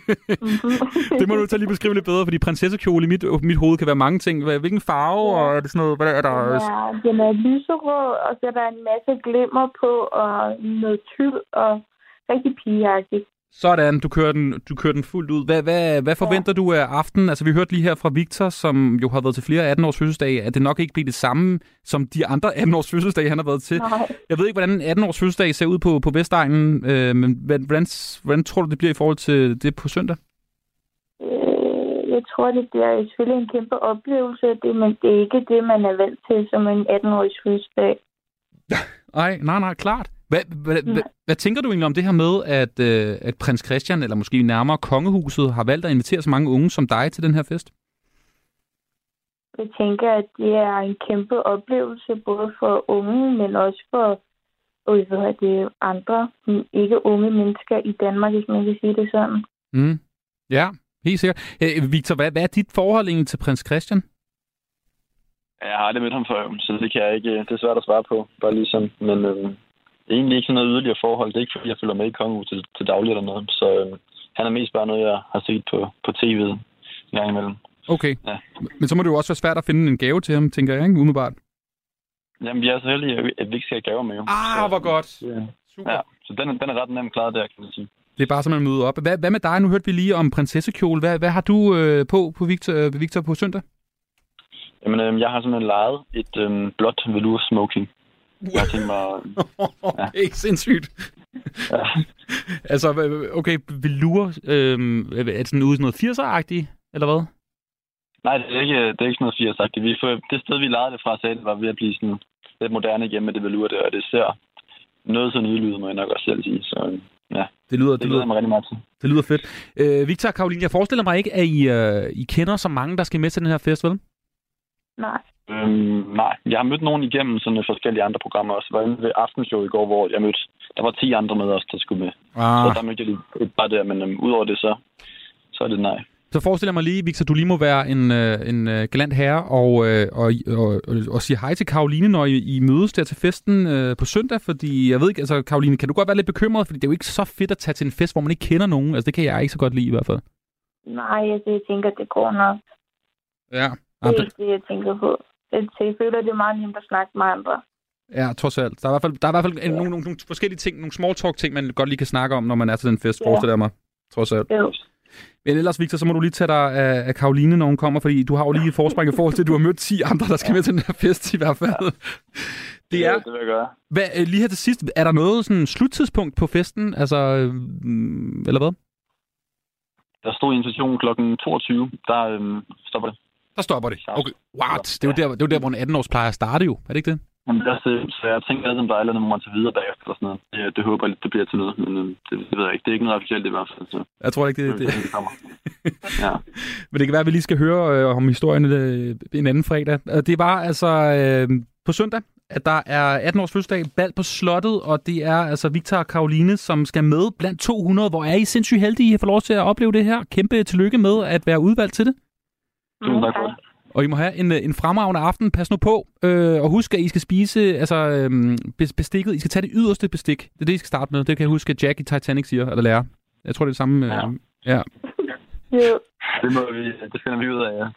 Det må du tage lige beskrive lidt bedre, fordi prinsessekjole i mit, mit hoved kan være mange ting. Hvilken farve, ja. Og er det sådan noget, hvad er der? Ja, den er lyserød, og så er der en masse glimmer på, og noget tyld, og rigtig pigeagtigt. Sådan, du kører den, du kører den fuldt ud. Hvad, hvad, hvad forventer ja. du af aftenen? Altså, vi hørte lige her fra Victor, som jo har været til flere atten-års fødselsdage, at det nok ikke bliver det samme, som de andre atten-års fødselsdage, han har været til. Nej. Jeg ved ikke, hvordan atten-års fødselsdag ser ud på, på Vestegnen, øh, men hvordan, hvordan tror du, det bliver i forhold til det på søndag? Øh, jeg tror, det bliver selvfølgelig en kæmpe oplevelse, det, men det er ikke det, man er vant til som en atten-års fødselsdag. Nej, nej, nej, klart. Hvad, hvad, ja. hvad, hvad tænker du egentlig om det her med, at, øh, at prins Christian, eller måske nærmere kongehuset, har valgt at invitere så mange unge som dig til den her fest? Jeg tænker, at det er en kæmpe oplevelse, både for unge, men også for øh, hvad det, andre ikke unge mennesker i Danmark, hvis man kan sige det sådan. Mm. Ja, helt sikkert. Øh, Victor, hvad, hvad er dit forhold egentlig til prins Christian? Jeg har aldrig mødt ham før, så det kan jeg ikke. Det er svært at svare på, bare lige sådan. Men øh, egentlig ikke sådan noget yderligere forhold. Det er ikke, fordi jeg følger med i kongehuset til, til daglig eller noget. Så øh, han er mest bare noget, jeg har set på, på tv'et en gang imellem. Okay. Ja. Men så må det jo også være svært at finde en gave til ham, tænker jeg, ikke? Umiddelbart. Jamen, vi er så heldige, at vi ikke skal have gaver med. Jo. Ah, så, hvor godt. Ja. Super. Ja, så den, den er ret nemt klaret der, kan man sige. Det er bare, så man møder op. Hvad, hvad med dig? Nu hørte vi lige om prinsessekjole. Hvad, hvad har du øh, på på Victor, øh, Victor på søndag? Jamen, øh, jeg har simpelthen lejet et øh, blåt velour smoking. Jeg har tænkt mig... Ja. Det er ikke sindssygt. Ja. Altså, okay, velour, øh, er det sådan ude sådan noget firser-agtigt, eller hvad? Nej, det er ikke, det er ikke sådan noget firs-agtigt. Vi, det sted, vi lejede det fra, sagde, det var ved at blive sådan lidt moderne igen med det velour der, og det ser noget sådan udlydet, må jeg nok også selv sige. Så ja, det lyder, det, det lyder mig rigtig meget til. Det lyder fedt. Øh, Victor og Caroline, jeg forestiller mig ikke, at I, øh, I kender så mange, der skal med til den her fest, vel? Nej. Øhm, nej, jeg har mødt nogen igennem sådan forskellige andre programmer også. Jeg var inde ved Aftenshow i går, hvor jeg mødte, der var ti andre med os, der skulle med. Ah. Så der mødte jeg lige bare der, men øhm, udover det, så, så er det nej. Så forestiller jeg mig lige, Victor, du lige må være en, en uh, galant herre og, øh, og, og, og, og sige hej til Caroline, når I, I mødes der til festen øh, på søndag, fordi jeg ved ikke, altså Caroline, kan du godt være lidt bekymret, fordi det er jo ikke så fedt at tage til en fest, hvor man ikke kender nogen. Altså det kan jeg ikke så godt lide i hvert fald. Nej, altså, jeg tænker, det går nok. Ja. Det er ikke det, jeg tænker på. Jeg føler, det er meget nemt at snakke med andre. Ja, trods alt. Der er i hvert fald, der er i hvert fald ja. nogle, nogle, nogle forskellige ting, nogle small talk ting, man godt lige kan snakke om, når man er til den fest, ja. forestiller jeg mig. Trods alt. Jo. Men ellers, Victor, så må du lige tage dig af, af Caroline, når hun kommer, fordi du har jo lige et forspring i forhold til, at du har mødt ti andre, der skal ja. med til den her fest i hvert fald. Ja. Det er... Ja, det vil jeg gøre. Hvad, lige her til sidst, er der noget sådan sluttidspunkt på festen? Altså, øh, eller hvad? Der stod invitationen klokken toogtyve. Der øh, stopper det. Der stopper det. Okay. What? Det er jo der, det er jo der hvor en atten-års plejer at starte jo. Er det ikke det? Jamen, der, så jeg tænker altid, om der er eller andet, man tager videre bagefter og sådan noget. Det, det håber jeg, det bliver til noget, men det, det ved jeg ikke. Det er ikke noget officielt i hvert fald. Så. Jeg tror ikke, det, det, det kommer. Ja. Men det kan være, at vi lige skal høre øh, om historien øh, en anden fredag. Det var altså øh, på søndag, at der er atten-års fødselsdag, bal på slottet, og det er altså Victor og Caroline, som skal med blandt to hundrede. Hvor er I sindssygt heldige at få lov til at opleve det her? Kæmpe tillykke med at være udvalgt til det. Tusind tak for det. Og I må have en, en fremragende aften. Pas nu på. Øh, og husk, at I skal spise altså, øh, bestikket. I skal tage det yderste bestik. Det er det, I skal starte med. Det kan jeg huske, at Jack i Titanic siger, eller lærer. Jeg tror, det er det samme. Øh, ja. ja. Det må vi. Det finder vi ud af, ja.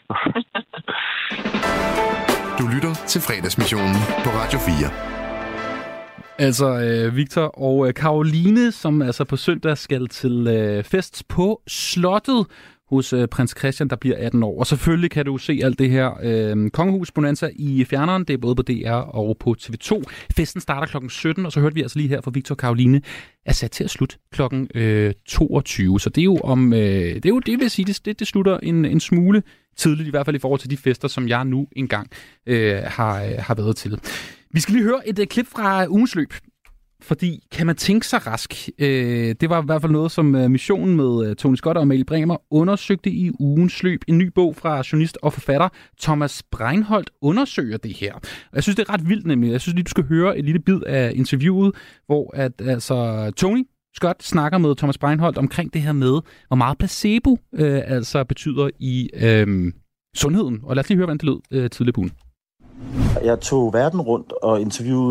Du lytter til Fredagsmissionen på Radio fire. Altså øh, Victor og øh, Caroline, som altså på søndag skal til øh, fest på slottet hos øh, prins Christian, der bliver atten år. Og selvfølgelig kan du se alt det her øh, Kongehus Bonanza i fjerneren. Det er både på D R og på T V to. Festen starter klokken sytten, og så hørte vi altså lige her fra Victor og Caroline, er sat til at slutte klokken øh, toogtyve. Så det er jo om, øh, det er jo det vil sige, det, det, det slutter en, en smule tidligt, i hvert fald i forhold til de fester, som jeg nu engang øh, har, øh, har været til. Vi skal lige høre et øh, klip fra ugens løb. Fordi kan man tænke sig rask? Øh, det var i hvert fald noget, som uh, missionen med uh, Tony Scott og Amalie Bremer undersøgte i ugens løb. En ny bog fra journalist og forfatter Thomas Breinholt undersøger det her. Og jeg synes, det er ret vildt nemlig. Jeg synes lige, du skal høre et lille bid af interviewet, hvor at, altså, Tony Scott snakker med Thomas Breinholt omkring det her med, hvor meget placebo øh, altså betyder i øh, sundheden. Og lad os lige høre, hvordan det lød øh, tidligere på ugen. Jeg tog verden rundt og interviewede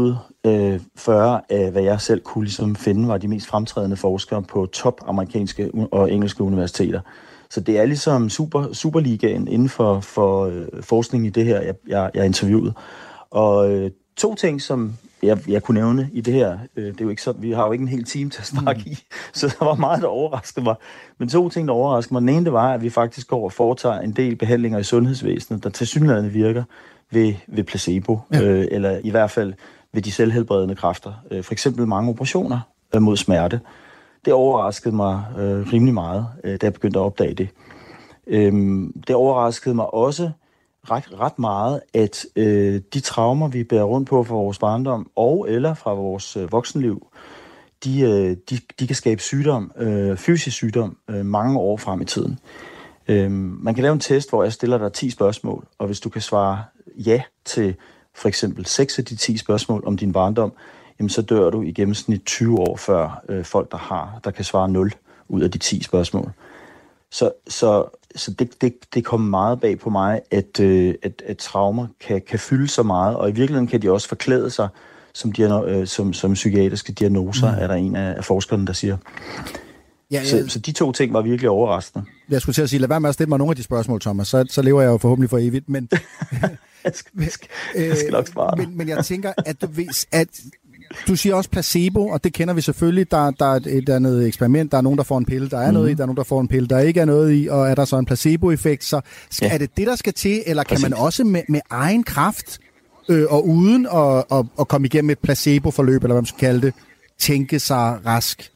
øh, fyrre af, hvad jeg selv kunne ligesom finde, var de mest fremtrædende forskere på top amerikanske og engelske universiteter. Så det er ligesom super, Superligaen inden for, for øh, forskning i det her, jeg, jeg, jeg interviewede. Og øh, to ting, som jeg, jeg kunne nævne i det her, øh, det er jo ikke så, vi har jo ikke en hel time til at snakke mm. i, så der var meget, der overraskede mig. Men to ting, der overraskede mig. Den ene, det var, at vi faktisk går og foretager en del behandlinger i sundhedsvæsenet, der tilsyneladende virker ved, ved placebo, ja. øh, eller i hvert fald ved de selvhelbredende kræfter. Øh, for eksempel mange operationer øh, mod smerte. Det overraskede mig øh, rimelig meget, øh, da jeg begyndte at opdage det. Øhm, det overraskede mig også ret, ret meget, at øh, de traumer, vi bærer rundt på fra vores barndom og eller fra vores øh, voksenliv, de, øh, de, de kan skabe sygdom, øh, fysisk sygdom, øh, mange år frem i tiden. Øh, man kan lave en test, hvor jeg stiller dig ti spørgsmål, og hvis du kan svare ja til for eksempel seks af de ti spørgsmål om din barndom, jamen så dør du i gennemsnit tyve år før øh, folk, der har, der kan svare nul ud af de ti spørgsmål. Så, så, så det, det, det kommer meget bag på mig, at, øh, at, at traumer kan, kan fylde så meget, og i virkeligheden kan de også forklæde sig som, diagno- øh, som, som psykiatriske diagnoser, mm. er der en af, af forskerne, der siger. Ja, ja. Så, så de to ting var virkelig overraskende. Jeg skulle til at sige, lad være med at stille mig nogle af de spørgsmål, Thomas, så, så lever jeg jo forhåbentlig for evigt, men... jeg, skal, jeg, skal, jeg skal nok svare. Men, men jeg tænker, at du, hvis, at du siger også placebo, og det kender vi selvfølgelig. Der, der er et, et andet eksperiment, der er nogen, der får en pille, der er mm. noget i, der er nogen, der får en pille, der ikke er noget i, og er der så en placeboeffekt, så skal, ja. er det det, der skal til, eller kan Præcis. man også med, med egen kraft, øh, og uden at, at, at komme igennem et placeboforløb, eller hvad man skal kalde det, tænke sig rask?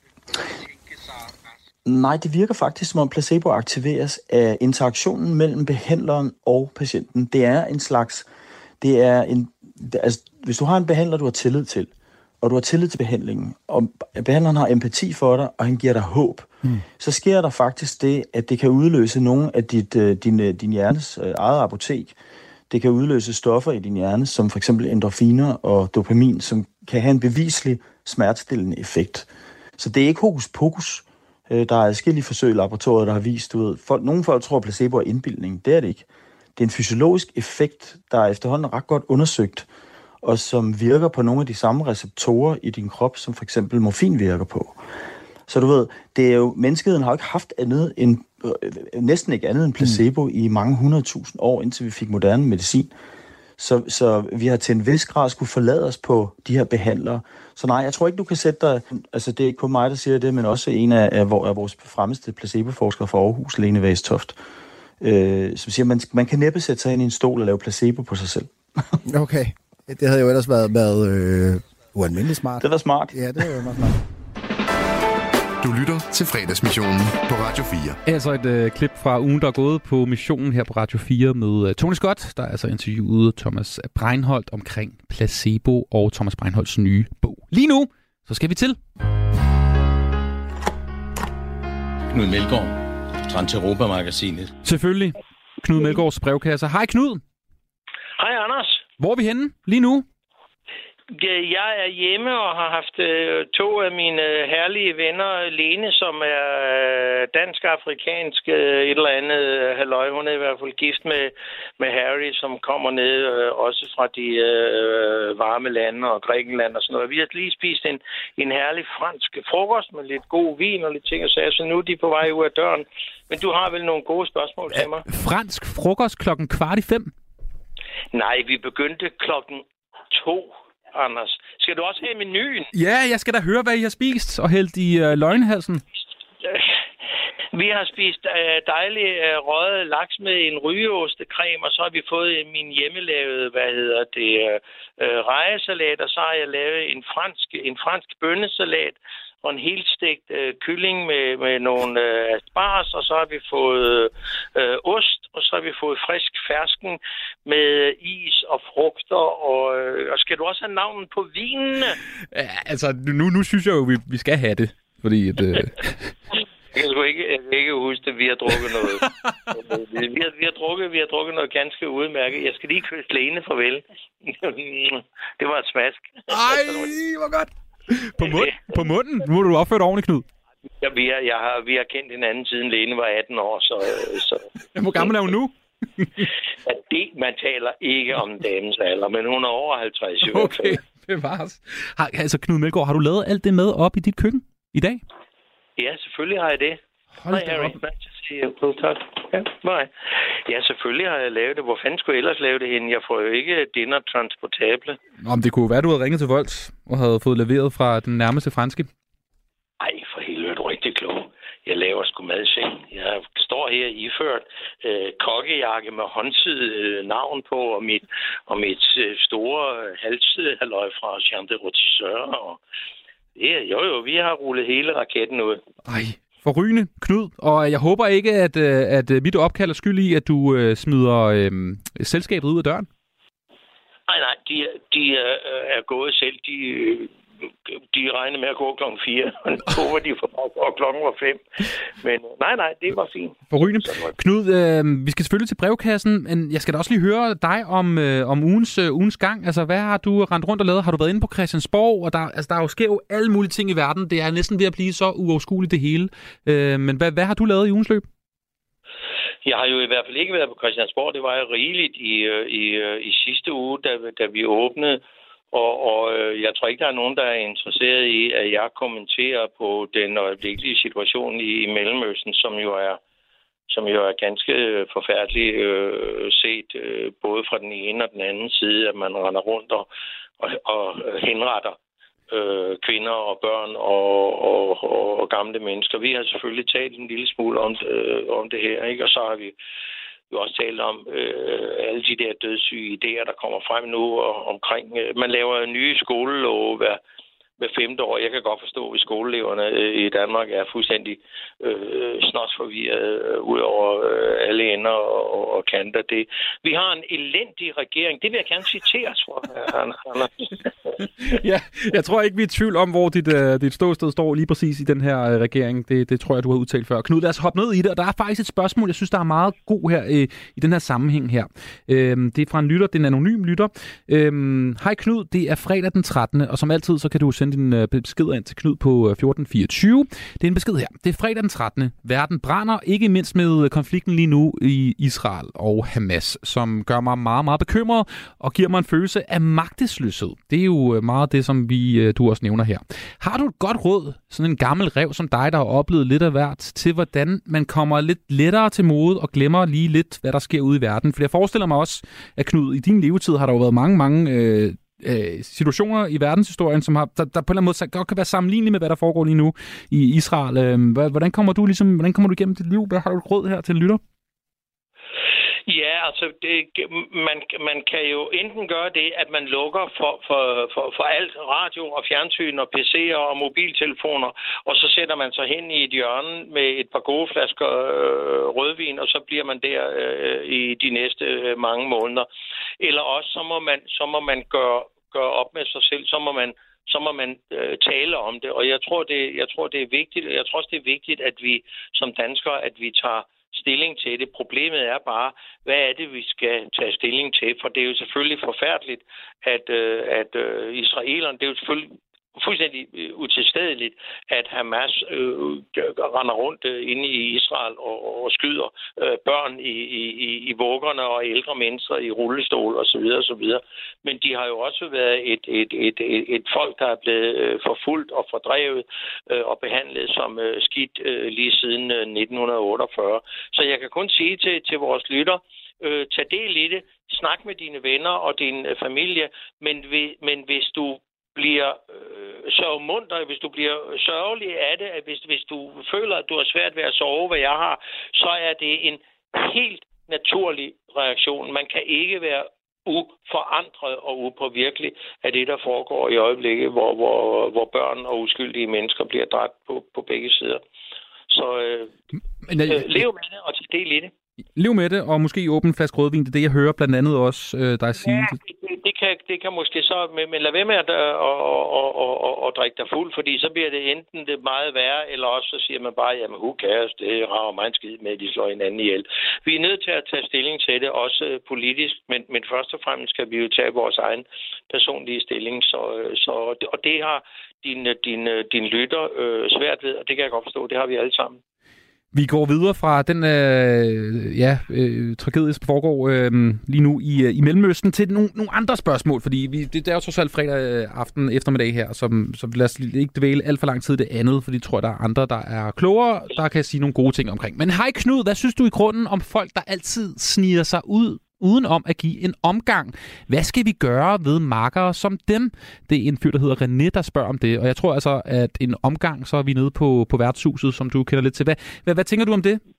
Nej, det virker faktisk, som om placebo aktiveres af interaktionen mellem behandleren og patienten. Det er en slags, det er en, det, altså, hvis du har en behandler, du har tillid til, og du har tillid til behandlingen, og behandleren har empati for dig, og han giver dig håb, mm. så sker der faktisk det, at det kan udløse nogle af dit, din, din hjernes eget apotek. Det kan udløse stoffer i din hjerne, som for eksempel endorfiner og dopamin, som kan have en beviselig smertestillende effekt. Så det er ikke hokus pokus. Der er adskillige forsøg i laboratoriet, der har vist, du ved, folk, nogle folk tror, at placebo er indbildning. Det er det ikke. Det er en fysiologisk effekt, der er efterhånden ret godt undersøgt, og som virker på nogle af de samme receptorer i din krop, som for eksempel morfin virker på. Så du ved, det er jo, menneskeheden har ikke haft andet end, øh, næsten ikke andet end placebo mm. i mange hundredtusind år, indtil vi fik moderne medicin. Så, så vi har til en vis grad skulle forlade os på de her behandlere. Så nej, jeg tror ikke, du kan sætte dig... Altså, det er ikke kun mig, der siger det, men også en af, af, af vores fremmeste placeboforskere fra Aarhus, Lene Væstoft, øh, som siger, at man, man kan næppe sætte sig ind i en stol og lave placebo på sig selv. Okay. Det havde jo ellers været, været øh, ualmindeligt smart. Det var smart. Ja, det var meget smart. Du lytter til Fredagsmissionen på Radio fire. Altså et øh, klip fra ugen, der er gået på missionen her på Radio fire med øh, Tony Scott, der er altså interviewet Thomas Breinholt omkring placebo og Thomas Breinholts nye bog. Lige nu, så skal vi til. Knud Melgaard, Transeuropa-magasinet. Selvfølgelig. Knud Melgaards brevkasse. Hej Knud. Hej Anders. Hvor er vi henne lige nu? Jeg er hjemme og har haft øh, to af mine herlige venner, Lene, som er øh, dansk-afrikansk, øh, et eller andet øh, halløj. Hun er i hvert fald gift med, med Harry, som kommer ned øh, også fra de øh, varme lande og Grækenland og sådan noget. Vi har lige spist en, en herlig fransk frokost med lidt god vin og lidt ting og sager, så nu er de på vej ud af døren. Men du har vel nogle gode spørgsmål til mig? Fransk frokost klokken kvart i fem? Nej, vi begyndte klokken to. Anders, skal du også have menuen? Ja, jeg skal da høre, hvad I har spist og hældt i øh, løgnhalsen. Vi har spist øh, dejlig øh, røget laks med en rygeostecreme, og så har vi fået min hjemmelavede, hvad hedder det, øh, rejesalat, og så har jeg lavet en fransk, en fransk bønnesalat og en helt stegt øh, kylling med, med nogle øh, asparges, og så har vi fået øh, ost, og så har vi fået frisk fersken med is og frugter, og, øh, og skal du også have navnet på vinene? Ja, altså, nu, nu synes jeg jo, vi, vi skal have det, fordi at... Øh... Jeg kan sgu ikke, jeg kan ikke huske det, vi har drukket noget. vi, har, vi, har drukket, vi har drukket noget ganske udmærket. Jeg skal lige kysse Lene farvel. Det var et smask. Ej, hvor godt. På, mund, på munden? Nu har du opført ordentligt, Knud. Ja, vi, er, jeg har, vi har kendt hinanden siden Lene var atten år, så... så Hvor gammel er hun nu? Ja, det, man taler ikke om damens alder, men hun er over halvtreds. Okay, Bevares. Har, altså, Knud Melgaard, har du lavet alt det med op i dit køkken i dag? Ja, selvfølgelig har jeg det. Hold Hej, Harry. Nice to see you. Tak. Ja, nej. Ja, selvfølgelig har jeg lavet det. Hvor fanden skulle jeg ellers lave det henne? Jeg får jo ikke dinner transportable. Nå, men det kunne være, du havde ringet til Volts og havde fået leveret fra den nærmeste franske. Ej, for helvede, du er rigtig klog. Jeg laver sgu mad selv. Jeg står her iført øh, kokkejakke med håndsyet øh, navn på, og mit, og mit øh, store halshalløj fra Jean de Rotisseur. Og ja, jo, jo, vi har rullet hele raketten ud. Ej, forrygende, Knud. Og jeg håber ikke, at, at mit opkald er skyld i, at du øh, smider øh, selskabet ud af døren. Nej, nej, de, de er, er gået selv. De, de regnede med at gå klokken fire. Nu håber de for, og klokken var fem. Men nej, nej, det var fint. Forrygende. Knud, øh, vi skal selvfølgelig til brevkassen, men jeg skal da også lige høre dig om, øh, om ugens, øh, ugens gang. Altså, hvad har du rendt rundt og lavet? Har du været inde på Christiansborg? Og der, altså, der er jo sker jo alle mulige ting i verden. Det er næsten ved at blive så uoverskueligt det hele. Øh, men hvad, hvad har du lavet i ugens løb? Jeg har jo i hvert fald ikke været på Christiansborg. Det var jeg rigeligt i, i, i sidste uge, da, da vi åbnede. Og, og jeg tror ikke, der er nogen, der er interesseret i, at jeg kommenterer på den øjeblikkelige situation i, i Mellemøsten, som jo er, som jo er ganske forfærdelig øh, set, øh, både fra den ene og den anden side, at man render rundt og, og, og henretter øh, kvinder og børn og, og, og, og gamle mennesker. Vi har selvfølgelig talt en lille smule om, øh, om det her, ikke? Og så har vi jo også talt om øh, alle de der dødssyge idéer, der kommer frem nu og omkring. Øh, man laver nye skolelove hver, hver femte år. Jeg kan godt forstå, at skoleeleverne øh, i Danmark er fuldstændig øh, snodsforvirret øh, ud over øh, alle ender og, og kanter. Det. Vi har en elendig regering. Det vil jeg gerne citeres for, Anders. Ja, jeg tror ikke, vi er i tvivl om, hvor dit, uh, dit ståsted står lige præcis i den her uh, regering. Det, det tror jeg, du har udtalt før. Knud, lad os hoppe ned i det, og der er faktisk et spørgsmål, jeg synes, der er meget god her uh, i den her sammenhæng her. Uh, det er fra en lytter, det er en anonym lytter. Uh, Hej Knud, det er fredag den trettende, og som altid, så kan du sende din uh, besked ind til Knud på fjorten fireogtyve. Det er en besked her. Det er fredag den trettende. Verden brænder, ikke mindst med konflikten lige nu i Israel og Hamas, som gør mig meget, meget bekymret og giver mig en følelse af magtesløshed. Det er jo meget det, som vi, du også nævner her. Har du et godt råd, sådan en gammel ræv som dig, der har oplevet lidt af hvert, til hvordan man kommer lidt lettere til mode og glemmer lige lidt, hvad der sker ude i verden? For jeg forestiller mig også, at Knud, i din levetid har der jo været mange, mange øh, øh, situationer i verdenshistorien, som har, der, der på en eller anden måde godt kan være sammenlignelige med, hvad der foregår lige nu i Israel. Øh, hvordan kommer du ligesom, hvordan kommer du igennem dit liv? Hvad har du et råd her til en lytter? Ja, altså det, man, man kan jo enten gøre det, at man lukker for, for, for, for alt radio og fjernsyn og P C'er og mobiltelefoner, og så sætter man sig hen i et hjørne med et par gode flasker øh, rødvin, og så bliver man der øh, i de næste øh, mange måneder. Eller også så må man, så må man gøre, gøre op med sig selv, så må man så må man øh, tale om det. Og jeg tror det, jeg tror, det er vigtigt, jeg tror også, det er vigtigt, at vi som danskere, at vi tager stilling til det. Problemet er bare, hvad er det, vi skal tage stilling til? For det er jo selvfølgelig forfærdeligt, at, øh, at øh, israelerne, det er jo selvfølgelig fuldstændig øh, utilstedeligt, at Hamas øh, render rundt øh, inde i Israel og, og skyder øh, børn i, i, i vuggerne og ældre mennesker i rullestol osv. osv. Men de har jo også været et, et, et, et, et folk, der er blevet øh, forfulgt og fordrevet øh, og behandlet som øh, skidt øh, lige siden øh, nitten otteogfyrre. Så jeg kan kun sige til, til vores lytter, øh, tag del i det, snak med dine venner og din øh, familie, men, men hvis du bliver øh, sørgmunter, hvis du bliver sørgelig af det, at hvis, hvis du føler, at du har svært ved at sove, hvad jeg har, så er det en helt naturlig reaktion. Man kan ikke være uforandret og upåvirkelig af det, der foregår i øjeblikket, hvor, hvor, hvor børn og uskyldige mennesker bliver dræbt på, på begge sider. Så øh, Men, øh, øh, lev med det og tage del i det. Lev med det, og måske åbne en flaske rødvin. Det er det, jeg hører blandt andet også øh, dig sige. Ja, det, det, kan, det kan måske så... Men, men lad være med at og, og, og, og, og drikke dig fuld, fordi så bliver det enten det meget værre, eller også så siger man bare, jamen who cares, det rager mig en skid med, at de slår hinanden ihjel. Vi er nødt til at tage stilling til det, også politisk, men, men først og fremmest skal vi jo tage vores egen personlige stilling. Så, så, og det har din, din, din lytter øh, svært ved, og det kan jeg godt forstå, det har vi alle sammen. Vi går videre fra den øh, ja, øh, tragedie, som foregår øh, lige nu i, øh, i Mellemøsten, til nogle, nogle andre spørgsmål, fordi vi, det, det er jo trods alt fredag aften eftermiddag her, som, så lad os ikke dvæle alt for lang tid det andet, fordi jeg tror, der er andre, der er klogere, der kan sige nogle gode ting omkring. Men hej Knud, hvad synes du i grunden om folk, der altid sniger sig ud uden om at give en omgang? Hvad skal vi gøre ved makkere som dem? Det er en fyr, der hedder René, der spørger om det. Og jeg tror altså, at en omgang, så er vi nede på, på værtshuset, som du kender lidt til. Hvad, hvad, hvad tænker du om det?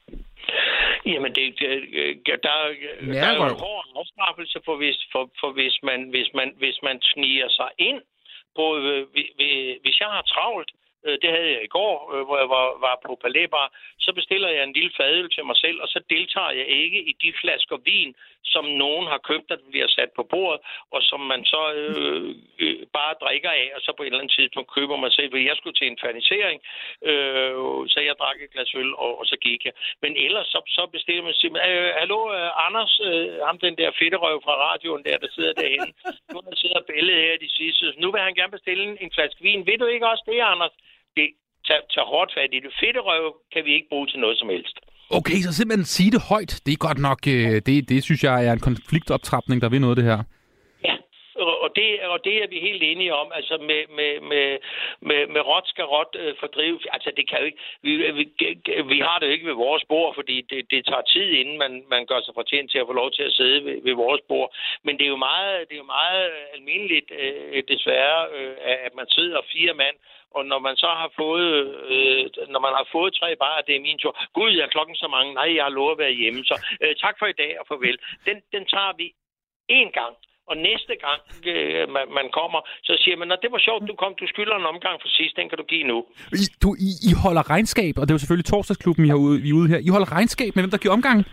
Jamen, det, der, der, der er jo en hård afstraffelse for, hvis, for, for hvis, man, hvis, man, hvis man sniger sig ind på, øh, hvis jeg har travlt. Det havde jeg i går, hvor jeg var, var på Palais Bar. Så bestiller jeg en lille fadøl til mig selv, og så deltager jeg ikke i de flasker vin, som nogen har købt, der bliver sat på bordet, og som man så øh, øh, bare drikker af, og så på et eller andet tidspunkt køber mig selv. Jeg skulle til en fernisering, øh, så jeg drak et glas øl, og, og så gik jeg. Men ellers så, så bestiller man sig, øh, hallo øh, Anders, øh, ham den der fedterøv fra radioen der, der sidder derhenne. Nu har han siddet og bællet her de sidste. Nu vil han gerne bestille en, en flaske vin. Ved du ikke også det, Anders? Det tager tag hårdt fat i det. Fedterøv kan vi ikke bruge til noget som helst. Okay, så simpelthen sige det højt. Det er godt nok, øh, det, det synes jeg er en konfliktoptrapning, der vil noget det her. Ja, og det, og det er vi helt enige om. Altså med, med, med, med, med råt skal råt øh, fordrive. Altså det kan jo ikke, vi, vi, vi har det jo ikke ved vores bord, fordi det, det tager tid, inden man, man gør sig fortjent til at få lov til at sidde ved, ved vores bord. Men det er jo meget, det er jo meget almindeligt, øh, desværre, øh, at man sidder fire mand. Og når man så har fået, øh, når man har fået tre barer, det er min tur. Gud, jeg er klokken så mange. Nej, jeg har lovet at være hjemme. Så øh, tak for i dag og farvel. Den, den tager vi én gang. Og næste gang øh, man, man kommer, så siger man, det var sjovt, du kom, du skylder en omgang for sidst, den kan du give nu. I, du, I, I holder regnskab, og det er jo selvfølgelig torsdagsklubben, I har ude, vi er ude her. I holder regnskab med, hvem der giver omgang?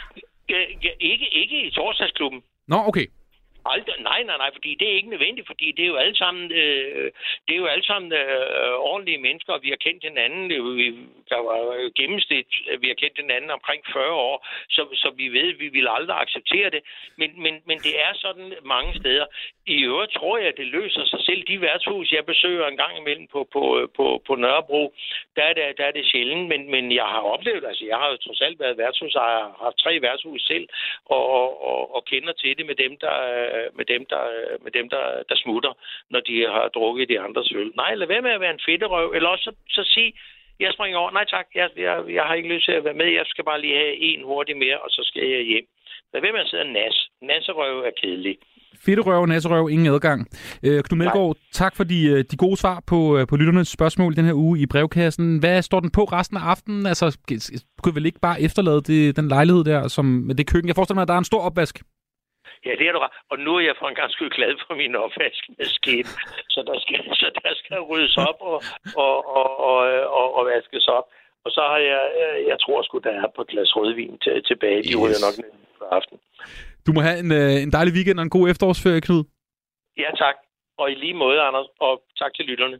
Øh, ikke, ikke i torsdagsklubben. Nå, okay. Aldrig, nej, nej, nej, fordi det er ikke nødvendigt, fordi det er jo alle sammen, øh, det er jo alle sammen øh, ordentlige mennesker, og vi har kendt hinanden, vi, der var gennemsnit, vi har kendt hinanden omkring fyrre år, så, så vi ved, at vi vil aldrig acceptere det, men, men, men det er sådan mange steder. I øvrigt tror jeg, at det løser sig selv. De værtshus, jeg besøger en gang imellem på, på, på, på Nørrebro, der er det, der er det sjældent, men, men jeg har oplevet, altså jeg har jo trods alt været værtshus, og jeg har haft tre værtshus selv, og, og, og kender til det med dem, der med dem, der, med dem der, der smutter, når de har drukket de andres øl. Nej, lad være med at være en fedterøv, eller også så, så sig, jeg springer over, nej tak, jeg, jeg, jeg har ikke lyst til at være med, jeg skal bare lige have en hurtigt mere, og så skal jeg hjem. Lad være med at sidde og nas. Nasserøv er kedelig. Fedterøv, nasserøv, ingen adgang. Øh, Knud Meldgaard, tak for de, de gode svar på, på lytternes spørgsmål den her uge i brevkassen. Hvad står den på resten af aftenen? Altså, kunne vel ikke bare efterlade det, den lejlighed der, som med det køkken? Jeg forestiller mig, at der er en stor opvask. Ja, det er du ret. Og nu er jeg for en gang skyld glad for min opvaskemaskine. Så der skal, så der skal ryddes op og, og, og, og, og, og vaskes op. Og så har jeg, jeg tror sgu, der er på et glas rødvin til, tilbage. De yes. ryger nok ned for aften. Du må have en, en dejlig weekend og en god efterårsferie, Knud. Ja, tak. Og i lige måde, Anders. Og tak til lytterne.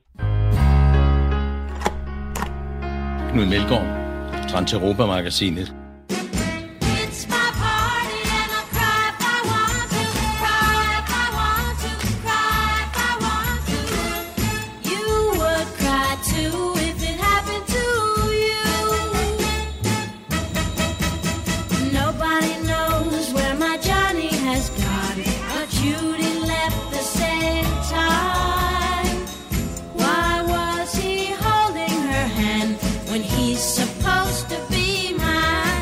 Knud Meldgaard, Trans Europa-magasinet. Supposed to be my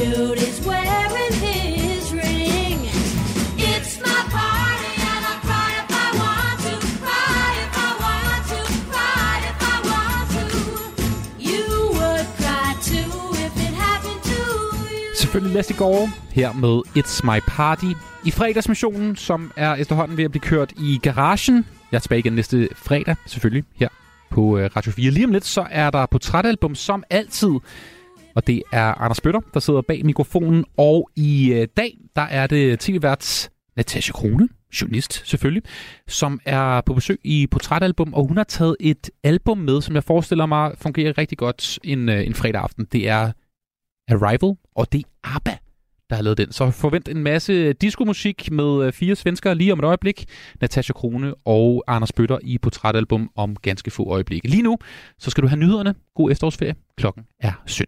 dude is wearing his ring. It's my party and I'll cry if I want to, cry if I want to, cry if I want to. You would cry too if it happened to you. Selvfølgelig Leslie Gore her med It's My Party. I fredagsmissionen, som er efterhånden ved at blive kørt i garagen. Jeg er tilbage igen næste fredag, selvfølgelig, her på Radio fire. Lige om lidt, så er der portrætalbum som altid. Og det er Anders Bøtter, der sidder bag mikrofonen. Og i øh, dag, der er det tv-vært Natasja Crone, journalist selvfølgelig, som er på besøg i portrætalbum. Og hun har taget et album med, som jeg forestiller mig fungerer rigtig godt en, øh, en fredag aften. Det er Arrival, og det er ABBA, der har lavet den. Så forvent en masse diskomusik med fire svenskere lige om et øjeblik. Natasja Crone og Anders Bøtter i portrætalbum om ganske få øjeblikke. Lige nu, så skal du have nyhederne. God efterårsferie. Klokken er sytten.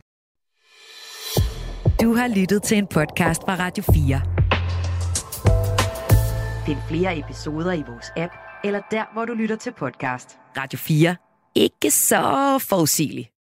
Du har lyttet til en podcast fra Radio fire. Find flere episoder i vores app, eller der, hvor du lytter til podcast. Radio fire. Ikke så forudsigeligt.